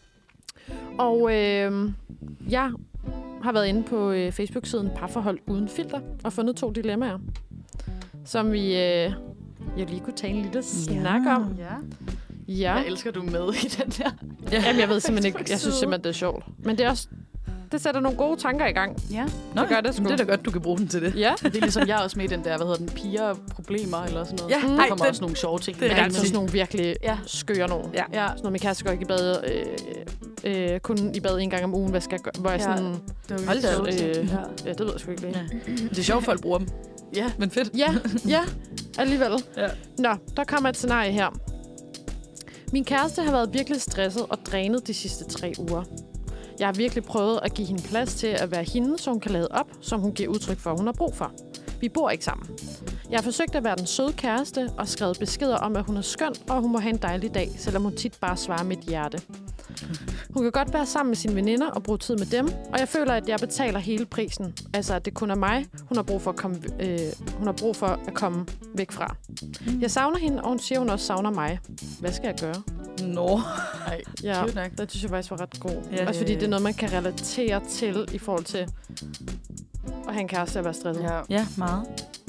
[SPEAKER 2] Og øh, jeg har været inde på øh, Facebook-siden Parforhold Uden Filter og fundet to dilemmaer, som vi øh, jeg lige kunne tage en lille snak om.
[SPEAKER 3] Ja.
[SPEAKER 2] Ja.
[SPEAKER 3] Jeg elsker, du er med i den der.
[SPEAKER 2] Jamen, jeg ved simpelthen ikke. Jeg synes simpelthen, det er sjovt. Men det er også... Det sætter nogle gode tanker i gang.
[SPEAKER 3] Ja.
[SPEAKER 4] Nå,
[SPEAKER 2] Det gør det sgu.
[SPEAKER 4] men det er da godt, du kan bruge den til det.
[SPEAKER 2] Ja.
[SPEAKER 3] Det er ligesom, jeg er også med i den der, hvad hedder den, piger problemer eller sådan noget.
[SPEAKER 4] Ja,
[SPEAKER 3] der
[SPEAKER 4] ej,
[SPEAKER 3] kommer
[SPEAKER 4] den-
[SPEAKER 3] også nogle sjove ting.
[SPEAKER 4] det er
[SPEAKER 2] Det
[SPEAKER 3] med.
[SPEAKER 2] er
[SPEAKER 4] rigtigt.
[SPEAKER 2] altid sådan nogle virkelig
[SPEAKER 3] Ja.
[SPEAKER 2] skøre nogen.
[SPEAKER 4] Ja.
[SPEAKER 3] Ja,
[SPEAKER 2] Sådan noget, min kæreste går ikke i bad, øh, øh, kun i bad en gang om ugen. Hvad skal jeg gøre? Hvor jeg
[SPEAKER 3] Ja.
[SPEAKER 2] sådan...
[SPEAKER 3] det var
[SPEAKER 4] Hold da op.
[SPEAKER 3] sjovt.
[SPEAKER 2] Øh,
[SPEAKER 3] Ja.
[SPEAKER 2] ja, det ved jeg sgu ikke lige.
[SPEAKER 4] Ja. Det er sjovt, folk bruger dem.
[SPEAKER 3] Ja.
[SPEAKER 4] Men fedt.
[SPEAKER 2] Ja, ja, alligevel.
[SPEAKER 4] Ja.
[SPEAKER 2] Nå, der kommer et scenarie her. Min kæreste har været virkelig stresset og drænet de sidste tre uger. Jeg har virkelig prøvet at give hende plads til at være hende, så hun kan lade op, som hun giver udtryk for, hun har brug for. Vi bor ikke sammen. Jeg har forsøgt at være den søde kæreste og skrevet beskeder om, at hun er skøn, og hun må have en dejlig dag, selvom hun tit bare svarer mit hjerte. Hun kan godt være sammen med sine veninder og bruge tid med dem, og jeg føler, at jeg betaler hele prisen. Altså, at det kun er mig, hun har brug for at komme, øh, hun har brug for at komme væk fra. Jeg savner hende, og hun siger, hun også savner mig. Hvad skal jeg gøre?
[SPEAKER 4] Nå.
[SPEAKER 3] Ej,
[SPEAKER 2] Ja,
[SPEAKER 3] cute nok.
[SPEAKER 2] det synes jeg faktisk var ret god.
[SPEAKER 4] Ja,
[SPEAKER 2] Også fordi
[SPEAKER 4] øh.
[SPEAKER 2] det er noget, man kan relatere til i forhold til at have en kæreste at være stresset.
[SPEAKER 3] Ja.
[SPEAKER 4] Ja, meget.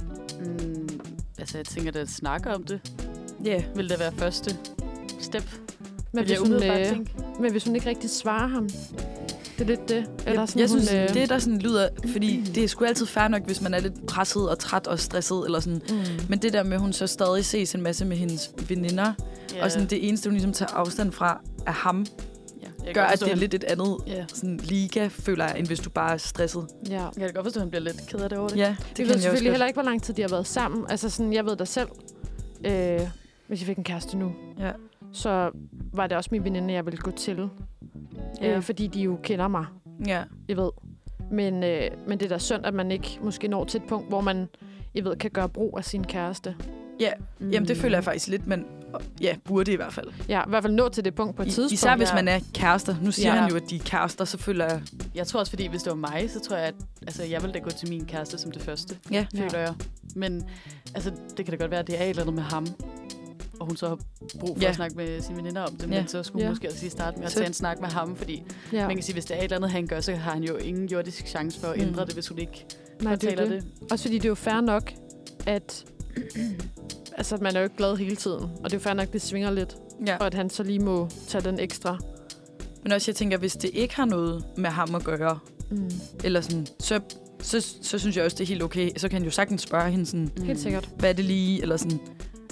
[SPEAKER 3] Mm, altså, jeg tænker, at snakke om det,
[SPEAKER 4] Ja. Yeah.
[SPEAKER 3] vil det være første step.
[SPEAKER 2] Men,
[SPEAKER 3] Vil
[SPEAKER 2] hvis
[SPEAKER 3] jeg
[SPEAKER 2] hun,
[SPEAKER 3] umiddelbart
[SPEAKER 2] øh,
[SPEAKER 3] tænke.
[SPEAKER 2] men hvis hun ikke rigtig svarer ham, det er lidt det. Eller
[SPEAKER 4] Jeg,
[SPEAKER 2] sådan,
[SPEAKER 4] jeg
[SPEAKER 2] hun,
[SPEAKER 4] synes,
[SPEAKER 2] øh,
[SPEAKER 4] det der sådan lyder... Fordi det er sgu altid fair nok, hvis man er lidt presset og træt og stresset. Eller sådan.
[SPEAKER 2] Mm.
[SPEAKER 4] Men det der med, at hun så stadig ses en masse med hendes veninder,
[SPEAKER 3] Ja.
[SPEAKER 4] og sådan det eneste, hun ligesom tager afstand fra, er ham,
[SPEAKER 3] Ja. Jeg kan
[SPEAKER 4] gør,
[SPEAKER 3] godt
[SPEAKER 4] at
[SPEAKER 3] forstå,
[SPEAKER 4] det er
[SPEAKER 3] han-
[SPEAKER 4] lidt et andet
[SPEAKER 3] Ja.
[SPEAKER 4] sådan, liga, føler jeg, end hvis du bare er stresset.
[SPEAKER 2] Ja.
[SPEAKER 3] Jeg kan da godt forstå, at han bliver lidt ked af det over det.
[SPEAKER 4] Ja, det
[SPEAKER 2] Vi
[SPEAKER 4] kan
[SPEAKER 2] ved
[SPEAKER 4] jeg
[SPEAKER 2] selvfølgelig
[SPEAKER 4] også
[SPEAKER 2] heller
[SPEAKER 4] godt.
[SPEAKER 2] ikke, hvor lang tid de har været sammen. Altså sådan, jeg ved da selv, øh, hvis jeg fik en kæreste nu,
[SPEAKER 4] Ja.
[SPEAKER 2] så var det også min veninde, jeg ville gå til.
[SPEAKER 3] Ja.
[SPEAKER 2] Øh, fordi de jo kender mig,
[SPEAKER 4] Ja.
[SPEAKER 2] jeg ved. Men, øh, men det er da synd, at man ikke måske når til et punkt, hvor man, jeg ved, kan gøre brug af sin kæreste.
[SPEAKER 4] Ja, jamen det føler jeg faktisk lidt, men ja, burde i hvert fald.
[SPEAKER 2] Ja, i hvert fald nå til det punkt på et
[SPEAKER 4] I,
[SPEAKER 2] tidspunkt.
[SPEAKER 4] især hvis
[SPEAKER 3] ja.
[SPEAKER 4] man er kærester. Nu siger
[SPEAKER 2] Ja.
[SPEAKER 4] ja. han jo, at de er kærester, så føler jeg...
[SPEAKER 3] Jeg tror også, fordi hvis det var mig, så tror jeg, at altså, jeg ville da gå til min kæreste som det første,
[SPEAKER 4] Ja.
[SPEAKER 3] føler jeg. Men altså, det kan da godt være, at det er et eller andet med ham, og hun så har brug for
[SPEAKER 4] Ja.
[SPEAKER 3] at snakke med sine veninder om det, men
[SPEAKER 4] Ja.
[SPEAKER 3] så skulle hun
[SPEAKER 2] Ja.
[SPEAKER 3] måske også lige starte med at
[SPEAKER 4] Så-
[SPEAKER 3] tage en snak med ham, fordi
[SPEAKER 2] Ja.
[SPEAKER 3] man kan sige, hvis det er et eller andet, han gør, så har han jo ingen jordisk chance for at
[SPEAKER 4] Mm.
[SPEAKER 3] ændre det, hvis hun ikke
[SPEAKER 2] Nej, det er
[SPEAKER 3] fortæller
[SPEAKER 2] det.
[SPEAKER 3] det.
[SPEAKER 2] Også fordi det er jo fair nok, at altså, man er jo ikke glad hele tiden. Og det er jo fair nok, at det svinger lidt.
[SPEAKER 4] Ja.
[SPEAKER 2] Og at han så lige må tage den ekstra.
[SPEAKER 4] Men også, jeg tænker, hvis det ikke har noget med ham at gøre,
[SPEAKER 2] Mm.
[SPEAKER 4] eller sådan, så, så, så synes jeg også, det er helt okay. Så kan han jo sagtens spørge hende sådan,
[SPEAKER 3] Mm.
[SPEAKER 2] Helt sikkert.
[SPEAKER 4] hvad er det lige, eller sådan,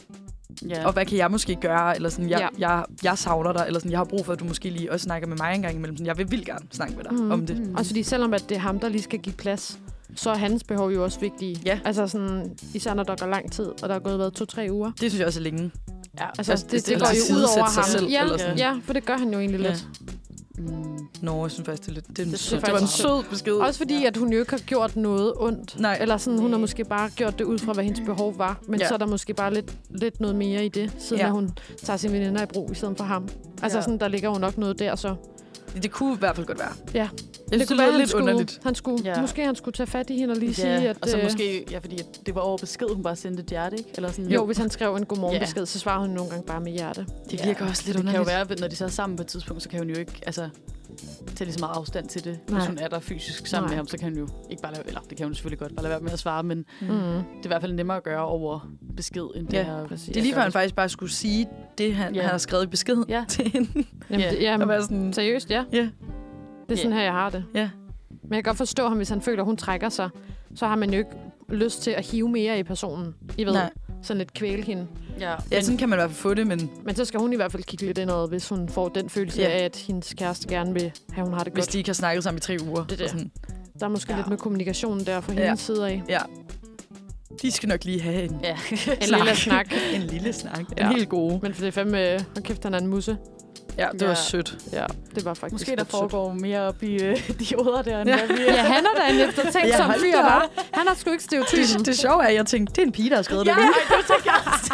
[SPEAKER 3] Ja.
[SPEAKER 4] og hvad kan jeg måske gøre, eller sådan, jeg,
[SPEAKER 2] Ja.
[SPEAKER 4] jeg, jeg savner dig, eller sådan, jeg har brug for, at du måske lige også snakker med mig en gang imellem. Sådan, jeg vil vildt gerne snakke med dig
[SPEAKER 2] Mm.
[SPEAKER 4] mm. om det.
[SPEAKER 3] Mm.
[SPEAKER 2] Også fordi selvom at det er ham, der lige skal give plads, så er hans behov jo også vigtige.
[SPEAKER 4] Ja.
[SPEAKER 2] Altså sådan, især når der går lang tid, og der er gået været to-tre uger.
[SPEAKER 4] Det synes jeg også er længe.
[SPEAKER 3] Ja.
[SPEAKER 2] Altså,
[SPEAKER 4] Altså,
[SPEAKER 2] det,
[SPEAKER 4] det-
[SPEAKER 2] det,
[SPEAKER 4] eller
[SPEAKER 2] går jo ud over
[SPEAKER 4] tilsidesætte sig
[SPEAKER 2] ham.
[SPEAKER 4] selv,
[SPEAKER 2] ja,
[SPEAKER 4] eller
[SPEAKER 3] sådan.
[SPEAKER 2] ja, for det gør han jo egentlig
[SPEAKER 4] Ja.
[SPEAKER 2] lidt.
[SPEAKER 3] Mm.
[SPEAKER 4] Nå, jeg synes faktisk, det er lidt... Det, er en
[SPEAKER 3] Det
[SPEAKER 4] sød,
[SPEAKER 2] synes
[SPEAKER 4] det var en
[SPEAKER 2] faktisk-
[SPEAKER 4] sød besked.
[SPEAKER 2] Også fordi, at hun jo ikke har gjort noget ondt.
[SPEAKER 4] Nej.
[SPEAKER 2] Eller sådan, hun har
[SPEAKER 3] Nej.
[SPEAKER 2] måske bare gjort det ud fra, hvad hendes behov var. Men
[SPEAKER 4] Ja.
[SPEAKER 2] så er der måske bare lidt, lidt noget mere i det, siden
[SPEAKER 4] Ja.
[SPEAKER 2] at hun tager sine veninder i brug i stedet for ham. Altså
[SPEAKER 3] Ja.
[SPEAKER 2] sådan, der ligger jo nok noget der, så.
[SPEAKER 4] Det kunne i hvert fald godt være.
[SPEAKER 2] Ja.
[SPEAKER 4] Jeg synes, det, det lyder lidt
[SPEAKER 2] skulle,
[SPEAKER 4] underligt.
[SPEAKER 2] Han skulle,
[SPEAKER 3] Ja.
[SPEAKER 2] Måske han skulle tage fat i hende og lige
[SPEAKER 3] Ja,
[SPEAKER 2] sige, at...
[SPEAKER 3] og så
[SPEAKER 2] øh,
[SPEAKER 3] måske, ja, fordi det var over besked, hun bare sendte et hjerte, ikke? Eller sådan.
[SPEAKER 2] Jo, hvis han skrev en godmorgenbesked,
[SPEAKER 3] Ja.
[SPEAKER 2] så svarer hun nogle gange bare med hjerte.
[SPEAKER 4] Det virker også lidt
[SPEAKER 3] det
[SPEAKER 4] underligt.
[SPEAKER 3] kan jo være, at når de så er sammen på et tidspunkt, så kan hun jo ikke altså, tage lige så meget afstand til det.
[SPEAKER 2] Nej.
[SPEAKER 3] Hvis hun er der fysisk sammen
[SPEAKER 2] Nej.
[SPEAKER 3] med ham, så kan hun jo ikke bare lade, eller det kan hun selvfølgelig godt bare lade være med at svare, men
[SPEAKER 2] Mm.
[SPEAKER 3] det er i hvert fald nemmere at gøre over besked, end det
[SPEAKER 4] Ja,
[SPEAKER 3] her.
[SPEAKER 2] præcis.
[SPEAKER 4] Det er lige før, han faktisk bare skulle sige det, han,
[SPEAKER 3] Ja.
[SPEAKER 4] han har skrevet i beskeden
[SPEAKER 3] Ja.
[SPEAKER 4] til hende.
[SPEAKER 2] Jamen,
[SPEAKER 3] Ja.
[SPEAKER 2] det, jamen,
[SPEAKER 4] Og være sådan,
[SPEAKER 2] seriøst, ja.
[SPEAKER 4] ja,
[SPEAKER 2] Det er sådan her, jeg har det.
[SPEAKER 4] ja.
[SPEAKER 2] Men jeg kan godt forstå ham, hvis han føler, at hun trækker sig. Så har man jo ikke lyst til at hive mere i personen. I ved,
[SPEAKER 4] Nej.
[SPEAKER 2] sådan lidt kvæle hende.
[SPEAKER 3] Ja,
[SPEAKER 4] Ja, sådan kan man i hvert fald få det, men
[SPEAKER 2] Men så skal hun i hvert fald kigge lidt indad, hvis hun får den følelse
[SPEAKER 4] Ja.
[SPEAKER 2] af, at hendes kæreste gerne vil have, hun har det
[SPEAKER 4] hvis
[SPEAKER 2] godt.
[SPEAKER 4] de ikke har snakket sammen i tre uger.
[SPEAKER 2] Det er det.
[SPEAKER 4] og Sådan,
[SPEAKER 2] Der er måske
[SPEAKER 3] Ja.
[SPEAKER 2] lidt med kommunikationen der fra
[SPEAKER 4] Ja.
[SPEAKER 2] hendes side af.
[SPEAKER 4] ja. De skal nok lige have en,
[SPEAKER 3] ja.
[SPEAKER 2] En lille snak.
[SPEAKER 4] en lille snak.
[SPEAKER 2] Ja.
[SPEAKER 4] En helt gode.
[SPEAKER 2] Men for det er fandme... Hold kæft, han er en musse.
[SPEAKER 4] Ja, det
[SPEAKER 3] Ja.
[SPEAKER 4] var sødt.
[SPEAKER 2] Ja, det var faktisk
[SPEAKER 3] Måske der
[SPEAKER 2] ret sødt.
[SPEAKER 3] foregår mere op i øh, de hoveder der, end
[SPEAKER 4] Ja.
[SPEAKER 3] hvad vi
[SPEAKER 2] Ja, han er da en eftertænkt
[SPEAKER 4] Ja,
[SPEAKER 2] som
[SPEAKER 4] hold
[SPEAKER 2] fyr,
[SPEAKER 4] da
[SPEAKER 2] var.
[SPEAKER 4] op.
[SPEAKER 2] Han har sgu ikke stereotypen.
[SPEAKER 4] Det, det sjove er, at jeg tænkte, det er en pige, der har skrevet
[SPEAKER 3] Ja,
[SPEAKER 4] det.
[SPEAKER 3] ej, det tænker jeg også.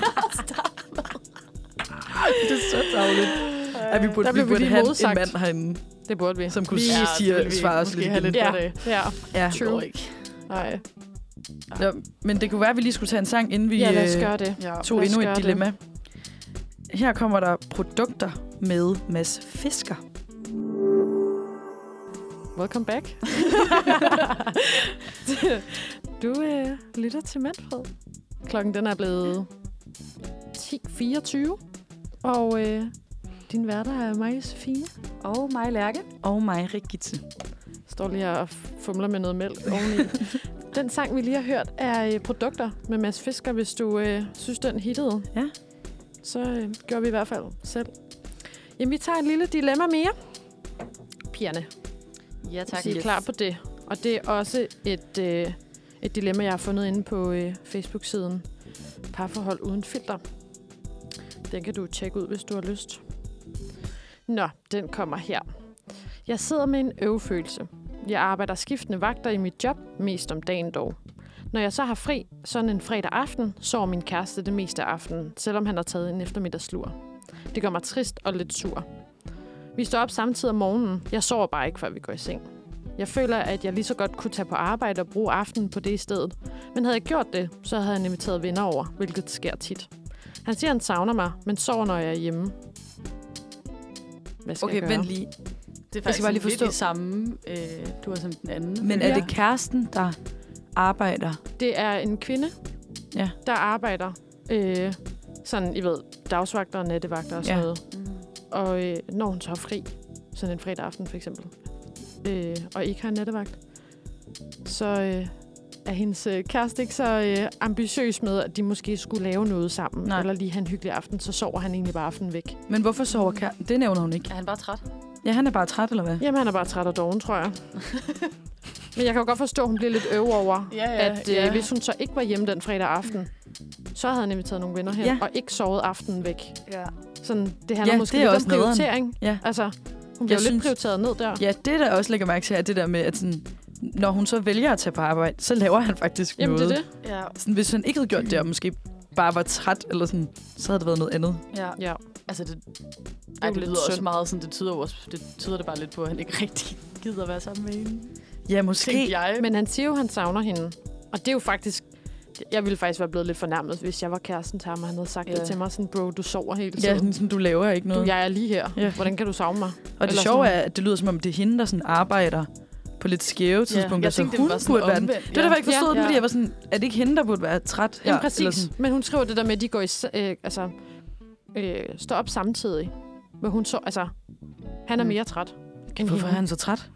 [SPEAKER 4] Det er så tavligt. At vi burde,
[SPEAKER 2] Der
[SPEAKER 4] vi
[SPEAKER 2] blev vi
[SPEAKER 4] burde
[SPEAKER 2] lige
[SPEAKER 4] have en
[SPEAKER 2] modsagt.
[SPEAKER 4] mand herinde,
[SPEAKER 2] Det burde vi.
[SPEAKER 4] som kunne
[SPEAKER 2] Vi-
[SPEAKER 4] sige,
[SPEAKER 3] Ja,
[SPEAKER 4] siger,
[SPEAKER 3] det vil vi
[SPEAKER 4] svare os
[SPEAKER 3] måske
[SPEAKER 4] lidt
[SPEAKER 3] have
[SPEAKER 4] igen.
[SPEAKER 3] lidt
[SPEAKER 2] Ja,
[SPEAKER 3] godt af.
[SPEAKER 2] ja.
[SPEAKER 4] Ja.
[SPEAKER 3] Det går ikke.
[SPEAKER 2] Nej.
[SPEAKER 4] Nå, men det kunne være, at vi lige skulle tage en sang, inden vi
[SPEAKER 2] Ja, lad os
[SPEAKER 4] øh,
[SPEAKER 2] gøre det.
[SPEAKER 3] Ja.
[SPEAKER 4] tog
[SPEAKER 2] lad os
[SPEAKER 4] endnu
[SPEAKER 2] gøre
[SPEAKER 4] et
[SPEAKER 2] det.
[SPEAKER 4] dilemma. Her kommer der produkter med Mads Fisker.
[SPEAKER 2] Welcome back. du øh, lytter til Manfred. Klokken den er blevet ti fireogtyve. Og øh, din værter er mig, Sofie.
[SPEAKER 3] Og mig, Lærke.
[SPEAKER 4] Og mig, Rigitte.
[SPEAKER 2] Står lige her og fumler med noget mælk oveni. Den sang, vi lige har hørt, er øh, Produkter med Mads Fisker. Hvis du øh, synes, den hittede,
[SPEAKER 4] Ja.
[SPEAKER 2] så øh, gør vi i hvert fald selv. Jamen, vi tager et lille dilemma mere. Pigerne,
[SPEAKER 3] Ja, tak.
[SPEAKER 2] så I er klar på det. Og det er også et, øh, et dilemma, jeg har fundet inde på øh, Facebook-siden Parforhold Uden Filter. Den kan du tjekke ud, hvis du har lyst. Nå, den kommer her. Jeg sidder med en øvefølelse. Jeg arbejder skiftende vagter i mit job, mest om dagen dog. Når jeg så har fri, sådan en fredag aften, sover min kæreste det meste af aftenen, selvom han har taget en eftermiddagslur. Det gør mig trist og lidt sur. Vi står op samtidig om morgenen. Jeg sover bare ikke, før vi går i seng. Jeg føler, at jeg lige så godt kunne tage på arbejde og bruge aftenen på det i stedet. Men havde jeg gjort det, så havde han inviteret venner over, hvilket sker tit. Han siger, at han savner mig, men sover, når jeg er hjemme. Hvad skal
[SPEAKER 4] Okay,
[SPEAKER 2] jeg gøre?
[SPEAKER 4] vent lige.
[SPEAKER 3] Det er
[SPEAKER 4] Jeg
[SPEAKER 3] faktisk
[SPEAKER 4] skal bare lige
[SPEAKER 3] lidt
[SPEAKER 4] forstå.
[SPEAKER 3] i samme, øh, du har som den anden.
[SPEAKER 4] Men
[SPEAKER 2] Ja.
[SPEAKER 4] er det kæresten, der arbejder?
[SPEAKER 2] Det er en kvinde,
[SPEAKER 4] Ja.
[SPEAKER 2] der arbejder øh, sådan, I ved, dagsvagter og nattevagter og sådan
[SPEAKER 4] Ja.
[SPEAKER 2] noget.
[SPEAKER 3] Mm.
[SPEAKER 2] Og øh, når hun så har fri, sådan en fredag aften for eksempel, øh, og ikke har en nattevagt, så øh, er hendes øh, kæreste ikke så øh, ambitiøs med, at de måske skulle lave noget sammen,
[SPEAKER 4] Nej.
[SPEAKER 2] eller lige have en hyggelig aften, så sover han egentlig bare aftenen væk.
[SPEAKER 4] Men hvorfor sover kæresten? Det nævner hun ikke.
[SPEAKER 3] Er han bare træt?
[SPEAKER 4] Ja, han er bare træt, eller hvad?
[SPEAKER 2] Jamen, han er bare træt og doven, tror jeg. Men jeg kan jo godt forstå, at hun bliver lidt øv over,
[SPEAKER 3] Ja, ja,
[SPEAKER 2] at øh,
[SPEAKER 3] ja.
[SPEAKER 2] hvis hun så ikke var hjemme den fredag aften, så havde han inviteret nogle venner hen,
[SPEAKER 4] Ja.
[SPEAKER 2] og ikke sovet aftenen væk.
[SPEAKER 3] Ja.
[SPEAKER 2] Sådan, det handler
[SPEAKER 4] Ja,
[SPEAKER 2] måske
[SPEAKER 4] det er
[SPEAKER 2] lidt
[SPEAKER 4] også
[SPEAKER 2] om
[SPEAKER 4] nederen.
[SPEAKER 2] prioritering.
[SPEAKER 4] Ja.
[SPEAKER 2] Altså, hun bliver jo lidt
[SPEAKER 4] synes-
[SPEAKER 2] prioriteret ned der.
[SPEAKER 4] Ja, det der også lægger mærke til, er det der med, at sådan, når hun så vælger at tage på arbejde, så laver han faktisk
[SPEAKER 2] Jamen,
[SPEAKER 4] noget.
[SPEAKER 2] det er det.
[SPEAKER 3] Ja.
[SPEAKER 4] Sådan, hvis han ikke havde gjort det, og måske bare var træt, eller sådan, så havde det været noget andet.
[SPEAKER 3] Ja.
[SPEAKER 2] Ja.
[SPEAKER 3] Altså, det,
[SPEAKER 2] er
[SPEAKER 3] ej, det
[SPEAKER 2] lidt
[SPEAKER 3] lyder også
[SPEAKER 2] synd.
[SPEAKER 3] meget sådan, det tyder, jo også, det tyder det bare lidt på, at han ikke rigtig gider at være sammen med hende.
[SPEAKER 4] Ja, måske.
[SPEAKER 3] Tænkte jeg.
[SPEAKER 2] Men han siger jo, at han savner hende. Og det er jo faktisk... Jeg ville faktisk være blevet lidt fornærmet, hvis jeg var kæresten til ham, og han havde sagt
[SPEAKER 3] Ja.
[SPEAKER 2] det til mig. Sådan, bro, du sover hele
[SPEAKER 4] Ja,
[SPEAKER 2] tiden.
[SPEAKER 4] sådan, sådan, du laver ikke
[SPEAKER 2] Du,
[SPEAKER 4] noget.
[SPEAKER 2] jeg er lige her.
[SPEAKER 4] Ja.
[SPEAKER 2] Hvordan kan du savne mig?
[SPEAKER 4] Og det
[SPEAKER 2] eller
[SPEAKER 4] sjove er,
[SPEAKER 2] sådan-
[SPEAKER 4] at det lyder som om, det er hende, der sådan arbejder på lidt skæve tidspunkter.
[SPEAKER 3] jeg
[SPEAKER 4] så
[SPEAKER 3] tænkte,
[SPEAKER 4] hun
[SPEAKER 3] det var sådan
[SPEAKER 4] burde være den.
[SPEAKER 3] omvendt.
[SPEAKER 4] Det var derfor, jeg ikke forstod
[SPEAKER 2] Ja.
[SPEAKER 4] den, fordi jeg var sådan, er det ikke hende, der burde være træt her?
[SPEAKER 2] Jamen, præcis.
[SPEAKER 4] Eller sådan.
[SPEAKER 2] Men hun skriver det der med, at de går i, s- øh, altså, øh, står op samtidig. Men hun så, altså, han er
[SPEAKER 3] Mm.
[SPEAKER 2] mere træt. end
[SPEAKER 4] Hvorfor er
[SPEAKER 2] hende.
[SPEAKER 4] han så træt?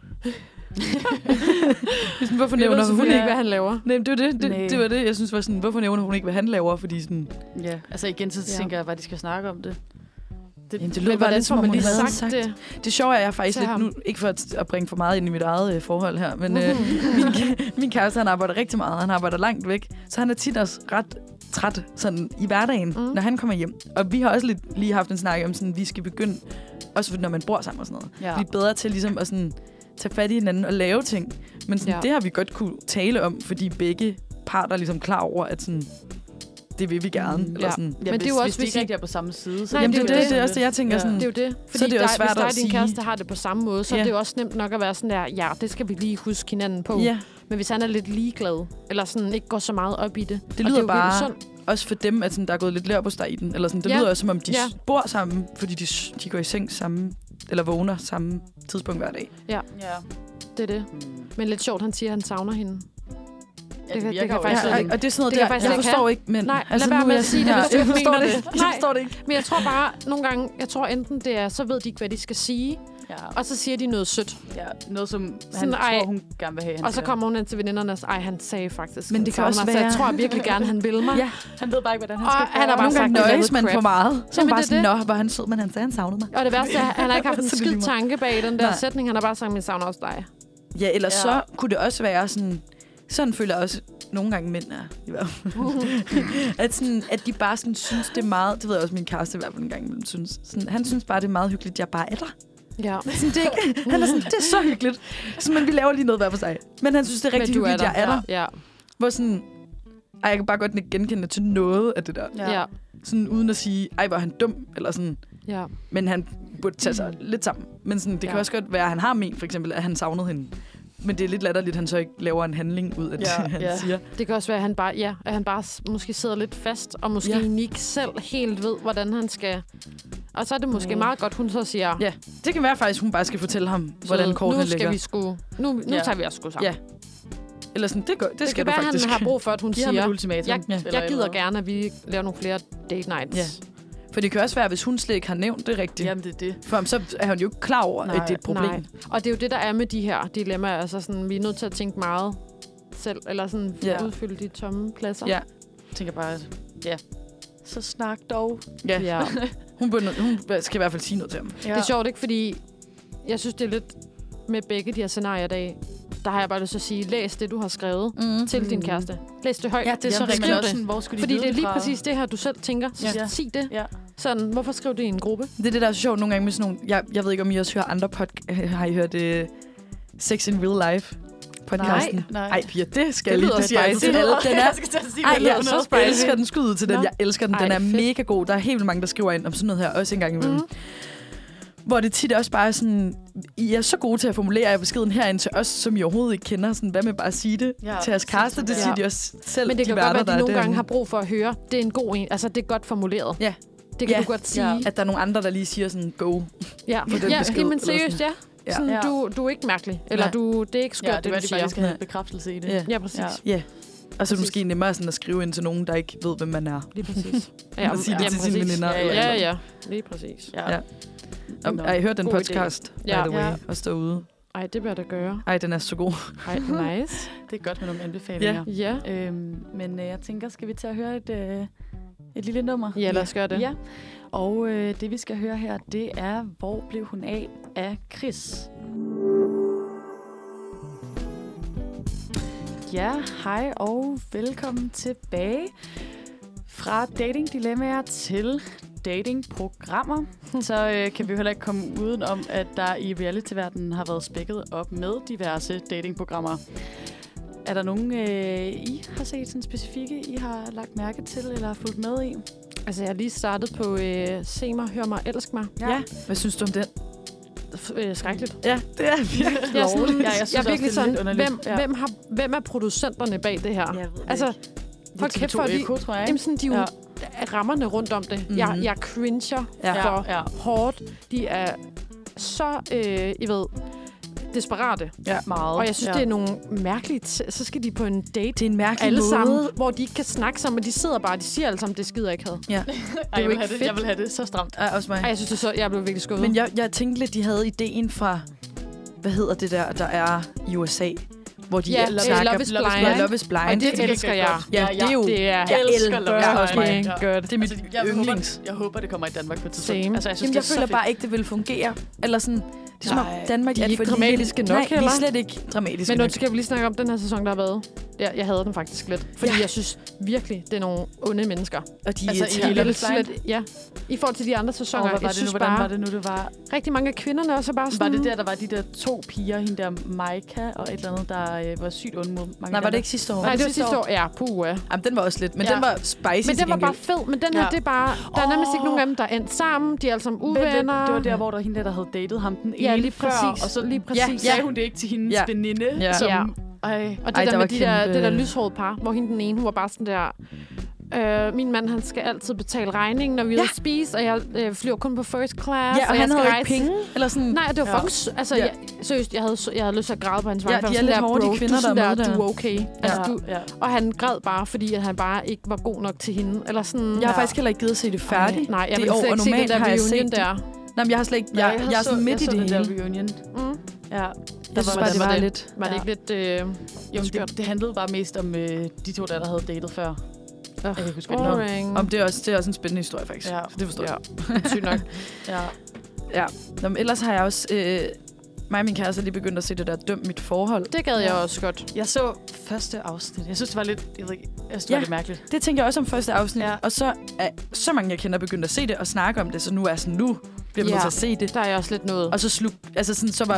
[SPEAKER 4] Sådan, hvorfor
[SPEAKER 2] Jeg ved
[SPEAKER 4] nævner hun
[SPEAKER 2] selvfølgelig ikke,
[SPEAKER 4] ikke?
[SPEAKER 2] hvad han laver.
[SPEAKER 4] Nej, det var det. Det,
[SPEAKER 3] Nej.
[SPEAKER 4] det var det. Jeg synes var sådan, hvorfor nævner hun ikke, hvad han laver? Fordi sådan,
[SPEAKER 3] Ja, altså igen, så
[SPEAKER 2] Ja.
[SPEAKER 3] tænker jeg bare, at de skal snakke om det. Det,
[SPEAKER 4] jamen, det
[SPEAKER 2] Men
[SPEAKER 4] lød bare
[SPEAKER 2] hvordan
[SPEAKER 4] lidt, som
[SPEAKER 2] får
[SPEAKER 4] om
[SPEAKER 2] man
[SPEAKER 4] hun
[SPEAKER 2] lige
[SPEAKER 4] havde
[SPEAKER 2] sagt,
[SPEAKER 4] sagt.
[SPEAKER 2] det?
[SPEAKER 4] Det sjove er, at jeg faktisk
[SPEAKER 2] til
[SPEAKER 4] lidt
[SPEAKER 2] ham?
[SPEAKER 4] nu, ikke for at, at bringe for meget ind i mit eget øh, forhold her, men øh, min, min kæreste, han arbejder rigtig meget. Han arbejder langt væk, så han er tit også ret træt sådan, i hverdagen,
[SPEAKER 2] Mm.
[SPEAKER 4] mm. når han kommer hjem. Og vi har også lidt, lige haft en snak om, sådan, vi skal begynde, også når man bor sammen og sådan noget,
[SPEAKER 3] Ja.
[SPEAKER 4] blive bedre til ligesom at sådan, tage fat i hinanden og lave ting. Men sådan,
[SPEAKER 2] Ja.
[SPEAKER 4] det har vi godt kunne tale om, fordi begge parter er ligesom klar over, at sådan, det vil vi gerne.
[SPEAKER 2] Mm,
[SPEAKER 4] eller
[SPEAKER 2] ja.
[SPEAKER 4] sådan.
[SPEAKER 3] Ja,
[SPEAKER 2] Men
[SPEAKER 3] hvis,
[SPEAKER 2] det er jo
[SPEAKER 3] hvis
[SPEAKER 2] også,
[SPEAKER 3] de
[SPEAKER 2] hvis
[SPEAKER 3] ikke
[SPEAKER 2] I-
[SPEAKER 3] rigtig er på samme side. Så
[SPEAKER 2] Nej,
[SPEAKER 4] Jamen, det er
[SPEAKER 2] det er
[SPEAKER 4] det,
[SPEAKER 2] jo
[SPEAKER 4] det er også det, jeg tænker
[SPEAKER 3] Ja.
[SPEAKER 4] sådan.
[SPEAKER 2] Det er jo det. Fordi
[SPEAKER 4] Så er det
[SPEAKER 2] dig,
[SPEAKER 4] også svært
[SPEAKER 2] hvis dig
[SPEAKER 4] at
[SPEAKER 2] og din
[SPEAKER 4] sige.
[SPEAKER 2] kæreste har det på samme måde, så
[SPEAKER 4] Ja.
[SPEAKER 2] er det jo også nemt nok at være sådan der, ja, det skal vi lige huske hinanden på.
[SPEAKER 4] Ja,
[SPEAKER 2] Men hvis han er lidt ligeglad, eller sådan ikke går så meget op i det,
[SPEAKER 4] det
[SPEAKER 2] og
[SPEAKER 4] lyder
[SPEAKER 2] det er jo
[SPEAKER 4] bare,
[SPEAKER 2] vildt sundt.
[SPEAKER 4] også for dem, at sådan, der er gået lidt lærpostej i den. Eller sådan, det
[SPEAKER 2] Ja.
[SPEAKER 4] lyder også, som om de
[SPEAKER 2] Ja.
[SPEAKER 4] bor sammen, fordi de, de går i seng samme, eller vågner samme tidspunkt hver dag.
[SPEAKER 3] Ja.
[SPEAKER 2] Det er det.
[SPEAKER 3] Mm.
[SPEAKER 2] Men lidt sjovt, han siger, at han savner hende.
[SPEAKER 3] Ja,
[SPEAKER 2] Det kan- det
[SPEAKER 3] virker
[SPEAKER 2] kan
[SPEAKER 3] jo
[SPEAKER 2] faktisk
[SPEAKER 3] ikke
[SPEAKER 2] slet
[SPEAKER 4] Ja,
[SPEAKER 3] sådan.
[SPEAKER 4] og, og det er sådan noget,
[SPEAKER 2] Det
[SPEAKER 4] der,
[SPEAKER 2] kan jeg
[SPEAKER 4] jeg,
[SPEAKER 2] faktisk
[SPEAKER 4] forstår
[SPEAKER 2] ikke
[SPEAKER 4] ikke, men...
[SPEAKER 2] Nej,
[SPEAKER 4] altså,
[SPEAKER 2] lad være
[SPEAKER 4] nu
[SPEAKER 2] med
[SPEAKER 4] er
[SPEAKER 2] at sige det,
[SPEAKER 4] ja,
[SPEAKER 2] hvis du
[SPEAKER 4] jeg
[SPEAKER 2] ikke
[SPEAKER 4] forstår
[SPEAKER 2] mener
[SPEAKER 4] det.
[SPEAKER 2] det.
[SPEAKER 4] ikke. Jeg
[SPEAKER 2] Nej.
[SPEAKER 4] forstår det ikke.
[SPEAKER 2] Men jeg tror bare, nogle gange, jeg tror enten det er, så ved de ikke, hvad de skal sige,
[SPEAKER 3] Ja.
[SPEAKER 2] og så siger de noget sødt.
[SPEAKER 3] Ja, noget, som han
[SPEAKER 2] Sådan, ej.
[SPEAKER 3] tror, hun gerne vil have. han
[SPEAKER 2] Og så
[SPEAKER 3] siger.
[SPEAKER 2] kommer hun ind til veninderne og siger, ej, han sagde faktisk,
[SPEAKER 4] Men
[SPEAKER 2] han
[SPEAKER 4] det kan
[SPEAKER 2] savner
[SPEAKER 4] også
[SPEAKER 2] mig, så jeg
[SPEAKER 4] være-
[SPEAKER 2] tror virkelig gerne, han vil mig.
[SPEAKER 4] Ja,
[SPEAKER 3] Han ved bare ikke, hvordan han
[SPEAKER 2] Og
[SPEAKER 3] skal
[SPEAKER 2] han har bare
[SPEAKER 4] nogle
[SPEAKER 2] sagt
[SPEAKER 4] gange
[SPEAKER 2] et eller
[SPEAKER 4] nøjes
[SPEAKER 2] andet
[SPEAKER 4] man
[SPEAKER 2] crap.
[SPEAKER 4] for meget. Så er
[SPEAKER 2] Jamen,
[SPEAKER 4] man bare
[SPEAKER 2] det er
[SPEAKER 4] sådan, nå, var han sød, men han sagde, han savnede mig.
[SPEAKER 2] Og det værste er, at han har ikke haft en
[SPEAKER 4] Så er det lige
[SPEAKER 2] skid
[SPEAKER 4] meget.
[SPEAKER 2] tanke bag den der
[SPEAKER 4] Nej.
[SPEAKER 2] sætning. Han har bare sagt, at jeg savner også dig.
[SPEAKER 4] Ja, eller
[SPEAKER 3] Ja.
[SPEAKER 4] så kunne det også være sådan... Sådan føler jeg også nogle gange mænd er. I hvert fald. at, sådan, at de bare sådan, synes, det er meget... Det ved jeg også, min kæreste i hvert fald en gang imellem synes. Sådan, han synes bare, det er meget hyggeligt, at jeg bare er der.
[SPEAKER 2] Ja.
[SPEAKER 4] Sådan, det er ikke, han er sådan, det er så hyggeligt. Så, men vi laver lige noget hver for sig. Men han synes, det er rigtig
[SPEAKER 2] Men du
[SPEAKER 4] hyggeligt, at jeg er der.
[SPEAKER 2] Ja.
[SPEAKER 4] Hvor sådan... Ej, jeg kan bare godt genkende til noget af det der.
[SPEAKER 2] Ja. Ja.
[SPEAKER 4] Sådan uden at sige, ej, hvor er han dum, eller sådan.
[SPEAKER 2] Ja.
[SPEAKER 4] Men han burde tage sig lidt sammen. Men sådan, det kan
[SPEAKER 2] Ja.
[SPEAKER 4] også godt være, at han har ment, for eksempel, at han savnede hende. Men det er lidt latterligt, at han så ikke laver en handling ud af det,
[SPEAKER 3] Ja,
[SPEAKER 4] han
[SPEAKER 3] ja.
[SPEAKER 4] siger.
[SPEAKER 2] Det kan også være, at han bare, ja, at han bare s- måske sidder lidt fast, og måske
[SPEAKER 4] Ja.
[SPEAKER 2] ja. ikke selv helt ved, hvordan han skal... Og så er det måske
[SPEAKER 3] Mm.
[SPEAKER 2] meget godt, hun så siger...
[SPEAKER 4] Ja, det kan være faktisk, at hun bare skal fortælle ham, hvordan
[SPEAKER 2] "Så
[SPEAKER 4] kortene
[SPEAKER 2] nu skal
[SPEAKER 4] ligger.
[SPEAKER 2] vi sgu... Nu, nu
[SPEAKER 3] Ja.
[SPEAKER 2] tager vi os sgu sammen.
[SPEAKER 4] Ja. Eller sådan, det, går, det,
[SPEAKER 2] Det
[SPEAKER 4] skal
[SPEAKER 2] kan
[SPEAKER 4] du
[SPEAKER 2] være,
[SPEAKER 4] faktisk.
[SPEAKER 2] han har brug for, at hun
[SPEAKER 3] Giv ham
[SPEAKER 2] siger...
[SPEAKER 3] et ultimatum.
[SPEAKER 2] Jeg,
[SPEAKER 3] Ja.
[SPEAKER 2] jeg
[SPEAKER 3] Eller
[SPEAKER 2] gider
[SPEAKER 3] noget.
[SPEAKER 2] gerne, at vi laver nogle flere date nights.
[SPEAKER 4] Ja. For det kan også være, hvis hun slet ikke har nævnt det rigtigt.
[SPEAKER 3] Jamen, det er det.
[SPEAKER 4] For så er hun jo ikke klar over,
[SPEAKER 3] Nej,
[SPEAKER 4] at det er et problem.
[SPEAKER 2] Nej. Og det er jo det, der er med de her dilemmaer. Altså sådan, vi er nødt til at tænke meget selv, eller sådan
[SPEAKER 4] Ja.
[SPEAKER 2] udfylde de tomme pladser.
[SPEAKER 4] Ja.
[SPEAKER 3] Jeg tænker bare, at ja. Så snak dog.
[SPEAKER 4] Ja.
[SPEAKER 2] ja.
[SPEAKER 4] Hun, burde, hun skal i hvert fald sige noget til ham.
[SPEAKER 3] Ja.
[SPEAKER 2] Det er sjovt, ikke? Fordi jeg synes, det er lidt med begge de her scenarier i dag. Der har jeg bare lyst til at sige, læs det, du har skrevet
[SPEAKER 4] Mm.
[SPEAKER 2] til din kæreste. Læs det højt.
[SPEAKER 4] Ja, det er så
[SPEAKER 3] Jamen,
[SPEAKER 4] rigtigt.
[SPEAKER 3] men
[SPEAKER 2] også.
[SPEAKER 3] sådan, hvor skulle de
[SPEAKER 2] Fordi
[SPEAKER 3] vide
[SPEAKER 2] det er lige
[SPEAKER 3] fra?
[SPEAKER 2] præcis det her, du selv tænker. Så
[SPEAKER 3] Ja.
[SPEAKER 2] sig det.
[SPEAKER 3] Ja.
[SPEAKER 2] Sådan, hvorfor skriv det i en gruppe?
[SPEAKER 4] Det er det, der er så sjovt nogle gange med sådan nogle... Jeg, jeg ved ikke, om I også hører andre podcast... Har I hørt uh, Sex in Real Life podcasten?
[SPEAKER 3] Nej.
[SPEAKER 4] Ej, piger, det skal
[SPEAKER 2] Det
[SPEAKER 4] jeg lige
[SPEAKER 2] lyder
[SPEAKER 4] det siger jeg
[SPEAKER 2] spicy.
[SPEAKER 4] til alle. Den er,
[SPEAKER 3] Jeg skal til at sige,
[SPEAKER 4] ej,
[SPEAKER 3] det
[SPEAKER 4] jeg
[SPEAKER 3] lyder
[SPEAKER 2] så
[SPEAKER 3] noget.
[SPEAKER 2] spicy.
[SPEAKER 4] elsker den. Skud ud til den.
[SPEAKER 2] Nå.
[SPEAKER 4] Jeg elsker den. Den
[SPEAKER 2] Ej,
[SPEAKER 4] er
[SPEAKER 2] fedt.
[SPEAKER 4] mega god. Der er helt vildt mange, der skriver ind om sådan noget her, også en gang imellem.
[SPEAKER 2] Mm.
[SPEAKER 4] Hvor det tit også bare er sådan... I er så gode til at formulere beskeden herind til os, som I overhovedet ikke kender. Sådan, hvad med bare at sige det
[SPEAKER 3] Ja,
[SPEAKER 4] til jeres kæreste? Det
[SPEAKER 3] ja.
[SPEAKER 4] siger de også selv,
[SPEAKER 2] Men det
[SPEAKER 4] de
[SPEAKER 2] kan godt
[SPEAKER 4] værter,
[SPEAKER 2] være, at
[SPEAKER 4] der
[SPEAKER 2] de
[SPEAKER 4] er
[SPEAKER 2] nogle gange
[SPEAKER 4] derinde.
[SPEAKER 2] har brug for at høre, det er en god en. Altså, det er godt formuleret.
[SPEAKER 4] Ja.
[SPEAKER 2] Det kan
[SPEAKER 4] Ja.
[SPEAKER 2] du godt sige.
[SPEAKER 3] Ja.
[SPEAKER 2] Ja,
[SPEAKER 4] At der er nogle andre, der lige siger sådan, go.
[SPEAKER 2] ja.
[SPEAKER 4] på den
[SPEAKER 2] ja
[SPEAKER 4] besked,
[SPEAKER 2] men
[SPEAKER 4] eller
[SPEAKER 2] seriøst, ja.
[SPEAKER 4] Ja.
[SPEAKER 2] Sådan,
[SPEAKER 3] Ja.
[SPEAKER 2] du, du er ikke mærkelig. Eller
[SPEAKER 4] Nej.
[SPEAKER 2] du, det er ikke skørt,
[SPEAKER 3] Ja,
[SPEAKER 2] det,
[SPEAKER 3] det
[SPEAKER 2] det
[SPEAKER 3] var,
[SPEAKER 2] du
[SPEAKER 3] de
[SPEAKER 2] siger.
[SPEAKER 3] bare skal have
[SPEAKER 4] Ja.
[SPEAKER 3] bekræftelse i det.
[SPEAKER 4] Ja.
[SPEAKER 2] Ja, præcis.
[SPEAKER 3] Ja.
[SPEAKER 2] Ja.
[SPEAKER 4] Ja. Og så er det
[SPEAKER 2] Præcis.
[SPEAKER 4] måske nemmere sådan at skrive ind til nogen, der ikke ved, hvem man er.
[SPEAKER 2] Lige præcis. Ja,
[SPEAKER 4] Og sige det
[SPEAKER 2] ja,
[SPEAKER 4] til sine
[SPEAKER 2] præcis.
[SPEAKER 4] veninder.
[SPEAKER 3] Ja,
[SPEAKER 4] eller
[SPEAKER 2] Ja,
[SPEAKER 4] noget.
[SPEAKER 2] ja. Lige præcis.
[SPEAKER 3] Ja.
[SPEAKER 4] Ja. Om,
[SPEAKER 3] Nå.
[SPEAKER 4] har I hørt den
[SPEAKER 2] God idé.
[SPEAKER 4] podcast,
[SPEAKER 2] Ja.
[SPEAKER 4] by the way,
[SPEAKER 3] Ja.
[SPEAKER 4] og stå ude?
[SPEAKER 2] Ej, det bør der gøre.
[SPEAKER 4] Ej, den er så god.
[SPEAKER 2] Ej, nice.
[SPEAKER 3] Det er godt med nogle anbefalinger.
[SPEAKER 2] Ja.
[SPEAKER 3] Øhm, men øh, jeg tænker, skal vi til at høre et, øh, et lille nummer?
[SPEAKER 2] Ja, lad os gøre det.
[SPEAKER 3] Ja. Og øh, det, vi skal høre her, det er Hvor blev hun af? Af Chris. Ja, hej og velkommen tilbage fra dating dilemmaer til datingprogrammer. Så øh, kan vi jo heller ikke komme uden om, at der i reality-verdenen har været spækket op med diverse datingprogrammer. Er der nogen, øh, I har set sådan specifikke, I har lagt mærke til eller har fulgt med i?
[SPEAKER 2] Altså, jeg har lige startet på øh, Se mig, hør mig, elsk mig.
[SPEAKER 4] Ja. Hvad synes du om den?
[SPEAKER 2] F- øh, skrækkeligt.
[SPEAKER 4] Ja, det er virkelig
[SPEAKER 2] Jeg er, sådan,
[SPEAKER 3] lovligt.
[SPEAKER 2] jeg,
[SPEAKER 3] Ja, jeg
[SPEAKER 2] jeg,
[SPEAKER 3] synes
[SPEAKER 2] jeg er
[SPEAKER 3] også,
[SPEAKER 2] virkelig
[SPEAKER 3] det er lidt
[SPEAKER 2] sådan,
[SPEAKER 3] underligt.
[SPEAKER 2] hvem,
[SPEAKER 3] Ja.
[SPEAKER 2] hvem, har, hvem er producenterne bag det her?
[SPEAKER 3] Jeg ved
[SPEAKER 2] Altså, hold
[SPEAKER 3] T V
[SPEAKER 2] kæft,
[SPEAKER 3] to
[SPEAKER 2] hvor er de,
[SPEAKER 3] Eko, tror jeg,
[SPEAKER 2] jamen
[SPEAKER 3] ikke?
[SPEAKER 2] sådan, de er jo
[SPEAKER 3] Ja.
[SPEAKER 2] rammerne rundt om det.
[SPEAKER 4] Mhm.
[SPEAKER 2] Mm-hmm. Jeg, jeg cringer
[SPEAKER 4] Ja.
[SPEAKER 2] ja. for
[SPEAKER 3] Ja.
[SPEAKER 2] hårdt. De er så, øh, I ved, desperate.
[SPEAKER 4] Ja.
[SPEAKER 3] Meget.
[SPEAKER 2] Og jeg synes,
[SPEAKER 3] ja.
[SPEAKER 2] ja. det er nogle mærkelige... T- så skal de på en date
[SPEAKER 4] Det er en mærkelig
[SPEAKER 2] alle
[SPEAKER 4] måde.
[SPEAKER 2] sammen, hvor de ikke kan snakke sammen, og de sidder bare, de siger alle sammen, det skider jeg ikke havde.
[SPEAKER 4] Ja.
[SPEAKER 3] Ej,
[SPEAKER 2] jo
[SPEAKER 3] jeg vil
[SPEAKER 2] ikke
[SPEAKER 3] have det.
[SPEAKER 2] fedt.
[SPEAKER 3] Jeg vil have det så stramt.
[SPEAKER 4] Ej, også mig.
[SPEAKER 2] Ej, jeg synes, det er så... Jeg blev virkelig skuffet.
[SPEAKER 4] Men jeg, jeg tænkte lidt, de havde ideen fra, hvad hedder det der, der er i U S A, hvor de
[SPEAKER 2] Ja,
[SPEAKER 4] ellers
[SPEAKER 2] øh,
[SPEAKER 4] snakker...
[SPEAKER 2] Love is
[SPEAKER 3] Love is
[SPEAKER 2] Blind.
[SPEAKER 4] Ja, Love is Blind.
[SPEAKER 2] Og det
[SPEAKER 4] Fordi-
[SPEAKER 2] elsker jeg.
[SPEAKER 4] Ja, det er jo...
[SPEAKER 2] det er
[SPEAKER 3] Jeg elsker
[SPEAKER 4] el-
[SPEAKER 3] Love is
[SPEAKER 4] Ja, også mig.
[SPEAKER 3] Blind.
[SPEAKER 2] fucking godt.
[SPEAKER 4] Det er mit
[SPEAKER 3] Altså, jeg,
[SPEAKER 4] yndlings.
[SPEAKER 3] håber, jeg håber, det kommer i Danmark på et tidspunkt.
[SPEAKER 2] Same.
[SPEAKER 3] Altså, jeg synes,
[SPEAKER 4] Jamen,
[SPEAKER 3] det
[SPEAKER 4] jeg
[SPEAKER 3] er så
[SPEAKER 4] føler
[SPEAKER 3] fedt.
[SPEAKER 4] bare ikke, det vil fungere. Eller sådan... Det er som om
[SPEAKER 3] Nej,
[SPEAKER 4] Danmark
[SPEAKER 2] de er
[SPEAKER 4] er
[SPEAKER 2] ikke
[SPEAKER 4] for
[SPEAKER 2] dramatiske
[SPEAKER 4] lille.
[SPEAKER 2] nok,
[SPEAKER 4] Nej, vi
[SPEAKER 2] heller.
[SPEAKER 4] er slet ikke dramatiske
[SPEAKER 2] Men nu
[SPEAKER 4] nok.
[SPEAKER 2] skal vi lige snakke om den her sæson, der har været. jeg, jeg hader dem faktisk lidt. Fordi
[SPEAKER 4] Ja.
[SPEAKER 2] jeg synes virkelig, det er nogle onde mennesker.
[SPEAKER 4] Og de
[SPEAKER 3] Altså,
[SPEAKER 4] irriterer.
[SPEAKER 3] i
[SPEAKER 2] Jeg vil
[SPEAKER 3] Love is
[SPEAKER 2] slet, ja. I forhold til de andre sæsoner.
[SPEAKER 3] Og hvad var
[SPEAKER 2] jeg
[SPEAKER 3] det
[SPEAKER 2] synes
[SPEAKER 3] nu? Hvordan
[SPEAKER 2] bare,
[SPEAKER 3] var det nu, det var?
[SPEAKER 2] rigtig mange af kvinderne også er bare
[SPEAKER 3] Var
[SPEAKER 2] sådan...
[SPEAKER 3] det der, der var de der to piger, hende der Maika og et eller andet, der øh, var sygt onde mod mange
[SPEAKER 4] Nej, var
[SPEAKER 3] andre?
[SPEAKER 4] det ikke sidste år?
[SPEAKER 2] Nej, det var
[SPEAKER 3] sidste
[SPEAKER 2] sidste år. Ja, puh, ja.
[SPEAKER 4] Jamen, den var også lidt, men
[SPEAKER 3] Ja.
[SPEAKER 4] den var spicy
[SPEAKER 2] Men
[SPEAKER 4] til
[SPEAKER 2] den var bare
[SPEAKER 4] gengæld.
[SPEAKER 2] fed. Men den her,
[SPEAKER 3] Ja.
[SPEAKER 2] det er bare... Der er nærmest
[SPEAKER 3] Åh.
[SPEAKER 2] ikke nogen af dem, der er endt sammen. De er alle sammen
[SPEAKER 3] Vent lidt,
[SPEAKER 2] uvenner.
[SPEAKER 3] det var der, hvor der hende der, der havde datet ham den
[SPEAKER 2] Ja,
[SPEAKER 3] ene
[SPEAKER 2] lige
[SPEAKER 3] før,
[SPEAKER 2] præcis.
[SPEAKER 3] og så
[SPEAKER 2] Lige præcis.
[SPEAKER 3] sagde hun det ikke til hendes
[SPEAKER 4] Ja.
[SPEAKER 3] veninde,
[SPEAKER 4] Ja.
[SPEAKER 3] som...
[SPEAKER 2] Ja.
[SPEAKER 3] Ej.
[SPEAKER 2] Og det
[SPEAKER 4] Ej,
[SPEAKER 2] der,
[SPEAKER 4] der
[SPEAKER 2] med
[SPEAKER 4] var
[SPEAKER 2] de der,
[SPEAKER 4] kæmpe-
[SPEAKER 2] det der lyshårede par, hvor hende den ene, hun var bare sådan der... Øh, min mand, han skal altid betale regningen, når vi er
[SPEAKER 4] Ja.
[SPEAKER 2] ude at spise, og jeg øh, flyver kun på first class.
[SPEAKER 4] Ja, og
[SPEAKER 2] jeg
[SPEAKER 4] han
[SPEAKER 2] skal
[SPEAKER 4] havde ikke
[SPEAKER 2] rejse-
[SPEAKER 4] penge. Eller sådan.
[SPEAKER 2] Nej, det var
[SPEAKER 3] Ja.
[SPEAKER 2] fucking... Ja. Altså,
[SPEAKER 4] Ja.
[SPEAKER 2] jeg, seriøst, jeg havde, jeg havde lyst til at græde på hans vej.
[SPEAKER 4] Ja,
[SPEAKER 2] for
[SPEAKER 4] de
[SPEAKER 2] jeg
[SPEAKER 4] er
[SPEAKER 2] var
[SPEAKER 4] lidt
[SPEAKER 2] sådan
[SPEAKER 4] hårde, de
[SPEAKER 2] bro,
[SPEAKER 4] kvinder,
[SPEAKER 2] du sådan
[SPEAKER 4] der er med
[SPEAKER 2] Du
[SPEAKER 4] der.
[SPEAKER 2] er okay. Altså, du,
[SPEAKER 3] ja.
[SPEAKER 2] og han græd bare, fordi at han bare ikke var god nok til hende. Eller sådan...
[SPEAKER 4] Jeg har
[SPEAKER 3] Ja.
[SPEAKER 4] faktisk heller ikke givet at se det færdigt.
[SPEAKER 2] Nej, jeg
[SPEAKER 4] det
[SPEAKER 2] vil
[SPEAKER 4] er år,
[SPEAKER 2] slet
[SPEAKER 4] og
[SPEAKER 2] ikke se den
[SPEAKER 4] normalt
[SPEAKER 2] der
[SPEAKER 4] har jeg
[SPEAKER 2] reunion
[SPEAKER 4] set det.
[SPEAKER 2] der.
[SPEAKER 4] Nej, men jeg har slet ikke... Jeg, jeg, jeg er sådan midt i det hele.
[SPEAKER 3] Jeg så den der reunion.
[SPEAKER 2] Mm.
[SPEAKER 3] Ja.
[SPEAKER 4] Jeg synes
[SPEAKER 3] var-
[SPEAKER 4] bare, det
[SPEAKER 3] hvordan
[SPEAKER 4] var
[SPEAKER 3] var
[SPEAKER 4] lidt...
[SPEAKER 2] Var det
[SPEAKER 3] Ja.
[SPEAKER 2] ikke lidt... Øh,
[SPEAKER 3] Jo,
[SPEAKER 2] skørt?
[SPEAKER 3] det, det handlede bare mest om øh, de to der, der havde datet før.
[SPEAKER 2] øh,
[SPEAKER 3] Jeg kan ikke huske, hvad det hed.
[SPEAKER 2] boring.
[SPEAKER 4] Om det er også, det er også en spændende historie, faktisk.
[SPEAKER 3] Ja.
[SPEAKER 4] Så det forstår jeg.
[SPEAKER 2] Ja, sygt nok.
[SPEAKER 3] Ja.
[SPEAKER 4] Ja. Nå, men ellers har jeg også... Øh, mig og min kæreste er lige begyndt at se det der Døm mit forhold.
[SPEAKER 2] Det gad jeg
[SPEAKER 3] Ja.
[SPEAKER 2] også godt.
[SPEAKER 3] Jeg så første afsnit. Jeg synes, det var lidt, jeg ved ikke, jeg synes, det var
[SPEAKER 4] Ja.
[SPEAKER 3] lidt mærkeligt.
[SPEAKER 4] Det tænker jeg også om første afsnit.
[SPEAKER 3] Ja.
[SPEAKER 4] Og så er så mange, jeg kender, begyndt at se det og snakke om det, så nu er sådan, nu bliver man
[SPEAKER 2] Ja.
[SPEAKER 4] nødt til at se det.
[SPEAKER 2] Der er jeg også lidt noget.
[SPEAKER 4] Og så slug, altså sådan, så var...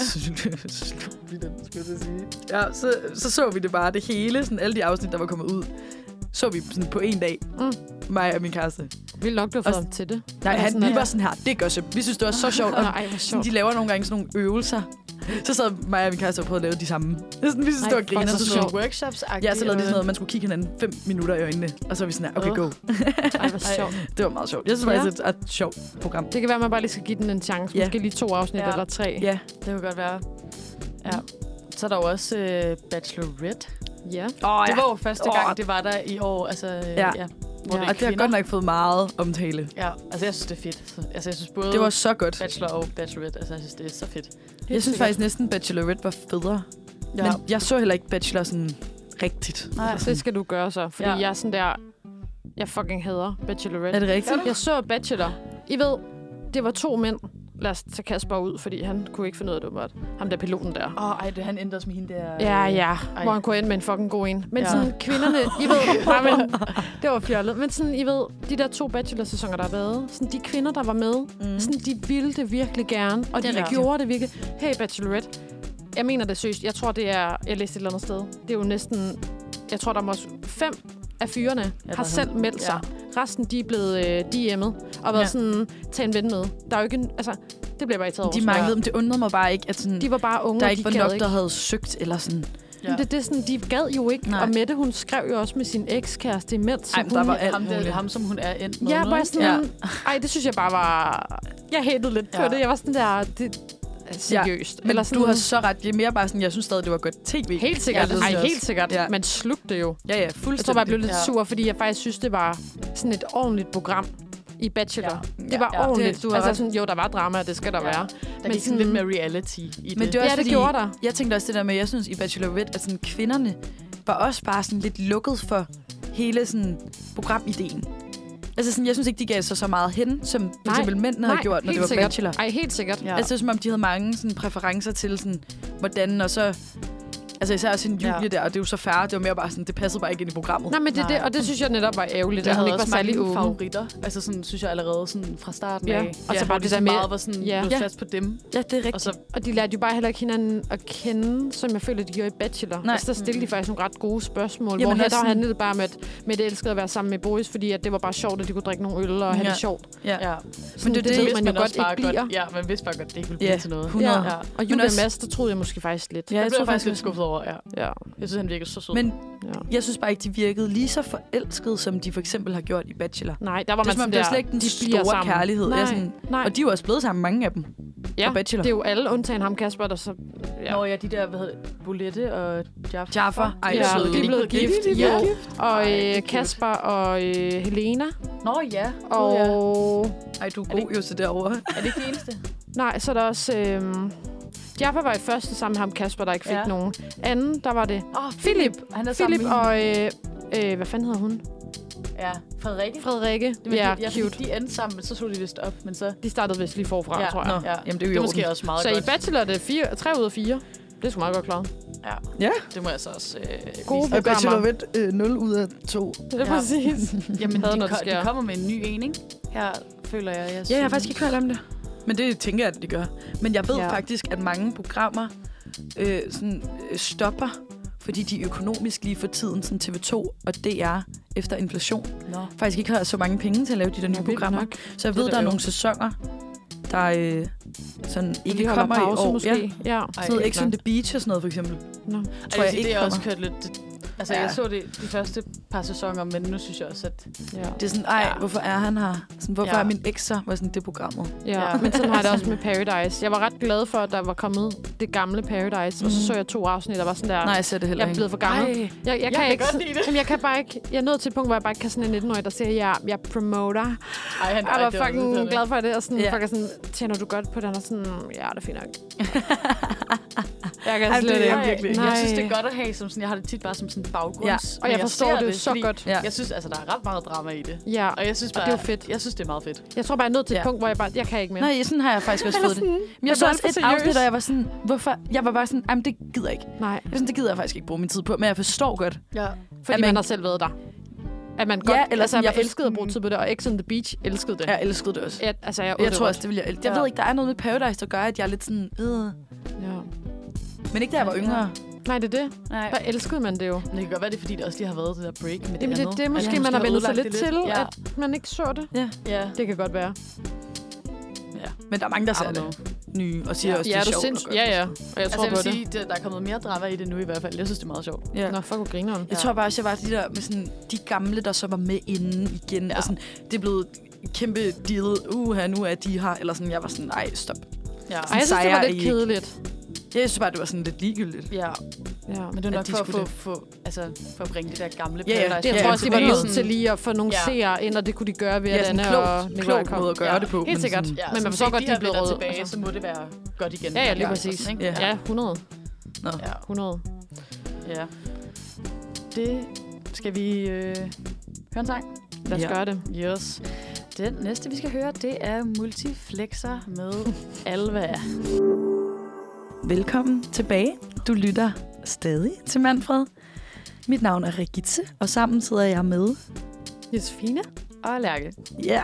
[SPEAKER 4] slug vi den, skulle jeg til at sige. Ja, så, så så vi det bare, det hele, sådan alle de afsnit, der var kommet ud, så vi sådan på en dag,
[SPEAKER 2] Mm.
[SPEAKER 4] mig og min kæreste.
[SPEAKER 2] Vil nok, du har fået
[SPEAKER 4] Og-
[SPEAKER 2] ham til det.
[SPEAKER 4] Nej,
[SPEAKER 2] Ja,
[SPEAKER 4] han,
[SPEAKER 2] sådan,
[SPEAKER 4] vi
[SPEAKER 2] ja.
[SPEAKER 4] var sådan her, det gør så. Vi synes, det var så sjovt. Og
[SPEAKER 2] Nej, hvor
[SPEAKER 4] sådan,
[SPEAKER 2] sjovt.
[SPEAKER 4] de laver nogle gange sådan nogle øvelser. Så sad mig og min kæreste og prøvede at lave de samme. Det er sådan, vi synes,
[SPEAKER 2] Ej,
[SPEAKER 4] det var
[SPEAKER 2] fuck,
[SPEAKER 4] griner.
[SPEAKER 2] så
[SPEAKER 4] Så
[SPEAKER 2] sjovt.
[SPEAKER 4] sådan,
[SPEAKER 3] Workshops
[SPEAKER 4] ja, så lavede de sådan noget, man skulle kigge hinanden fem minutter i øjnene. Og så var vi sådan her, okay,
[SPEAKER 3] Øh.
[SPEAKER 4] go.
[SPEAKER 2] Ej, hvor sjovt.
[SPEAKER 4] Det var meget sjovt. Jeg synes
[SPEAKER 2] Ja.
[SPEAKER 4] faktisk, det er et, et sjovt program.
[SPEAKER 2] Det kan være, at man bare lige skal give den en chance.
[SPEAKER 4] Ja.
[SPEAKER 2] Måske lige to afsnit
[SPEAKER 3] Ja.
[SPEAKER 2] eller tre.
[SPEAKER 4] Ja.
[SPEAKER 3] Det kunne godt være. Ja. Så er der jo også øh, Bachelorette.
[SPEAKER 2] Ja.
[SPEAKER 4] Åh,
[SPEAKER 3] Det var jo første
[SPEAKER 4] Åh.
[SPEAKER 3] gang, det var der i år. Altså, øh,
[SPEAKER 4] Ja.
[SPEAKER 3] ja. Hvor
[SPEAKER 2] Ja.
[SPEAKER 3] det er
[SPEAKER 4] Og det har
[SPEAKER 3] kvinder.
[SPEAKER 4] godt nok fået meget omtale.
[SPEAKER 3] Ja, altså jeg synes, det er fedt. Så, altså jeg synes både
[SPEAKER 4] Det var så godt.
[SPEAKER 3] Bachelor og Bachelorette, altså jeg synes, det er så fedt.
[SPEAKER 4] Jeg synes faktisk næsten, Bachelorette var federe.
[SPEAKER 3] Ja.
[SPEAKER 4] Men jeg så heller ikke Bachelor sådan rigtigt.
[SPEAKER 3] Nej.
[SPEAKER 4] Altså,
[SPEAKER 2] Det skal du gøre så. Fordi
[SPEAKER 3] Ja.
[SPEAKER 2] jeg er sådan der... Jeg fucking hader Bachelorette.
[SPEAKER 4] er det rigtigt?
[SPEAKER 2] Jeg så Bachelor. I ved, det var to mænd. Lad os tage Kasper ud, fordi han kunne ikke finde ud af det, åbenbart. Ham der piloten der.
[SPEAKER 3] Åh, oh, ej, det, han endte også med hende der...
[SPEAKER 2] Ja, ja.
[SPEAKER 3] Ej.
[SPEAKER 2] Hvor han kunne ende med en fucking god en. Men
[SPEAKER 3] Ja.
[SPEAKER 2] sådan, kvinderne... I ved... Nej, men, det var fjollet. Men sådan, I ved, de der to Bachelor-sæsoner, der har været. Sådan, de kvinder, der var med,
[SPEAKER 4] Mm.
[SPEAKER 2] sådan, de ville det virkelig gerne. Og
[SPEAKER 3] Det er
[SPEAKER 2] de
[SPEAKER 3] rigtigt.
[SPEAKER 2] gjorde det virkelig. Hey, Bachelorette. Jeg mener det seriøst. Jeg tror, det er... Jeg læste et eller andet sted. Det er jo næsten... Jeg tror, der må også fem af fyrene
[SPEAKER 3] der
[SPEAKER 2] har
[SPEAKER 3] er
[SPEAKER 2] selv
[SPEAKER 3] sådan-
[SPEAKER 2] meldt sig. Resten, de er blevet øh, D M'et og været
[SPEAKER 3] Ja.
[SPEAKER 2] sådan, tag en ven med. Der er jo ikke en, altså, det bliver bare ikke taget
[SPEAKER 4] De
[SPEAKER 2] over.
[SPEAKER 4] manglede dem. Det undrede mig bare ikke, at sådan,
[SPEAKER 2] De var bare unge,
[SPEAKER 4] der
[SPEAKER 2] og
[SPEAKER 4] ikke
[SPEAKER 2] de
[SPEAKER 4] var
[SPEAKER 2] gad
[SPEAKER 4] nok,
[SPEAKER 2] ikke.
[SPEAKER 4] der havde søgt. Eller sådan.
[SPEAKER 3] Ja.
[SPEAKER 2] Men det, det er sådan, de gad jo ikke.
[SPEAKER 4] Nej.
[SPEAKER 2] Og Mette, hun skrev jo også med sin ekskæreste imens.
[SPEAKER 4] Ej,
[SPEAKER 2] som
[SPEAKER 4] der
[SPEAKER 2] hun,
[SPEAKER 4] var alt
[SPEAKER 3] ham, der,
[SPEAKER 4] muligt.
[SPEAKER 3] ham, som hun er endt med.
[SPEAKER 2] Ja,
[SPEAKER 3] nu,
[SPEAKER 2] bare
[SPEAKER 3] ikke?
[SPEAKER 2] sådan... Ej, det synes jeg bare var... Jeg hættede lidt på
[SPEAKER 3] Ja.
[SPEAKER 2] det. Jeg var sådan der... Det, seriøst.
[SPEAKER 4] Men
[SPEAKER 2] Eller
[SPEAKER 4] sådan,
[SPEAKER 2] sådan,
[SPEAKER 4] du har så ret. Det er mere bare sådan, jeg synes stadig, det var godt tv.
[SPEAKER 2] Helt sikkert.
[SPEAKER 4] Ja, det
[SPEAKER 2] Ej,
[SPEAKER 4] synes jeg
[SPEAKER 2] helt
[SPEAKER 4] også.
[SPEAKER 2] sikkert.
[SPEAKER 4] Ja.
[SPEAKER 2] Man slugte det jo.
[SPEAKER 4] Ja, ja,
[SPEAKER 2] Jeg
[SPEAKER 4] fuldstændig.
[SPEAKER 2] tror bare, jeg blev lidt
[SPEAKER 3] Ja.
[SPEAKER 2] sur, fordi jeg faktisk synes, det var sådan et ordentligt program i Bachelor.
[SPEAKER 3] Ja.
[SPEAKER 2] Det var
[SPEAKER 3] Ja, ja.
[SPEAKER 2] ordentligt.
[SPEAKER 4] Det- du har
[SPEAKER 2] altså
[SPEAKER 4] ret.
[SPEAKER 2] sådan, jo, der var drama, og det skal der
[SPEAKER 3] Ja.
[SPEAKER 2] være.
[SPEAKER 3] Der
[SPEAKER 2] Men
[SPEAKER 3] gik sådan
[SPEAKER 2] sådan-
[SPEAKER 3] lidt med reality i det.
[SPEAKER 4] Men det er også
[SPEAKER 2] Ja, det
[SPEAKER 4] fordi,
[SPEAKER 2] gjorde der.
[SPEAKER 4] jeg tænkte også det der med, jeg synes i Bachelorette, at sådan, kvinderne var også bare sådan lidt lukket for hele sådan, programideen. Altså sådan, jeg synes ikke, de gav sig så meget hen, som for
[SPEAKER 2] Nej.
[SPEAKER 4] eksempel mændene havde gjort, når det
[SPEAKER 2] helt
[SPEAKER 4] var
[SPEAKER 2] sikkert.
[SPEAKER 4] Bachelor.
[SPEAKER 2] Ej, helt sikkert.
[SPEAKER 3] Ja.
[SPEAKER 4] Altså som om, de havde mange sådan, præferencer til, sådan, hvordan, og så... Altså især også en Julie
[SPEAKER 3] Ja.
[SPEAKER 4] der, og det er jo så færre. Det var mere bare sådan, det passede bare ikke ind i programmet.
[SPEAKER 2] Nej, men det, det,
[SPEAKER 3] Nej.
[SPEAKER 2] og det synes jeg netop var ærgerligt,
[SPEAKER 3] Jeg
[SPEAKER 2] at hun
[SPEAKER 3] havde
[SPEAKER 2] ikke var
[SPEAKER 3] også
[SPEAKER 2] særlig
[SPEAKER 3] mange
[SPEAKER 2] åben.
[SPEAKER 3] favoritter. Altså sådan, synes jeg allerede sådan fra starten
[SPEAKER 2] Ja.
[SPEAKER 3] af.
[SPEAKER 2] Og så
[SPEAKER 3] Ja,
[SPEAKER 2] bare
[SPEAKER 3] hvor
[SPEAKER 2] det
[SPEAKER 3] de
[SPEAKER 2] der
[SPEAKER 3] så
[SPEAKER 2] med-
[SPEAKER 3] meget var sådan,
[SPEAKER 2] Ja.
[SPEAKER 3] blev
[SPEAKER 4] Ja.
[SPEAKER 3] sat på dem.
[SPEAKER 4] Ja, det er rigtigt.
[SPEAKER 3] Og så,
[SPEAKER 2] Og de lærte jo bare heller ikke hinanden at kende, som jeg føler, de gjorde i Bachelor.
[SPEAKER 4] Nej.
[SPEAKER 2] Altså, der stillede de faktisk nogle ret gode spørgsmål.
[SPEAKER 4] Jamen,
[SPEAKER 2] Hvor
[SPEAKER 4] også
[SPEAKER 2] her, der
[SPEAKER 4] sådan-
[SPEAKER 2] handlede det bare om, at Mette elskede at være sammen med Boris, fordi at det var bare sjovt, at de kunne drikke nogle øl og have
[SPEAKER 4] Ja.
[SPEAKER 2] det sjovt.
[SPEAKER 4] ja.
[SPEAKER 3] ja.
[SPEAKER 2] Sådan,
[SPEAKER 4] Men det er
[SPEAKER 2] det,
[SPEAKER 4] det,
[SPEAKER 2] ved
[SPEAKER 3] vidste
[SPEAKER 2] man jo godt
[SPEAKER 3] også bare
[SPEAKER 2] ikke bliver.
[SPEAKER 3] Godt, ja, man vidste bare godt, det ikke ville blive
[SPEAKER 4] Ja,
[SPEAKER 3] til noget.
[SPEAKER 4] hundrede.
[SPEAKER 2] Ja.
[SPEAKER 3] Ja.
[SPEAKER 2] Og
[SPEAKER 4] Men
[SPEAKER 2] Julia
[SPEAKER 4] også-
[SPEAKER 2] Mads, der troede jeg måske faktisk lidt.
[SPEAKER 4] Ja,
[SPEAKER 3] Jeg,
[SPEAKER 4] jeg
[SPEAKER 3] blev
[SPEAKER 4] tror
[SPEAKER 3] faktisk lidt
[SPEAKER 4] også-
[SPEAKER 3] skuffet over, ja.
[SPEAKER 2] Ja.
[SPEAKER 3] Jeg synes, han virkede så sød.
[SPEAKER 4] Men
[SPEAKER 2] ja.
[SPEAKER 4] jeg synes bare ikke, de virkede lige så forelskede, som de for eksempel har gjort i Bachelor.
[SPEAKER 2] Nej, der var
[SPEAKER 4] Det er
[SPEAKER 2] man
[SPEAKER 4] som om,
[SPEAKER 2] sådan
[SPEAKER 4] det er
[SPEAKER 2] der,
[SPEAKER 4] slet ikke den
[SPEAKER 2] de bliver
[SPEAKER 4] store
[SPEAKER 2] sammen.
[SPEAKER 4] kærlighed.
[SPEAKER 2] Nej,
[SPEAKER 4] Jeg er sådan,
[SPEAKER 2] nej.
[SPEAKER 4] og de er jo også blevet sammen, mange af dem.
[SPEAKER 2] Ja,
[SPEAKER 4] på Bachelor.
[SPEAKER 2] det er jo alle, undtagen ham Kasper, der så... Ja.
[SPEAKER 3] Nå ja, de der, hvad hedder det, Bolette og Jaffa.
[SPEAKER 4] Jaffa. Ej,
[SPEAKER 2] Ja,
[SPEAKER 4] søde.
[SPEAKER 2] de er blevet gift.
[SPEAKER 3] De
[SPEAKER 2] Jo.
[SPEAKER 3] er blevet gift.
[SPEAKER 2] Og
[SPEAKER 3] Ej, det er
[SPEAKER 2] øh,
[SPEAKER 3] cute.
[SPEAKER 2] Kasper og øh, Helena.
[SPEAKER 3] Nå ja.
[SPEAKER 2] Og...
[SPEAKER 3] Gud, ja.
[SPEAKER 4] Ej, du er
[SPEAKER 3] det
[SPEAKER 4] god jo til derovre.
[SPEAKER 3] Er det ikke det eneste?
[SPEAKER 2] Nej, så er der også... Øh, Jaffa var i første sammen med ham Kasper, der ikke fik
[SPEAKER 3] Ja.
[SPEAKER 2] ja. nogen. Anden, der var det
[SPEAKER 3] Åh, oh,
[SPEAKER 2] Philip.
[SPEAKER 3] Han er
[SPEAKER 2] Philip
[SPEAKER 3] sammen med
[SPEAKER 2] og... Øh, øh, hvad fanden hedder hun?
[SPEAKER 3] Ja, Frederikke.
[SPEAKER 2] Frederikke.
[SPEAKER 3] Det var,
[SPEAKER 2] Ja,
[SPEAKER 3] ja,
[SPEAKER 2] cute.
[SPEAKER 3] fordi de endte sammen, men så slog de vist op. Men så,
[SPEAKER 2] De startede vist lige forfra,
[SPEAKER 3] ja,
[SPEAKER 2] tror jeg.
[SPEAKER 4] Nå,
[SPEAKER 3] ja.
[SPEAKER 4] jamen, det er jo
[SPEAKER 3] det
[SPEAKER 4] i
[SPEAKER 3] er måske
[SPEAKER 4] orden.
[SPEAKER 3] også meget
[SPEAKER 2] Så
[SPEAKER 3] godt.
[SPEAKER 2] i Bachelor er det fire, tre ud af fire. Det er sgu meget godt klaret.
[SPEAKER 3] Ja.
[SPEAKER 4] Ja.
[SPEAKER 3] Det må jeg så også øh,
[SPEAKER 2] Gode
[SPEAKER 3] vise.
[SPEAKER 4] Og Bachelorette øh, nul ud af to.
[SPEAKER 2] Det er præcis.
[SPEAKER 3] Jamen,
[SPEAKER 2] Havde
[SPEAKER 3] de,
[SPEAKER 2] noget, der
[SPEAKER 3] ko- de
[SPEAKER 2] sker.
[SPEAKER 3] kommer med en ny en, ikke? Her føler jeg, jeg
[SPEAKER 4] Ja, jeg har faktisk ikke hørt om det. Men det tænker jeg, at de gør. Men jeg ved
[SPEAKER 2] Ja.
[SPEAKER 4] ja. faktisk, at mange programmer øh, sådan, øh, stopper, fordi de økonomisk lige for tiden, sådan T V to og D R, efter inflation,
[SPEAKER 3] Nå.
[SPEAKER 4] faktisk ikke har så mange penge til at lave de der nye
[SPEAKER 2] vildt
[SPEAKER 4] programmer.
[SPEAKER 2] nok.
[SPEAKER 4] Så jeg
[SPEAKER 3] Det
[SPEAKER 4] ved,
[SPEAKER 3] er
[SPEAKER 4] der er
[SPEAKER 3] da
[SPEAKER 4] nogle sæsoner, der øh, sådan ikke
[SPEAKER 2] De holder
[SPEAKER 4] kommer
[SPEAKER 2] pause,
[SPEAKER 4] i år.
[SPEAKER 2] måske.
[SPEAKER 4] Ja.
[SPEAKER 2] Ja.
[SPEAKER 3] Ej,
[SPEAKER 4] Sådan noget
[SPEAKER 3] ikke
[SPEAKER 4] X on the Beach og sådan noget, for eksempel.
[SPEAKER 2] Nå.
[SPEAKER 4] Tror
[SPEAKER 3] jeg,
[SPEAKER 4] jeg
[SPEAKER 3] sige,
[SPEAKER 4] ikke
[SPEAKER 3] det er også
[SPEAKER 4] kommer.
[SPEAKER 3] kørt lidt... Det, altså,
[SPEAKER 4] Ja.
[SPEAKER 3] jeg så det de første par sæsoner, men nu synes jeg også, at...
[SPEAKER 2] Ja.
[SPEAKER 4] Det er sådan, ej,
[SPEAKER 3] Ja.
[SPEAKER 4] hvorfor er han her? Sådan, hvorfor
[SPEAKER 3] Ja.
[SPEAKER 4] er min eks så? Var sådan det programmet.
[SPEAKER 2] Ja,
[SPEAKER 3] Ja.
[SPEAKER 2] men sådan har jeg det også med Paradise. Jeg var ret glad for, at der var kommet det gamle Paradise, mm. og så
[SPEAKER 4] Mhm.
[SPEAKER 2] så jeg to afsnit, der var sådan der...
[SPEAKER 4] Nej, jeg ser det heller
[SPEAKER 2] jeg er
[SPEAKER 4] ikke.
[SPEAKER 2] blevet for gammel.
[SPEAKER 3] Ej,
[SPEAKER 2] Jeg, jeg,
[SPEAKER 3] jeg
[SPEAKER 2] kan
[SPEAKER 3] kan
[SPEAKER 2] ikke,
[SPEAKER 3] godt lide det.
[SPEAKER 2] Jamen, jeg kan bare ikke... Jeg er nået til et punkt, hvor jeg bare ikke kan sådan en nitten-årig, der siger, at jeg, jeg promoter.
[SPEAKER 3] Ej, han,
[SPEAKER 2] Jeg var fucking glad for det, og sådan,
[SPEAKER 4] Ja.
[SPEAKER 2] ja. folk er sådan, tjener du godt på den? Og sådan, ja, det er fint nok. jeg kan
[SPEAKER 4] Ej,
[SPEAKER 2] slet
[SPEAKER 4] det er
[SPEAKER 2] ikke.
[SPEAKER 3] Jeg,
[SPEAKER 4] virkelig-
[SPEAKER 3] jeg
[SPEAKER 2] Nej.
[SPEAKER 3] synes, det er godt at have som sådan... Jeg har det tit bare som sådan baggrunds...
[SPEAKER 4] Ja.
[SPEAKER 2] Og jeg
[SPEAKER 3] men
[SPEAKER 2] forstår
[SPEAKER 3] ser
[SPEAKER 2] det så
[SPEAKER 3] fordi
[SPEAKER 2] godt.
[SPEAKER 4] Ja.
[SPEAKER 3] Jeg synes, altså, der er ret meget drama i det.
[SPEAKER 2] Ja,
[SPEAKER 3] Og jeg synes
[SPEAKER 2] og
[SPEAKER 3] bare...
[SPEAKER 2] det er jo fedt.
[SPEAKER 3] Jeg synes, det er meget fedt.
[SPEAKER 2] Jeg tror bare, jeg er nået til et
[SPEAKER 4] Ja.
[SPEAKER 2] punkt, hvor jeg bare, jeg kan ikke mere.
[SPEAKER 4] Nej, sådan har jeg faktisk også
[SPEAKER 2] Eller
[SPEAKER 4] fået det.
[SPEAKER 2] sådan,
[SPEAKER 4] Men jeg
[SPEAKER 2] jeg
[SPEAKER 4] så
[SPEAKER 2] bliver
[SPEAKER 4] også
[SPEAKER 2] alt
[SPEAKER 4] et
[SPEAKER 2] for
[SPEAKER 4] afsnit,
[SPEAKER 2] seriøs.
[SPEAKER 4] og jeg var sådan, hvorfor? Jeg var bare sådan, jamen det gider jeg ikke.
[SPEAKER 2] Nej,
[SPEAKER 4] Jeg var sådan, det gider jeg faktisk ikke bruge min tid på, men jeg forstår godt.
[SPEAKER 3] Ja.
[SPEAKER 2] fordi
[SPEAKER 4] At
[SPEAKER 2] man,
[SPEAKER 4] man-
[SPEAKER 2] man har selv været der. At man godt,
[SPEAKER 4] Ja,
[SPEAKER 2] ja,
[SPEAKER 4] eller
[SPEAKER 2] eller altså,
[SPEAKER 4] sådan,
[SPEAKER 2] at
[SPEAKER 4] jeg
[SPEAKER 2] man
[SPEAKER 4] for-
[SPEAKER 2] elskede at bruge tid på det, og X on the Beach elskede det.
[SPEAKER 4] Jeg elskede det også.
[SPEAKER 2] Jeg, altså, jeg,
[SPEAKER 4] Jeg tror også, det vil jeg. Jeg
[SPEAKER 3] Ja.
[SPEAKER 4] ved ikke, der er noget med Paradise, der gør, at jeg er lidt sådan, øh.
[SPEAKER 2] Ja.
[SPEAKER 4] Men ikke da jeg var yngre.
[SPEAKER 2] Nej, det er det.
[SPEAKER 3] Nej.
[SPEAKER 2] Der elskede man det jo.
[SPEAKER 3] Men det kan godt være, det er, fordi det også lige har været det der break med det
[SPEAKER 2] Jamen, det,
[SPEAKER 3] andet.
[SPEAKER 2] det er måske,
[SPEAKER 3] Altså,
[SPEAKER 2] man har vendt sig
[SPEAKER 3] ødelagt
[SPEAKER 2] lidt
[SPEAKER 3] det
[SPEAKER 2] til,
[SPEAKER 3] Ja.
[SPEAKER 2] at man ikke så det.
[SPEAKER 4] Ja.
[SPEAKER 3] Ja.
[SPEAKER 2] Det kan godt være.
[SPEAKER 3] Ja.
[SPEAKER 4] Men der er mange, der
[SPEAKER 3] I
[SPEAKER 4] ser
[SPEAKER 3] don't
[SPEAKER 4] det
[SPEAKER 3] know.
[SPEAKER 4] nye, og siger
[SPEAKER 3] Ja.
[SPEAKER 4] også,
[SPEAKER 2] Ja,
[SPEAKER 4] det
[SPEAKER 2] er
[SPEAKER 4] er
[SPEAKER 2] du
[SPEAKER 4] sjovt.
[SPEAKER 2] sindssygt?
[SPEAKER 4] og godt.
[SPEAKER 2] Ja, ja. Og jeg
[SPEAKER 3] Altså,
[SPEAKER 2] tror
[SPEAKER 3] jeg
[SPEAKER 2] på
[SPEAKER 3] vil
[SPEAKER 2] det.
[SPEAKER 3] sige, det, der er kommet mere drama i det nu i hvert fald. Jeg synes, det er meget sjovt.
[SPEAKER 4] Ja.
[SPEAKER 2] Nå, fuck, hvor griner hun.
[SPEAKER 4] Jeg tror bare også, jeg var de der med sådan, de gamle, der så var med inden igen.
[SPEAKER 3] Ja.
[SPEAKER 4] Og sådan, det er blevet en kæmpe deal. Uha, nu er de her. Eller sådan, jeg var sådan, nej, stop.
[SPEAKER 3] Ja.
[SPEAKER 2] Ej, jeg synes, det
[SPEAKER 4] sejrer
[SPEAKER 2] var
[SPEAKER 4] I
[SPEAKER 2] lidt
[SPEAKER 4] ikke.
[SPEAKER 2] kedeligt.
[SPEAKER 4] Jeg synes bare, det var sådan lidt ligegyldigt.
[SPEAKER 3] Ja,
[SPEAKER 2] Ja.
[SPEAKER 3] men det er nok
[SPEAKER 4] de
[SPEAKER 3] for at
[SPEAKER 4] skulle
[SPEAKER 3] få, få, altså, for at bringe det der gamle
[SPEAKER 4] Ja, ja.
[SPEAKER 3] Paradise.
[SPEAKER 2] Det, jeg
[SPEAKER 4] Ja,
[SPEAKER 2] tror også, de var
[SPEAKER 4] fordi-
[SPEAKER 2] nødt
[SPEAKER 3] sådan-
[SPEAKER 2] til lige at få nogle
[SPEAKER 3] Ja.
[SPEAKER 2] seere ind, og det kunne de gøre ved,
[SPEAKER 4] Ja,
[SPEAKER 2] at
[SPEAKER 4] sådan
[SPEAKER 2] Anna
[SPEAKER 4] klog,
[SPEAKER 2] og Nicolaj
[SPEAKER 4] klog måde at
[SPEAKER 2] kom.
[SPEAKER 4] gøre
[SPEAKER 3] Ja,
[SPEAKER 4] det på.
[SPEAKER 2] helt
[SPEAKER 4] men
[SPEAKER 2] sikkert.
[SPEAKER 4] sådan-
[SPEAKER 3] Ja,
[SPEAKER 2] Men man
[SPEAKER 3] så
[SPEAKER 2] forstår
[SPEAKER 3] hvis
[SPEAKER 2] godt,
[SPEAKER 3] ikke
[SPEAKER 2] de er
[SPEAKER 3] har
[SPEAKER 2] blevet
[SPEAKER 3] vendt
[SPEAKER 2] røde.
[SPEAKER 3] tilbage,
[SPEAKER 2] Altså.
[SPEAKER 3] så må det være godt igen.
[SPEAKER 2] Ja, ja, lige
[SPEAKER 3] Ja,
[SPEAKER 2] præcis.
[SPEAKER 3] ikke?
[SPEAKER 4] Ja.
[SPEAKER 2] Ja, hundrede.
[SPEAKER 4] Nå.
[SPEAKER 3] Ja.
[SPEAKER 2] hundrede.
[SPEAKER 3] Ja. Det skal vi øh, høre en sang.
[SPEAKER 2] Lad os
[SPEAKER 4] Ja.
[SPEAKER 2] gøre det.
[SPEAKER 3] Yes. Den næste, vi skal høre, det er Multiflexer med Alva.
[SPEAKER 4] Velkommen tilbage. Du lytter stadig til Manfred. Mit navn er Regitze, og sammen sidder jeg med...
[SPEAKER 2] Josefine?
[SPEAKER 3] Og Lærke.
[SPEAKER 4] Ja.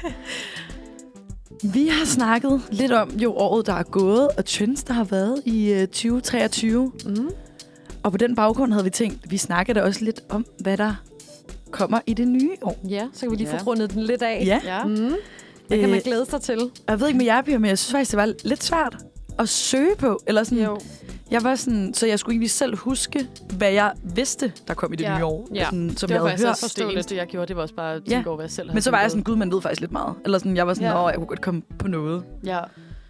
[SPEAKER 4] Vi har snakket lidt om jo året, der er gået, og trends, der har været i øh, tyve treogtyve.
[SPEAKER 2] Mm.
[SPEAKER 4] Og på den baggrund havde vi tænkt, vi snakker da også lidt om, hvad der kommer i det nye år.
[SPEAKER 2] Ja, så kan vi lige
[SPEAKER 3] Ja.
[SPEAKER 2] få rundet den lidt af.
[SPEAKER 4] Ja.
[SPEAKER 3] Ja.
[SPEAKER 2] Mm. Hvad kan man
[SPEAKER 4] Øh,
[SPEAKER 2] glæde sig til?
[SPEAKER 4] Og jeg ved ikke med jer, Pia, men jeg synes faktisk, det var lidt svært at søge på. Eller sådan,
[SPEAKER 2] Jo.
[SPEAKER 4] jeg var sådan, så jeg skulle egentlig selv huske, hvad jeg vidste, der kom i det
[SPEAKER 3] Ja.
[SPEAKER 4] nye år.
[SPEAKER 2] Ja.
[SPEAKER 4] Sådan, som
[SPEAKER 3] Det
[SPEAKER 4] jeg
[SPEAKER 3] var
[SPEAKER 4] havde
[SPEAKER 3] faktisk
[SPEAKER 4] hørt.
[SPEAKER 3] også det
[SPEAKER 2] Forståeligt.
[SPEAKER 3] eneste, jeg gjorde. Det var også bare at
[SPEAKER 4] Ja.
[SPEAKER 3] tænke over, hvad jeg selv havde
[SPEAKER 4] Men så var jeg
[SPEAKER 3] tænkt
[SPEAKER 4] sådan, gud, man ved faktisk lidt meget. Eller sådan, jeg var sådan,
[SPEAKER 3] Ja.
[SPEAKER 4] åh, jeg kunne godt komme på noget.
[SPEAKER 3] Ja.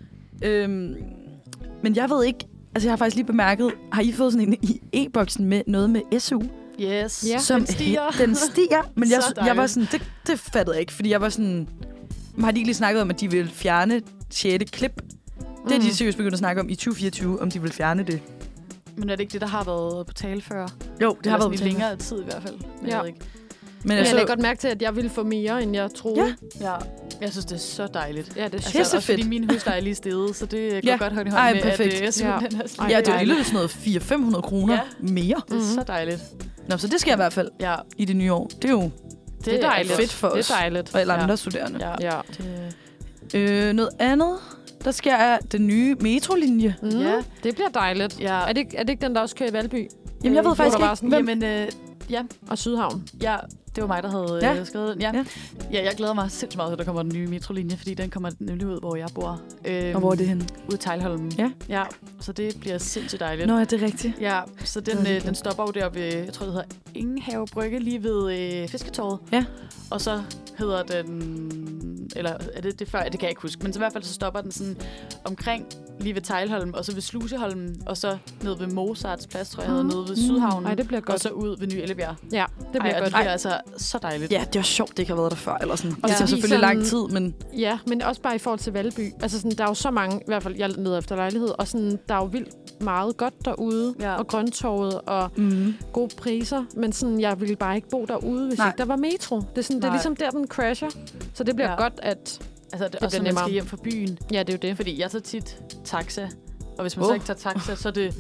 [SPEAKER 4] Øhm, men jeg ved ikke, altså jeg har faktisk lige bemærket, har I fået sådan en i e-boksen med noget med S U?
[SPEAKER 3] Yes.
[SPEAKER 2] Ja.
[SPEAKER 4] Som
[SPEAKER 3] den stiger.
[SPEAKER 4] Den stiger, men jeg,
[SPEAKER 3] Så
[SPEAKER 4] jeg var
[SPEAKER 3] dejligt.
[SPEAKER 4] sådan, det, det fattede jeg ikke, fordi jeg var sådan, har de ikke lige snakket om, at de vil fjerne sjette klip? Det er
[SPEAKER 2] Mm.
[SPEAKER 4] de seriøst begyndt at snakke om i tyve fireogtyve, om de vil fjerne det.
[SPEAKER 3] Men er det ikke det, der har været på tale før?
[SPEAKER 4] Jo, det har
[SPEAKER 3] Eller
[SPEAKER 4] været
[SPEAKER 3] sådan i
[SPEAKER 4] på tale.
[SPEAKER 3] længere tid i hvert fald. Men
[SPEAKER 2] Ja.
[SPEAKER 3] jeg ved ikke.
[SPEAKER 4] Men
[SPEAKER 2] Men
[SPEAKER 4] jeg
[SPEAKER 2] jeg lagde
[SPEAKER 4] så,
[SPEAKER 2] godt mærke til, at jeg ville få mere, end jeg troede.
[SPEAKER 4] Ja.
[SPEAKER 3] Ja. Jeg synes, det er så dejligt.
[SPEAKER 2] Ja, det er
[SPEAKER 3] Altså,
[SPEAKER 2] sjovt.
[SPEAKER 3] også fordi
[SPEAKER 4] fedt.
[SPEAKER 3] min husleje er lige steget, så det går
[SPEAKER 4] Ja.
[SPEAKER 3] godt hånd i hånd
[SPEAKER 4] Ej,
[SPEAKER 3] med,
[SPEAKER 4] perfekt.
[SPEAKER 3] at uh, S U
[SPEAKER 2] Ja.
[SPEAKER 3] den er
[SPEAKER 2] Ej,
[SPEAKER 3] slet.
[SPEAKER 4] ja,
[SPEAKER 2] det
[SPEAKER 4] det
[SPEAKER 2] er
[SPEAKER 4] var
[SPEAKER 2] dejligt.
[SPEAKER 4] lige sådan noget fire hundrede til fem hundrede kroner
[SPEAKER 3] Ja.
[SPEAKER 4] mere.
[SPEAKER 3] Det er
[SPEAKER 2] Mhm.
[SPEAKER 3] så dejligt.
[SPEAKER 4] Nå, så det sker i hvert fald
[SPEAKER 3] Ja,
[SPEAKER 4] i det nye år. Det er jo
[SPEAKER 3] det,
[SPEAKER 2] Det er dejligt.
[SPEAKER 4] fedt for
[SPEAKER 2] Det
[SPEAKER 4] os
[SPEAKER 2] er dejligt.
[SPEAKER 4] og alle
[SPEAKER 3] Ja.
[SPEAKER 4] andre studerende.
[SPEAKER 3] Ja.
[SPEAKER 2] Ja.
[SPEAKER 3] Det,
[SPEAKER 4] Øh, noget andet, der sker, er den nye metrolinje.
[SPEAKER 2] Mm.
[SPEAKER 3] Ja.
[SPEAKER 2] Det bliver dejligt.
[SPEAKER 3] ja.
[SPEAKER 2] Er det, ikke- er det ikke den, der også kører i Valby
[SPEAKER 4] Jamen, jeg ved
[SPEAKER 2] Øh,
[SPEAKER 4] faktisk
[SPEAKER 2] hvor der var
[SPEAKER 4] ikke,
[SPEAKER 2] sådan-
[SPEAKER 4] hvem...
[SPEAKER 3] Jamen, øh, ja,
[SPEAKER 2] og Sydhavn?
[SPEAKER 3] ja, det var mig, der havde
[SPEAKER 4] Ja.
[SPEAKER 3] ja. skrevet den. Ja.
[SPEAKER 4] Ja.
[SPEAKER 3] Ja. ja, jeg glæder mig sindssygt meget til, at der kommer en ny metrolinje, fordi den kommer nemlig ud, hvor jeg bor. Øhm,
[SPEAKER 4] Og hvor er det henne?
[SPEAKER 3] Ude i Teglholmen.
[SPEAKER 4] Ja.
[SPEAKER 3] Ja, så det bliver sindssygt dejligt.
[SPEAKER 4] Nå, er det rigtigt?
[SPEAKER 3] Ja, så
[SPEAKER 4] Det var
[SPEAKER 3] den,
[SPEAKER 4] lige
[SPEAKER 3] øh, den stopper jo deroppe ved, jeg tror, det hedder Ingenhave Brygge, lige ved øh, Fisketorvet.
[SPEAKER 4] Ja.
[SPEAKER 3] Og så hedder den, eller er det det før? Det kan jeg ikke huske. Men så i hvert fald så stopper den sådan omkring lige ved Teglholm, og så ved Sluseholmen, og så ned ved Mozarts plads, tror jeg, hedder,
[SPEAKER 2] Mm.
[SPEAKER 3] nede ved Sydhavnen.
[SPEAKER 2] Nej, det bliver
[SPEAKER 3] og
[SPEAKER 2] godt.
[SPEAKER 3] så ud ved Ny Ellebjerg.
[SPEAKER 2] Ja, det bliver
[SPEAKER 3] Ej, og
[SPEAKER 2] godt.
[SPEAKER 3] det bliver altså så dejligt.
[SPEAKER 4] Ja, det var sjovt, det ikke har været der før. Eller sådan.
[SPEAKER 2] Og
[SPEAKER 4] Det tager
[SPEAKER 2] fordi
[SPEAKER 4] selvfølgelig lang
[SPEAKER 2] sådan-
[SPEAKER 4] tid, men...
[SPEAKER 2] Ja, men også bare i forhold til Valby. Altså sådan, der er jo så mange, i hvert fald jeg leder efter lejlighed, og sådan, der er jo vildt meget godt derude,
[SPEAKER 3] Ja.
[SPEAKER 2] og grøntorvet, og
[SPEAKER 4] Mm.
[SPEAKER 2] gode priser, men sådan, jeg ville bare ikke bo derude, hvis
[SPEAKER 4] Nej.
[SPEAKER 2] ikke der var metro. Det er, sådan, det er
[SPEAKER 3] Nej.
[SPEAKER 2] ligesom der, den crasher. Så det bliver
[SPEAKER 3] Ja.
[SPEAKER 2] ja. godt, at...
[SPEAKER 3] Altså, det,
[SPEAKER 2] Det
[SPEAKER 3] det og så
[SPEAKER 2] bliver
[SPEAKER 3] man
[SPEAKER 2] nemmere.
[SPEAKER 3] skal hjem fra byen.
[SPEAKER 2] Ja, det er jo det.
[SPEAKER 3] Fordi jeg tager tit taxa, og hvis man
[SPEAKER 4] Åh.
[SPEAKER 3] så ikke tager taxa, så er det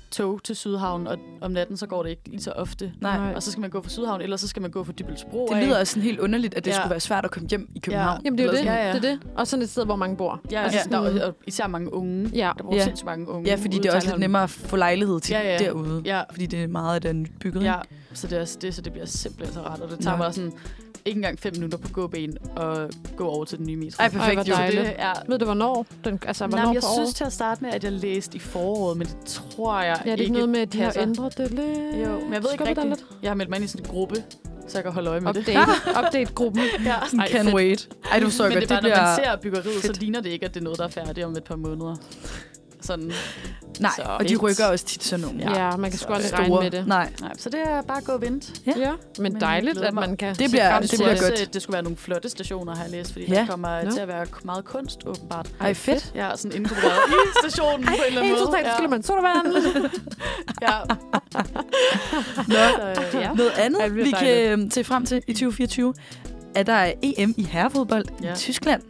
[SPEAKER 3] tog til Sydhavn, og om natten så går det ikke lige så ofte.
[SPEAKER 4] Nej.
[SPEAKER 3] Og så skal man gå fra Sydhavn, eller så skal man gå fra Dybelsbro
[SPEAKER 4] Det
[SPEAKER 3] af.
[SPEAKER 4] lyder også sådan helt underligt, at det
[SPEAKER 3] Ja.
[SPEAKER 4] skulle være svært at komme hjem i København.
[SPEAKER 2] Jamen, det er jo det.
[SPEAKER 3] Ja, ja.
[SPEAKER 2] Det er det. Og sådan et sted, hvor mange bor.
[SPEAKER 3] Ja,
[SPEAKER 2] Altså
[SPEAKER 3] altså,
[SPEAKER 2] sådan-
[SPEAKER 3] der, og især mange unge.
[SPEAKER 2] Ja.
[SPEAKER 3] Der bor
[SPEAKER 4] Ja.
[SPEAKER 3] sindssygt mange unge.
[SPEAKER 4] Ja, fordi
[SPEAKER 3] ude
[SPEAKER 4] det
[SPEAKER 3] i
[SPEAKER 4] er også lidt
[SPEAKER 3] Teglholm.
[SPEAKER 4] nemmere at få lejlighed til
[SPEAKER 3] Ja, ja.
[SPEAKER 4] derude.
[SPEAKER 3] Ja.
[SPEAKER 4] Fordi det er meget af det nyt bygget.
[SPEAKER 3] Ja, så det, er, det, så det bliver simpelthen så rart. Og det tager
[SPEAKER 4] Nå.
[SPEAKER 3] mig sådan ikke engang fem minutter på gåben og gå over til den nye metro.
[SPEAKER 4] Ej,
[SPEAKER 2] Ej,
[SPEAKER 4] perfekt.
[SPEAKER 2] hvor
[SPEAKER 4] Jo.
[SPEAKER 2] dejligt.
[SPEAKER 3] Det er,
[SPEAKER 2] Ved du, hvornår? Den, altså, hvornår
[SPEAKER 3] Nej, jeg
[SPEAKER 2] på
[SPEAKER 3] synes
[SPEAKER 2] året?
[SPEAKER 3] til at starte med, at jeg læste i foråret, men det tror jeg
[SPEAKER 2] Ja, det er ikke noget med, at de har
[SPEAKER 3] passer.
[SPEAKER 2] ændret det lidt.
[SPEAKER 3] Jo, men jeg ved ikke
[SPEAKER 2] Skubber den
[SPEAKER 3] rigtigt. Jeg har meldt mig ind i sådan en gruppe, så jeg kan holde øje med det.
[SPEAKER 2] Update, update-gruppen.
[SPEAKER 3] Ja.
[SPEAKER 4] Sådan,
[SPEAKER 2] Ej,
[SPEAKER 4] can't
[SPEAKER 2] fedt.
[SPEAKER 4] wait. Ej, du forstår
[SPEAKER 3] Men
[SPEAKER 4] godt.
[SPEAKER 3] det er bare,
[SPEAKER 4] Det
[SPEAKER 3] når man
[SPEAKER 4] bliver...
[SPEAKER 3] ser byggeriet,
[SPEAKER 4] fedt.
[SPEAKER 3] så ligner det ikke, at det er noget, der er færdigt om et par måneder. Sådan.
[SPEAKER 4] Nej,
[SPEAKER 3] Så
[SPEAKER 4] og de
[SPEAKER 3] fedt.
[SPEAKER 4] rykker også tit sådan nogle.
[SPEAKER 2] Ja, ja, man kan sgu aldrig
[SPEAKER 4] store.
[SPEAKER 2] regne med det.
[SPEAKER 4] Nej.
[SPEAKER 3] Nej, så det er bare at gå og vente.
[SPEAKER 4] Ja.
[SPEAKER 2] Ja, men
[SPEAKER 3] Men
[SPEAKER 2] dejligt,
[SPEAKER 3] glæder
[SPEAKER 2] at
[SPEAKER 3] mig.
[SPEAKER 2] man kan
[SPEAKER 4] Det bliver-
[SPEAKER 2] se
[SPEAKER 4] det
[SPEAKER 2] frem
[SPEAKER 4] bliver
[SPEAKER 2] til.
[SPEAKER 4] godt.
[SPEAKER 3] Også, det skulle være nogle flotte stationer, har jeg læst, fordi
[SPEAKER 4] Ja.
[SPEAKER 3] der kommer
[SPEAKER 2] Nå.
[SPEAKER 3] til at være meget kunst, åbenbart.
[SPEAKER 4] Ej, fedt.
[SPEAKER 3] Ja, sådan inkorporeret i stationen på en eller anden
[SPEAKER 2] En, to,
[SPEAKER 3] måde.
[SPEAKER 2] tre, skulle man sodavand.
[SPEAKER 3] Ja.
[SPEAKER 4] Nå,
[SPEAKER 3] Så, øh, ja.
[SPEAKER 4] noget andet,
[SPEAKER 2] Ej, det bliver
[SPEAKER 4] vi kan øh, se frem til i tyve fireogtyve, er der er E M i herrefodbold
[SPEAKER 3] Ja.
[SPEAKER 4] i Tyskland.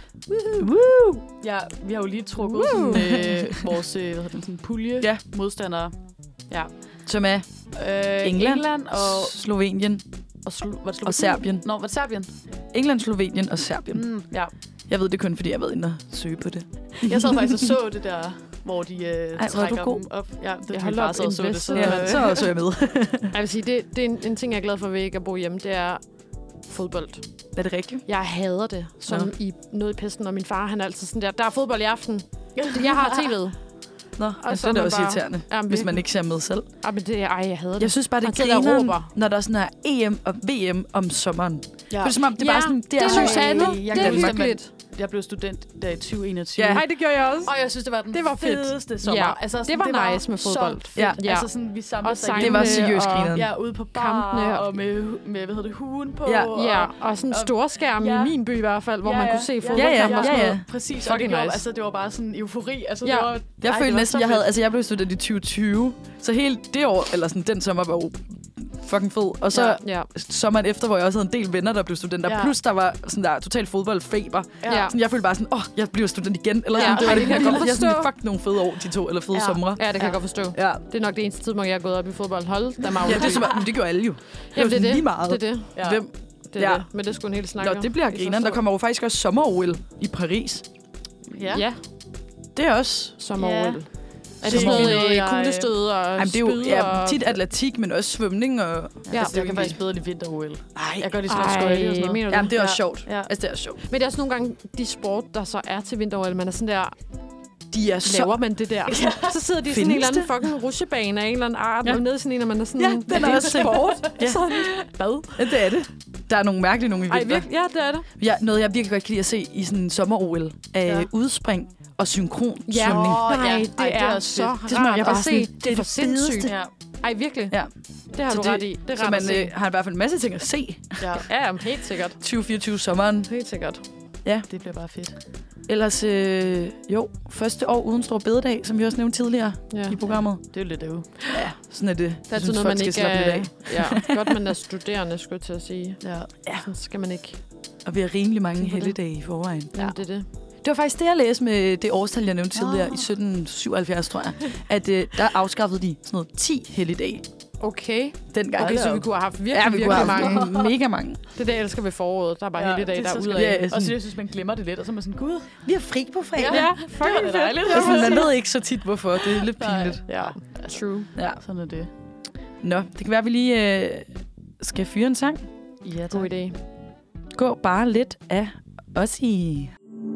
[SPEAKER 4] Woo!
[SPEAKER 3] Ja, vi har jo lige trukket sådan, øh, vores øh, hvad hedder det, sådan pulje
[SPEAKER 4] Ja.
[SPEAKER 3] modstandere. Ja.
[SPEAKER 4] Som er
[SPEAKER 3] Øh,
[SPEAKER 4] England,
[SPEAKER 3] England og,
[SPEAKER 4] Slovenien
[SPEAKER 3] og, Slo- var det Slovenien?
[SPEAKER 4] og Serbien.
[SPEAKER 3] Nå, var det Serbien?
[SPEAKER 4] England, Slovenien og Serbien.
[SPEAKER 3] Mm, ja.
[SPEAKER 4] Jeg ved det kun, fordi jeg har været inde og søge på det.
[SPEAKER 3] Jeg sad faktisk og så det der, hvor de øh,
[SPEAKER 4] hvor er du
[SPEAKER 3] trækker
[SPEAKER 4] god.
[SPEAKER 3] dem op. Ja, det
[SPEAKER 2] Jeg
[SPEAKER 3] jeg
[SPEAKER 2] holder
[SPEAKER 3] har
[SPEAKER 2] op
[SPEAKER 3] sad og så det. Så,
[SPEAKER 2] invested.
[SPEAKER 4] Ja, så så jeg med.
[SPEAKER 2] Jeg vil sige, det, det er en, en ting, jeg er glad for ved ikke at bo hjemme. Det er fodbold.
[SPEAKER 4] Er det rigtigt?
[SPEAKER 2] Jeg hader det, som
[SPEAKER 4] Nå.
[SPEAKER 2] i noget i pesten, og min far, han er altid sådan der, der er fodbold i aften. Jeg har tv'et.
[SPEAKER 4] Nå,
[SPEAKER 2] Og
[SPEAKER 4] altså,
[SPEAKER 2] så
[SPEAKER 4] det er
[SPEAKER 2] er man
[SPEAKER 4] også
[SPEAKER 2] bare-
[SPEAKER 4] irriterende,
[SPEAKER 2] Jamen,
[SPEAKER 4] hvis
[SPEAKER 2] virkelig.
[SPEAKER 4] man ikke ser med selv.
[SPEAKER 2] Ah, men det, ej, jeg hader det.
[SPEAKER 4] Jeg synes bare, det
[SPEAKER 2] Man sidder
[SPEAKER 4] er
[SPEAKER 2] og
[SPEAKER 4] grineren,
[SPEAKER 2] råber.
[SPEAKER 4] når der er sådan her E M og V M om sommeren.
[SPEAKER 3] ja.
[SPEAKER 4] Det er som om, det er
[SPEAKER 2] Ja,
[SPEAKER 4] bare sådan, det,
[SPEAKER 2] det er
[SPEAKER 4] så
[SPEAKER 2] noget andet.
[SPEAKER 3] jeg
[SPEAKER 2] Det
[SPEAKER 3] kan
[SPEAKER 2] er
[SPEAKER 3] huske, at man-
[SPEAKER 2] hyggeligt.
[SPEAKER 3] Jeg blev student der i tyve enogtyve.
[SPEAKER 4] Ja.
[SPEAKER 2] Nej, det gjorde jeg også.
[SPEAKER 3] Og jeg synes, det var den
[SPEAKER 2] Det var fedt.
[SPEAKER 3] fedeste sommer.
[SPEAKER 2] Ja,
[SPEAKER 3] altså,
[SPEAKER 2] det var nice med fodbold.
[SPEAKER 3] Så fedt.
[SPEAKER 4] Ja.
[SPEAKER 2] Ja.
[SPEAKER 3] Altså sådan, vi samlede
[SPEAKER 2] Og
[SPEAKER 3] sig
[SPEAKER 2] sangene
[SPEAKER 4] Det var
[SPEAKER 3] hjemme,
[SPEAKER 4] seriøst
[SPEAKER 2] og-
[SPEAKER 4] grineren.
[SPEAKER 3] Ja, ude på bar
[SPEAKER 2] Kampene.
[SPEAKER 3] og med, med, hvad hedder det, huen på.
[SPEAKER 4] Ja.
[SPEAKER 3] Og,
[SPEAKER 2] Ja, og sådan en
[SPEAKER 3] og-
[SPEAKER 2] stor skærm
[SPEAKER 3] ja.
[SPEAKER 2] i min by i hvert fald, hvor
[SPEAKER 3] Ja,
[SPEAKER 2] man
[SPEAKER 3] ja.
[SPEAKER 2] kunne se
[SPEAKER 3] Ja,
[SPEAKER 2] fodboldkamp
[SPEAKER 4] ja,
[SPEAKER 2] og sådan
[SPEAKER 4] ja,
[SPEAKER 2] noget.
[SPEAKER 4] ja.
[SPEAKER 3] Præcis, og det,
[SPEAKER 2] Fucking
[SPEAKER 3] gjorde,
[SPEAKER 2] nice.
[SPEAKER 3] altså, det var bare sådan eufori. Altså,
[SPEAKER 2] Ja.
[SPEAKER 3] det var,
[SPEAKER 4] Jeg
[SPEAKER 3] ej,
[SPEAKER 4] følte
[SPEAKER 3] det var
[SPEAKER 4] næsten,
[SPEAKER 3] så
[SPEAKER 4] jeg havde,
[SPEAKER 3] fedt.
[SPEAKER 4] altså jeg blev student i tyve tyve, så hele det år, eller sådan den sommer, var jo fucking fed. Og så
[SPEAKER 3] Ja.
[SPEAKER 2] Ja.
[SPEAKER 4] sommeren efter, hvor jeg også havde en del venner, der blev studenter,
[SPEAKER 3] Ja.
[SPEAKER 4] plus der var sådan der total fodboldfeber.
[SPEAKER 2] Ja.
[SPEAKER 4] Sådan, jeg følte bare sådan, åh, oh, jeg bliver student igen. Eller sådan,
[SPEAKER 2] Ja,
[SPEAKER 4] det var
[SPEAKER 2] ej,
[SPEAKER 4] det,
[SPEAKER 2] det kan jeg
[SPEAKER 4] jeg,
[SPEAKER 2] godt
[SPEAKER 4] jeg, sådan,
[SPEAKER 2] forstå.
[SPEAKER 4] fuck nogle fede år, de to, eller fede
[SPEAKER 3] Ja.
[SPEAKER 4] somre.
[SPEAKER 2] Ja, det kan
[SPEAKER 3] Ja.
[SPEAKER 2] jeg godt forstå.
[SPEAKER 4] Ja.
[SPEAKER 2] Det er nok det eneste tidspunkt, jeg er gået op i fodbold. Hold da mig
[SPEAKER 4] Ja, det, er som, om- det gjorde alle jo.
[SPEAKER 2] Jamen, det er det.
[SPEAKER 4] Lige meget.
[SPEAKER 2] Det er det.
[SPEAKER 3] Ja.
[SPEAKER 4] Hvem?
[SPEAKER 2] Det er
[SPEAKER 4] Ja.
[SPEAKER 2] det. Men det skulle en helt snak
[SPEAKER 4] Nå,
[SPEAKER 2] om.
[SPEAKER 4] det bliver
[SPEAKER 2] Det er så
[SPEAKER 4] grineren. Der
[SPEAKER 2] stort.
[SPEAKER 4] kommer jo faktisk også sommer-O L i Paris.
[SPEAKER 3] Ja.
[SPEAKER 2] Ja,
[SPEAKER 4] Det er også...
[SPEAKER 2] sommer
[SPEAKER 3] Ja.
[SPEAKER 2] O L. Er
[SPEAKER 3] Det
[SPEAKER 2] det sådan
[SPEAKER 3] er
[SPEAKER 2] noget
[SPEAKER 3] noget,
[SPEAKER 2] øh,
[SPEAKER 3] jeg-
[SPEAKER 2] kuglestød og
[SPEAKER 4] Jamen, det er jo
[SPEAKER 2] spyd
[SPEAKER 4] ja,
[SPEAKER 2] og...
[SPEAKER 4] tit atletik, men også svømning. Og,
[SPEAKER 2] Ja.
[SPEAKER 3] Altså,
[SPEAKER 4] det er
[SPEAKER 3] jeg
[SPEAKER 4] jo
[SPEAKER 3] kan
[SPEAKER 4] ikke-
[SPEAKER 3] faktisk bedre lide vinter-O L.
[SPEAKER 4] Ej,
[SPEAKER 3] Jeg kan godt lide sådan
[SPEAKER 2] Ej,
[SPEAKER 3] noget skøjte og sådan noget.
[SPEAKER 2] mener du?
[SPEAKER 4] Jamen, det er også
[SPEAKER 3] Ja.
[SPEAKER 4] sjovt.
[SPEAKER 3] Ja.
[SPEAKER 4] Altså, det er sjovt.
[SPEAKER 2] Men det er også nogle gange de sport, der så er til vinter O L. Man er sådan der,
[SPEAKER 4] De er så...
[SPEAKER 2] laver man det der? Så sidder de i sådan en
[SPEAKER 4] Findes
[SPEAKER 2] eller anden fucking rutsjebane af en eller anden art,
[SPEAKER 4] Ja.
[SPEAKER 2] og nede i sådan en, og man er sådan,
[SPEAKER 4] Ja, den
[SPEAKER 2] er
[SPEAKER 4] er
[SPEAKER 2] det
[SPEAKER 4] også
[SPEAKER 2] sport?
[SPEAKER 4] Ja.
[SPEAKER 2] Sådan, hvad?
[SPEAKER 4] Ja, det er det. Der er nogle mærkelige nogle i
[SPEAKER 2] Ej,
[SPEAKER 4] vinter.
[SPEAKER 2] virkelig, ja, det er det.
[SPEAKER 4] Ja, noget, jeg virkelig godt kan lide at se i sådan en sommer-O L, er
[SPEAKER 3] Ja.
[SPEAKER 4] ja. udspring og synkronsvømning.
[SPEAKER 2] Ja,
[SPEAKER 3] Åh,
[SPEAKER 2] nej,
[SPEAKER 3] ja.
[SPEAKER 2] det,
[SPEAKER 3] Ej, det er
[SPEAKER 2] er,
[SPEAKER 3] også
[SPEAKER 2] så
[SPEAKER 3] fedt.
[SPEAKER 2] rart
[SPEAKER 4] Det er som om, jeg
[SPEAKER 2] at
[SPEAKER 4] bare
[SPEAKER 2] se.
[SPEAKER 4] sådan,
[SPEAKER 2] Det er for sindssygt.
[SPEAKER 3] Ja.
[SPEAKER 2] Ej, virkelig.
[SPEAKER 4] Ja.
[SPEAKER 2] Det har
[SPEAKER 4] Så
[SPEAKER 2] du
[SPEAKER 4] det-
[SPEAKER 2] ret i. Det er
[SPEAKER 4] Så
[SPEAKER 2] ret
[SPEAKER 4] man
[SPEAKER 2] at se.
[SPEAKER 4] øh, har i hvert fald en masse ting at se.
[SPEAKER 3] Ja,
[SPEAKER 2] Ja, jamen, helt sikkert.
[SPEAKER 4] tyve fireogtyve sommeren.
[SPEAKER 2] Helt sikkert.
[SPEAKER 3] det bliver bare fedt.
[SPEAKER 4] Ellers, øh, jo, første år uden stor bededag, som vi også nævnte tidligere
[SPEAKER 2] Ja.
[SPEAKER 4] i programmet.
[SPEAKER 3] Det er jo lidt øve.
[SPEAKER 4] Ja, sådan er det.
[SPEAKER 2] Det er
[SPEAKER 4] Jeg
[SPEAKER 2] altid
[SPEAKER 4] synes,
[SPEAKER 2] noget,
[SPEAKER 4] folk
[SPEAKER 2] man
[SPEAKER 4] skal
[SPEAKER 2] ikke
[SPEAKER 4] slappe lidt af.
[SPEAKER 2] er... Ja, godt, man er studerende, skulle jeg til at sige.
[SPEAKER 3] Ja.
[SPEAKER 4] Ja.
[SPEAKER 2] Sådan skal man ikke.
[SPEAKER 4] Og vi har rimelig mange
[SPEAKER 2] Tænk på det.
[SPEAKER 4] helligdage i forvejen.
[SPEAKER 2] Ja. Jamen, det er det.
[SPEAKER 4] Det var faktisk det, jeg læste med det årstal, jeg nævnte tidligere,
[SPEAKER 3] Nå.
[SPEAKER 4] i sytten syvoghalvfjerds, tror jeg. At øh, der afskaffede de sådan noget ti helligdage
[SPEAKER 2] Okay.
[SPEAKER 4] dengang.
[SPEAKER 2] Okay, så vi kunne have haft virkelig,
[SPEAKER 4] ja, vi
[SPEAKER 2] virkelig
[SPEAKER 4] kunne
[SPEAKER 2] mange.
[SPEAKER 4] have haft mega mange.
[SPEAKER 2] Det er det, jeg elsker ved foråret. Der er bare ja, hele dag, der er ude
[SPEAKER 4] Ja,
[SPEAKER 2] af.
[SPEAKER 4] ja.
[SPEAKER 3] Og så jeg synes, man glemmer det lidt, og så er man sådan, gud.
[SPEAKER 4] Vi har fri på fredag.
[SPEAKER 2] Ja,
[SPEAKER 3] det
[SPEAKER 2] fucking
[SPEAKER 3] var da dejligt.
[SPEAKER 2] fedt.
[SPEAKER 4] Altså, man ved ikke så tit, hvorfor. Det er lidt pinligt.
[SPEAKER 2] Ja, true.
[SPEAKER 4] Ja.
[SPEAKER 3] Sådan er det.
[SPEAKER 4] Nå, det kan være, at vi lige øh, skal fyre en sang.
[SPEAKER 3] Ja,
[SPEAKER 2] God idé.
[SPEAKER 4] Gå bare lidt af os i...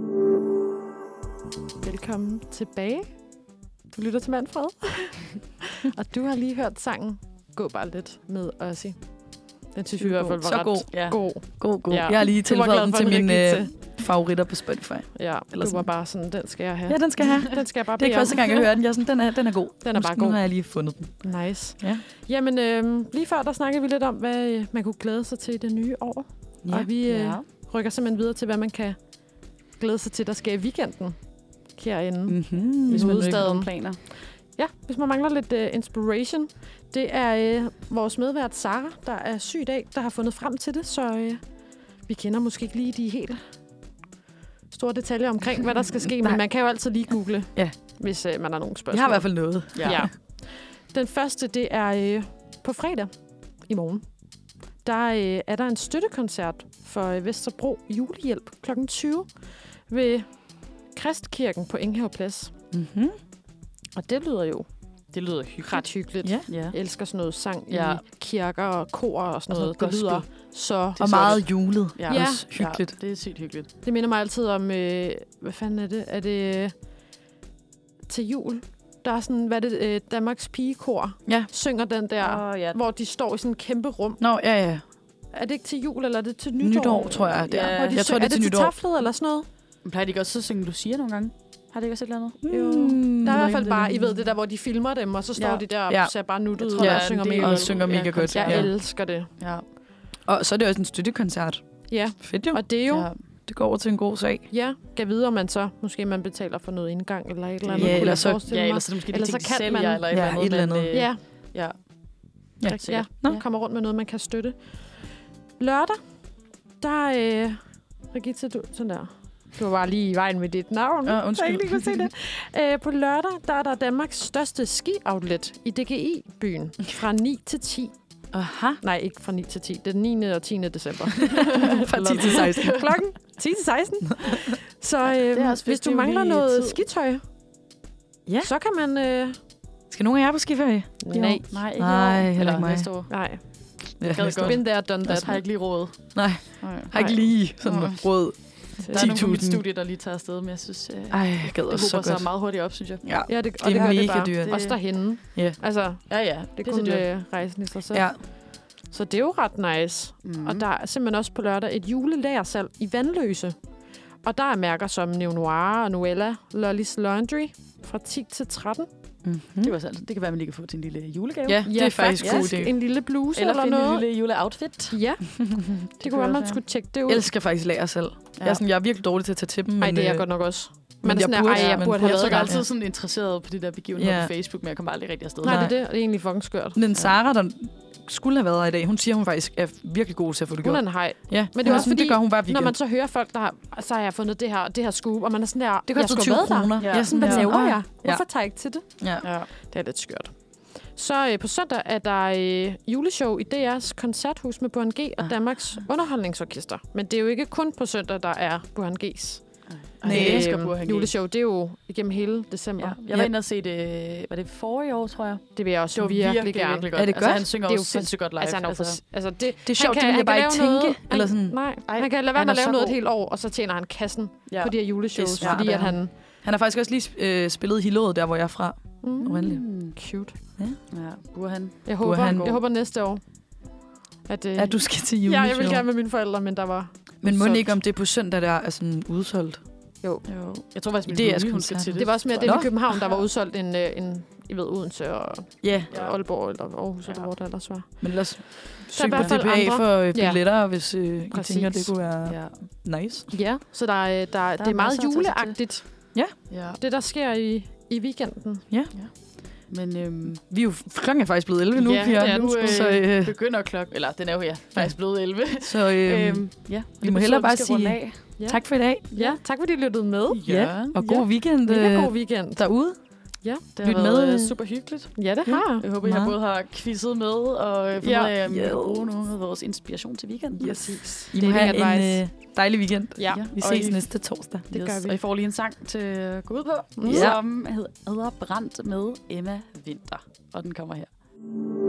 [SPEAKER 2] Velkommen tilbage. Du lytter til Manfred. Og du har lige hørt sangen Gå bare lidt med Ozzy. Den synes vi i hvert fald var
[SPEAKER 4] Så
[SPEAKER 2] ret
[SPEAKER 4] god.
[SPEAKER 3] Ja.
[SPEAKER 2] god.
[SPEAKER 4] God, god.
[SPEAKER 2] Ja.
[SPEAKER 4] Jeg har lige
[SPEAKER 2] Du var
[SPEAKER 4] tilføjet
[SPEAKER 2] glad
[SPEAKER 4] den
[SPEAKER 2] for,
[SPEAKER 4] til
[SPEAKER 2] at den
[SPEAKER 4] mine
[SPEAKER 2] ikke
[SPEAKER 4] øh,
[SPEAKER 2] gik
[SPEAKER 4] favoritter på Spotify.
[SPEAKER 2] Ja,
[SPEAKER 4] Eller
[SPEAKER 2] du var
[SPEAKER 4] sådan.
[SPEAKER 2] bare sådan, den skal jeg have.
[SPEAKER 4] Ja, den skal jeg have.
[SPEAKER 2] Den skal jeg bare
[SPEAKER 4] Det er
[SPEAKER 2] bede
[SPEAKER 4] ikke første
[SPEAKER 2] om.
[SPEAKER 4] gang, jeg hører den. Jeg er sådan, den, er, den er god.
[SPEAKER 2] Den er
[SPEAKER 4] Nu-
[SPEAKER 2] bare
[SPEAKER 4] Nu
[SPEAKER 2] god.
[SPEAKER 4] har jeg lige fundet den.
[SPEAKER 2] Nice.
[SPEAKER 4] Ja.
[SPEAKER 2] Jamen, øh, lige før, der snakkede vi lidt om, hvad øh, man kunne glæde sig til i det nye år. Ja. Og vi øh,
[SPEAKER 3] Ja.
[SPEAKER 2] rykker simpelthen videre til, hvad man kan glæde sig til, der sker i weekenden herinde. Mm.
[SPEAKER 4] Mm-hmm.
[SPEAKER 2] Hvis
[SPEAKER 3] Hvis man
[SPEAKER 2] hovedstaden.
[SPEAKER 3] ikke har nogen planer.
[SPEAKER 2] Ja, hvis man mangler lidt uh, inspiration. Det er uh, vores medvært Sara, der er syg i dag, der har fundet frem til det, så uh, vi kender måske ikke lige de helt store detaljer omkring, hvad der skal ske, men
[SPEAKER 4] Nej.
[SPEAKER 2] man kan jo altid lige google,
[SPEAKER 4] Ja.
[SPEAKER 2] hvis uh, man har nogle spørgsmål.
[SPEAKER 4] Jeg har i hvert fald noget.
[SPEAKER 2] Ja. ja. Den første, det er øh, på fredag i morgen. Der øh, er der en støttekoncert for øh, Vesterbro Julehjælp klokken tyve ved Kristkirken på Enghave Plads.
[SPEAKER 4] Mm-hmm.
[SPEAKER 2] Og det lyder jo
[SPEAKER 3] Det lyder hyggeligt.
[SPEAKER 2] ret hyggeligt.
[SPEAKER 4] Ja.
[SPEAKER 3] Ja.
[SPEAKER 2] Jeg elsker sådan noget sang
[SPEAKER 3] Ja.
[SPEAKER 2] i kirker og kor og sådan
[SPEAKER 3] Og
[SPEAKER 2] noget.
[SPEAKER 3] noget
[SPEAKER 2] Det lyder
[SPEAKER 3] gospel.
[SPEAKER 2] så...
[SPEAKER 4] Og meget julet.
[SPEAKER 3] Ja.
[SPEAKER 2] Ja.
[SPEAKER 4] Også hyggeligt.
[SPEAKER 3] Ja, det er sygt hyggeligt.
[SPEAKER 2] Det minder mig altid om... Øh, hvad fanden er det? Er det øh, til jul? Der er sådan, hvad er det, øh, Danmarks Pigekor
[SPEAKER 4] Ja.
[SPEAKER 2] synger den der,
[SPEAKER 3] Åh, ja.
[SPEAKER 2] hvor de står i sådan en kæmpe rum.
[SPEAKER 4] Nå, ja, ja.
[SPEAKER 2] Er det ikke til jul, eller er det til nytår?
[SPEAKER 4] Nytår, tror jeg, det er.
[SPEAKER 3] Ja.
[SPEAKER 2] Hvor de
[SPEAKER 4] Jeg tror,
[SPEAKER 2] synger-
[SPEAKER 4] det er til
[SPEAKER 2] til
[SPEAKER 4] nytår.
[SPEAKER 2] taflet eller sådan noget?
[SPEAKER 3] Men plejer de ikke også at synge Lucia nogle gange? Har det ikke også et eller andet?
[SPEAKER 4] Mm,
[SPEAKER 2] Der er i hvert
[SPEAKER 4] det
[SPEAKER 2] fald
[SPEAKER 4] det
[SPEAKER 2] bare, I ved det der, hvor de filmer dem, og så står
[SPEAKER 3] Ja.
[SPEAKER 2] de der og
[SPEAKER 4] Ja.
[SPEAKER 2] ser bare nuttet
[SPEAKER 3] Jeg
[SPEAKER 2] ud
[SPEAKER 3] tror, der
[SPEAKER 2] og
[SPEAKER 3] er
[SPEAKER 2] synger
[SPEAKER 3] en del-
[SPEAKER 2] mega
[SPEAKER 4] Og
[SPEAKER 2] godt.
[SPEAKER 4] synger mega godt.
[SPEAKER 3] koncert.
[SPEAKER 2] Jeg
[SPEAKER 4] Ja.
[SPEAKER 2] elsker det.
[SPEAKER 3] Ja.
[SPEAKER 4] Og så er det også en støttekoncert.
[SPEAKER 2] Ja,
[SPEAKER 4] Fedt jo.
[SPEAKER 2] og det er jo...
[SPEAKER 3] Ja.
[SPEAKER 4] Det går over til en god sag.
[SPEAKER 2] Ja, kan vide, om man så... Måske man betaler for noget indgang eller et eller andet.
[SPEAKER 4] Ja,
[SPEAKER 2] kunne
[SPEAKER 4] eller
[SPEAKER 2] jeg
[SPEAKER 4] så-
[SPEAKER 2] forestille
[SPEAKER 3] Ja,
[SPEAKER 2] mig.
[SPEAKER 3] ellers er det måske
[SPEAKER 2] Ellers
[SPEAKER 3] de
[SPEAKER 2] så
[SPEAKER 3] ting, de
[SPEAKER 2] kan
[SPEAKER 3] sælger,
[SPEAKER 2] man-
[SPEAKER 3] eller et
[SPEAKER 4] Ja,
[SPEAKER 3] eller andet.
[SPEAKER 4] et eller andet.
[SPEAKER 3] Men, øh,
[SPEAKER 2] Ja,
[SPEAKER 3] ja.
[SPEAKER 4] Ja.
[SPEAKER 2] ja,
[SPEAKER 3] sikkert.
[SPEAKER 4] Nå.
[SPEAKER 2] kommer rundt med noget, man kan støtte. Lørdag, der er... Øh, Brigitte, du... Sådan der. Du var bare lige i vejen med dit navn.
[SPEAKER 4] Ja, undskyld.
[SPEAKER 2] Så jeg ikke lige kunne se det. Øh, på lørdag, der er der Danmarks største ski-outlet i D G I-byen fra ni til ti.
[SPEAKER 4] Aha.
[SPEAKER 2] Nej, ikke fra ni til ti. Det er den niende og tiende december.
[SPEAKER 4] Fra ti til seksten.
[SPEAKER 2] Klokken ti til seksten. Så øh,
[SPEAKER 3] det er også fedt,
[SPEAKER 2] hvis
[SPEAKER 3] det er
[SPEAKER 2] du
[SPEAKER 3] jo
[SPEAKER 2] mangler
[SPEAKER 3] lige
[SPEAKER 2] noget
[SPEAKER 3] tid.
[SPEAKER 2] skitøj,
[SPEAKER 4] Ja.
[SPEAKER 2] så kan man... Øh,
[SPEAKER 4] Skal nogen af jer på skiferie?
[SPEAKER 2] nej,
[SPEAKER 3] Nej, ikke
[SPEAKER 4] Nej,
[SPEAKER 3] i år.
[SPEAKER 4] heller
[SPEAKER 3] Eller
[SPEAKER 4] ikke mig.
[SPEAKER 3] næste år.
[SPEAKER 2] nej.
[SPEAKER 4] Ja,
[SPEAKER 3] gad
[SPEAKER 4] næste
[SPEAKER 3] godt.
[SPEAKER 4] år.
[SPEAKER 2] Been there, done
[SPEAKER 3] Jeg
[SPEAKER 2] that.
[SPEAKER 3] har ikke lige råd.
[SPEAKER 4] Nej,
[SPEAKER 3] Nej.
[SPEAKER 4] har ikke lige sådan
[SPEAKER 3] Nej.
[SPEAKER 4] råd.
[SPEAKER 3] Der er nogle på mit
[SPEAKER 4] ti tusind.
[SPEAKER 3] studie, der lige tager afsted, men jeg synes, øh,
[SPEAKER 4] Ej, jeg gad
[SPEAKER 3] det
[SPEAKER 4] også så
[SPEAKER 3] håber sig
[SPEAKER 4] godt.
[SPEAKER 3] meget hurtigt op, synes jeg.
[SPEAKER 4] Ja,
[SPEAKER 2] Ja, det,
[SPEAKER 4] det
[SPEAKER 2] og
[SPEAKER 4] er
[SPEAKER 2] det gør det
[SPEAKER 4] mega
[SPEAKER 2] bare.
[SPEAKER 4] dyrt.
[SPEAKER 2] Også derhenne.
[SPEAKER 4] Ja.
[SPEAKER 2] Altså,
[SPEAKER 3] Ja, ja.
[SPEAKER 2] det er
[SPEAKER 3] så
[SPEAKER 2] kun
[SPEAKER 3] dyrt.
[SPEAKER 2] øh, rejsen i sig selv.
[SPEAKER 4] Ja.
[SPEAKER 2] Så det er jo ret nice.
[SPEAKER 3] Mm.
[SPEAKER 2] Mm. Og der er simpelthen også på lørdag et julelagersalg i Vandløse. Og der er mærker som Neo Noir og Noella, Lolly's Laundry fra ti til tretten.
[SPEAKER 4] Mm-hmm.
[SPEAKER 3] Det, var så, det kan være, at man lige kan få til en lille julegave.
[SPEAKER 4] Ja, det er faktisk en god idé.
[SPEAKER 2] En lille bluse
[SPEAKER 3] Eller,
[SPEAKER 2] eller,
[SPEAKER 3] finde
[SPEAKER 2] noget.
[SPEAKER 3] en lille juleoutfit.
[SPEAKER 2] Ja, det, det kunne være, man
[SPEAKER 3] også
[SPEAKER 2] skulle tjekke det ud.
[SPEAKER 4] Jeg elsker faktisk lager selv. Ja. Jeg, er sådan, jeg er virkelig dårlig til at tage til dem.
[SPEAKER 2] Nej,
[SPEAKER 4] men,
[SPEAKER 2] det er jeg
[SPEAKER 4] øh,
[SPEAKER 2] godt nok også.
[SPEAKER 4] men
[SPEAKER 2] Men
[SPEAKER 4] jeg
[SPEAKER 2] sådan,
[SPEAKER 4] burde-
[SPEAKER 2] ej, jeg
[SPEAKER 4] men
[SPEAKER 2] burde
[SPEAKER 4] burde
[SPEAKER 2] have
[SPEAKER 3] Jeg er
[SPEAKER 2] været
[SPEAKER 3] altid
[SPEAKER 2] der.
[SPEAKER 3] sådan interesseret på de der begivenheder
[SPEAKER 4] Ja.
[SPEAKER 3] på Facebook, men jeg kommer aldrig rigtig afsted.
[SPEAKER 2] Nej,
[SPEAKER 4] Nej.
[SPEAKER 2] det er det. Det er egentlig fucking skørt.
[SPEAKER 4] Men Sara, der skulle have været her i dag, hun siger, hun faktisk er virkelig god til at få det
[SPEAKER 2] Hun
[SPEAKER 4] gjort.
[SPEAKER 2] er en hej.
[SPEAKER 4] Ja,
[SPEAKER 2] Men det er også
[SPEAKER 4] sådan,
[SPEAKER 2] fordi,
[SPEAKER 4] det gør hun bare
[SPEAKER 2] Når
[SPEAKER 4] weekend.
[SPEAKER 2] man så hører folk, der har, så har jeg fundet det her, det her scoop, og man er sådan der,
[SPEAKER 4] Det
[SPEAKER 2] jeg
[SPEAKER 4] koster
[SPEAKER 2] skulle
[SPEAKER 4] tyve
[SPEAKER 2] have været
[SPEAKER 4] kroner.
[SPEAKER 2] der.
[SPEAKER 3] Ja.
[SPEAKER 4] Ja, sådan,
[SPEAKER 2] Hvad
[SPEAKER 4] ja.
[SPEAKER 2] laver
[SPEAKER 4] Ah,
[SPEAKER 2] jeg?
[SPEAKER 4] Ja.
[SPEAKER 2] Hvorfor tager jeg ikke til det?
[SPEAKER 4] Ja.
[SPEAKER 3] Ja.
[SPEAKER 2] Det er lidt skørt. Så øh, på søndag er der øh, juleshow i D R's koncerthus med Burhan G og
[SPEAKER 4] Ah.
[SPEAKER 2] Danmarks Underholdningsorkester. Men det er jo ikke kun på søndag, der er Burhan G's
[SPEAKER 3] Nej, jeg elsker Burhan G.
[SPEAKER 2] juleshow. Det er jo igennem hele december.
[SPEAKER 3] Ja.
[SPEAKER 2] Ja.
[SPEAKER 3] Jeg var inde og se det, var det forrige år, tror jeg?
[SPEAKER 2] Det vil jeg også
[SPEAKER 3] Det var
[SPEAKER 2] virkelig,
[SPEAKER 3] virkelig,
[SPEAKER 2] gerne.
[SPEAKER 3] virkelig godt.
[SPEAKER 4] Er det
[SPEAKER 3] Altså,
[SPEAKER 4] godt?
[SPEAKER 3] han synger
[SPEAKER 2] Det er jo
[SPEAKER 3] også sindssygt godt live.
[SPEAKER 2] Altså, han er jo for, altså, det, det
[SPEAKER 4] Det er sjovt,
[SPEAKER 2] han
[SPEAKER 4] det vil jeg bare
[SPEAKER 2] han
[SPEAKER 4] ikke
[SPEAKER 2] kan lave
[SPEAKER 4] tænke.
[SPEAKER 2] Noget,
[SPEAKER 4] Eller sådan.
[SPEAKER 2] Nej,
[SPEAKER 3] Ej,
[SPEAKER 2] han kan lade være
[SPEAKER 3] han
[SPEAKER 2] med
[SPEAKER 3] er
[SPEAKER 2] at lave
[SPEAKER 3] så
[SPEAKER 2] noget et
[SPEAKER 3] god.
[SPEAKER 2] helt år, og så tjener han kassen
[SPEAKER 3] Ja.
[SPEAKER 2] på de her juleshows,
[SPEAKER 3] Det er smart
[SPEAKER 2] fordi
[SPEAKER 4] af
[SPEAKER 2] at han...
[SPEAKER 4] Han har faktisk også lige øh, spillet i Hillerød, der hvor jeg er fra.
[SPEAKER 2] Mm,
[SPEAKER 4] Oprindeligt.
[SPEAKER 3] Mm.
[SPEAKER 2] cute.
[SPEAKER 3] Ja, Burhan.
[SPEAKER 2] Jeg håber,
[SPEAKER 4] Burhan.
[SPEAKER 2] jeg håber næste år, at... Øh,
[SPEAKER 4] Ja, du skal til
[SPEAKER 2] ja,
[SPEAKER 4] juleshow.
[SPEAKER 2] jeg vil gerne med mine forældre, men der var...
[SPEAKER 4] Men må
[SPEAKER 2] solgt.
[SPEAKER 4] ikke om det på søndag, der er sådan udsolgt?
[SPEAKER 2] Jo.
[SPEAKER 3] Jo. Jeg tror faktisk, min
[SPEAKER 4] Det er
[SPEAKER 3] roomie,
[SPEAKER 4] sgu
[SPEAKER 3] hun skal
[SPEAKER 4] en
[SPEAKER 3] til det.
[SPEAKER 2] Det var også mere
[SPEAKER 3] tror
[SPEAKER 2] det
[SPEAKER 3] jeg.
[SPEAKER 2] i København, der var udsolgt en, øh, en I ved, Odense og
[SPEAKER 4] Ja,
[SPEAKER 3] Ja.
[SPEAKER 2] Aalborg eller Aarhus, eller
[SPEAKER 3] Ja.
[SPEAKER 2] hvor det ellers var.
[SPEAKER 4] men ellers
[SPEAKER 2] i
[SPEAKER 4] søg på
[SPEAKER 2] hvert fald
[SPEAKER 4] D P A
[SPEAKER 2] andre.
[SPEAKER 4] for øh,
[SPEAKER 2] Ja.
[SPEAKER 4] billetter, hvis øh, I
[SPEAKER 2] Præcis.
[SPEAKER 4] tænker, det kunne være
[SPEAKER 3] Ja.
[SPEAKER 4] nice.
[SPEAKER 2] Ja, så der, er, der, der det er meget
[SPEAKER 3] masser at tage sig
[SPEAKER 2] juleagtigt,
[SPEAKER 3] Ja.
[SPEAKER 2] det der sker i, i weekenden.
[SPEAKER 3] Men øhm,
[SPEAKER 4] Vi er jo, klokken er faktisk blevet elleve nu,
[SPEAKER 3] ja,
[SPEAKER 4] Pia.
[SPEAKER 3] det er nu øh,
[SPEAKER 4] så, øh,
[SPEAKER 3] begynder klokken. Eller den er jo ja, faktisk blevet elleve.
[SPEAKER 4] så øh,
[SPEAKER 3] øhm, ja,
[SPEAKER 4] vi
[SPEAKER 3] det
[SPEAKER 4] må
[SPEAKER 3] betyder,
[SPEAKER 4] hellere
[SPEAKER 3] at
[SPEAKER 4] bare
[SPEAKER 3] skal runde
[SPEAKER 4] sige
[SPEAKER 3] af.
[SPEAKER 2] Ja.
[SPEAKER 4] tak for i dag.
[SPEAKER 2] Ja, tak fordi I lyttede med.
[SPEAKER 3] Ja.
[SPEAKER 4] Og god
[SPEAKER 2] Ja.
[SPEAKER 4] weekend
[SPEAKER 2] Mega
[SPEAKER 4] øh,
[SPEAKER 2] god weekend.
[SPEAKER 4] derude.
[SPEAKER 2] Ja,
[SPEAKER 3] Det har
[SPEAKER 4] Lyt
[SPEAKER 3] været
[SPEAKER 4] med.
[SPEAKER 3] øh, super hyggeligt.
[SPEAKER 2] ja det har.
[SPEAKER 3] Jeg håber, I har
[SPEAKER 4] Meget.
[SPEAKER 3] både har quizzet med og øh, fundet
[SPEAKER 2] Ja.
[SPEAKER 3] ud af, om I
[SPEAKER 4] Ja.
[SPEAKER 3] kan bruge nogle af vores inspiration til weekenden.
[SPEAKER 2] Præcis.
[SPEAKER 4] I
[SPEAKER 2] Det
[SPEAKER 4] må
[SPEAKER 2] er
[SPEAKER 4] have
[SPEAKER 2] advice.
[SPEAKER 4] en øh, dejlig weekend.
[SPEAKER 2] Ja,
[SPEAKER 3] Ja.
[SPEAKER 4] Vi
[SPEAKER 3] Og
[SPEAKER 4] ses
[SPEAKER 3] I-
[SPEAKER 4] næste torsdag.
[SPEAKER 2] det
[SPEAKER 3] yes.
[SPEAKER 2] gør vi.
[SPEAKER 3] Og I får lige en sang til at gå ud på,
[SPEAKER 2] Mm.
[SPEAKER 3] som hedder Brændt med Emma Winter. Og den kommer her.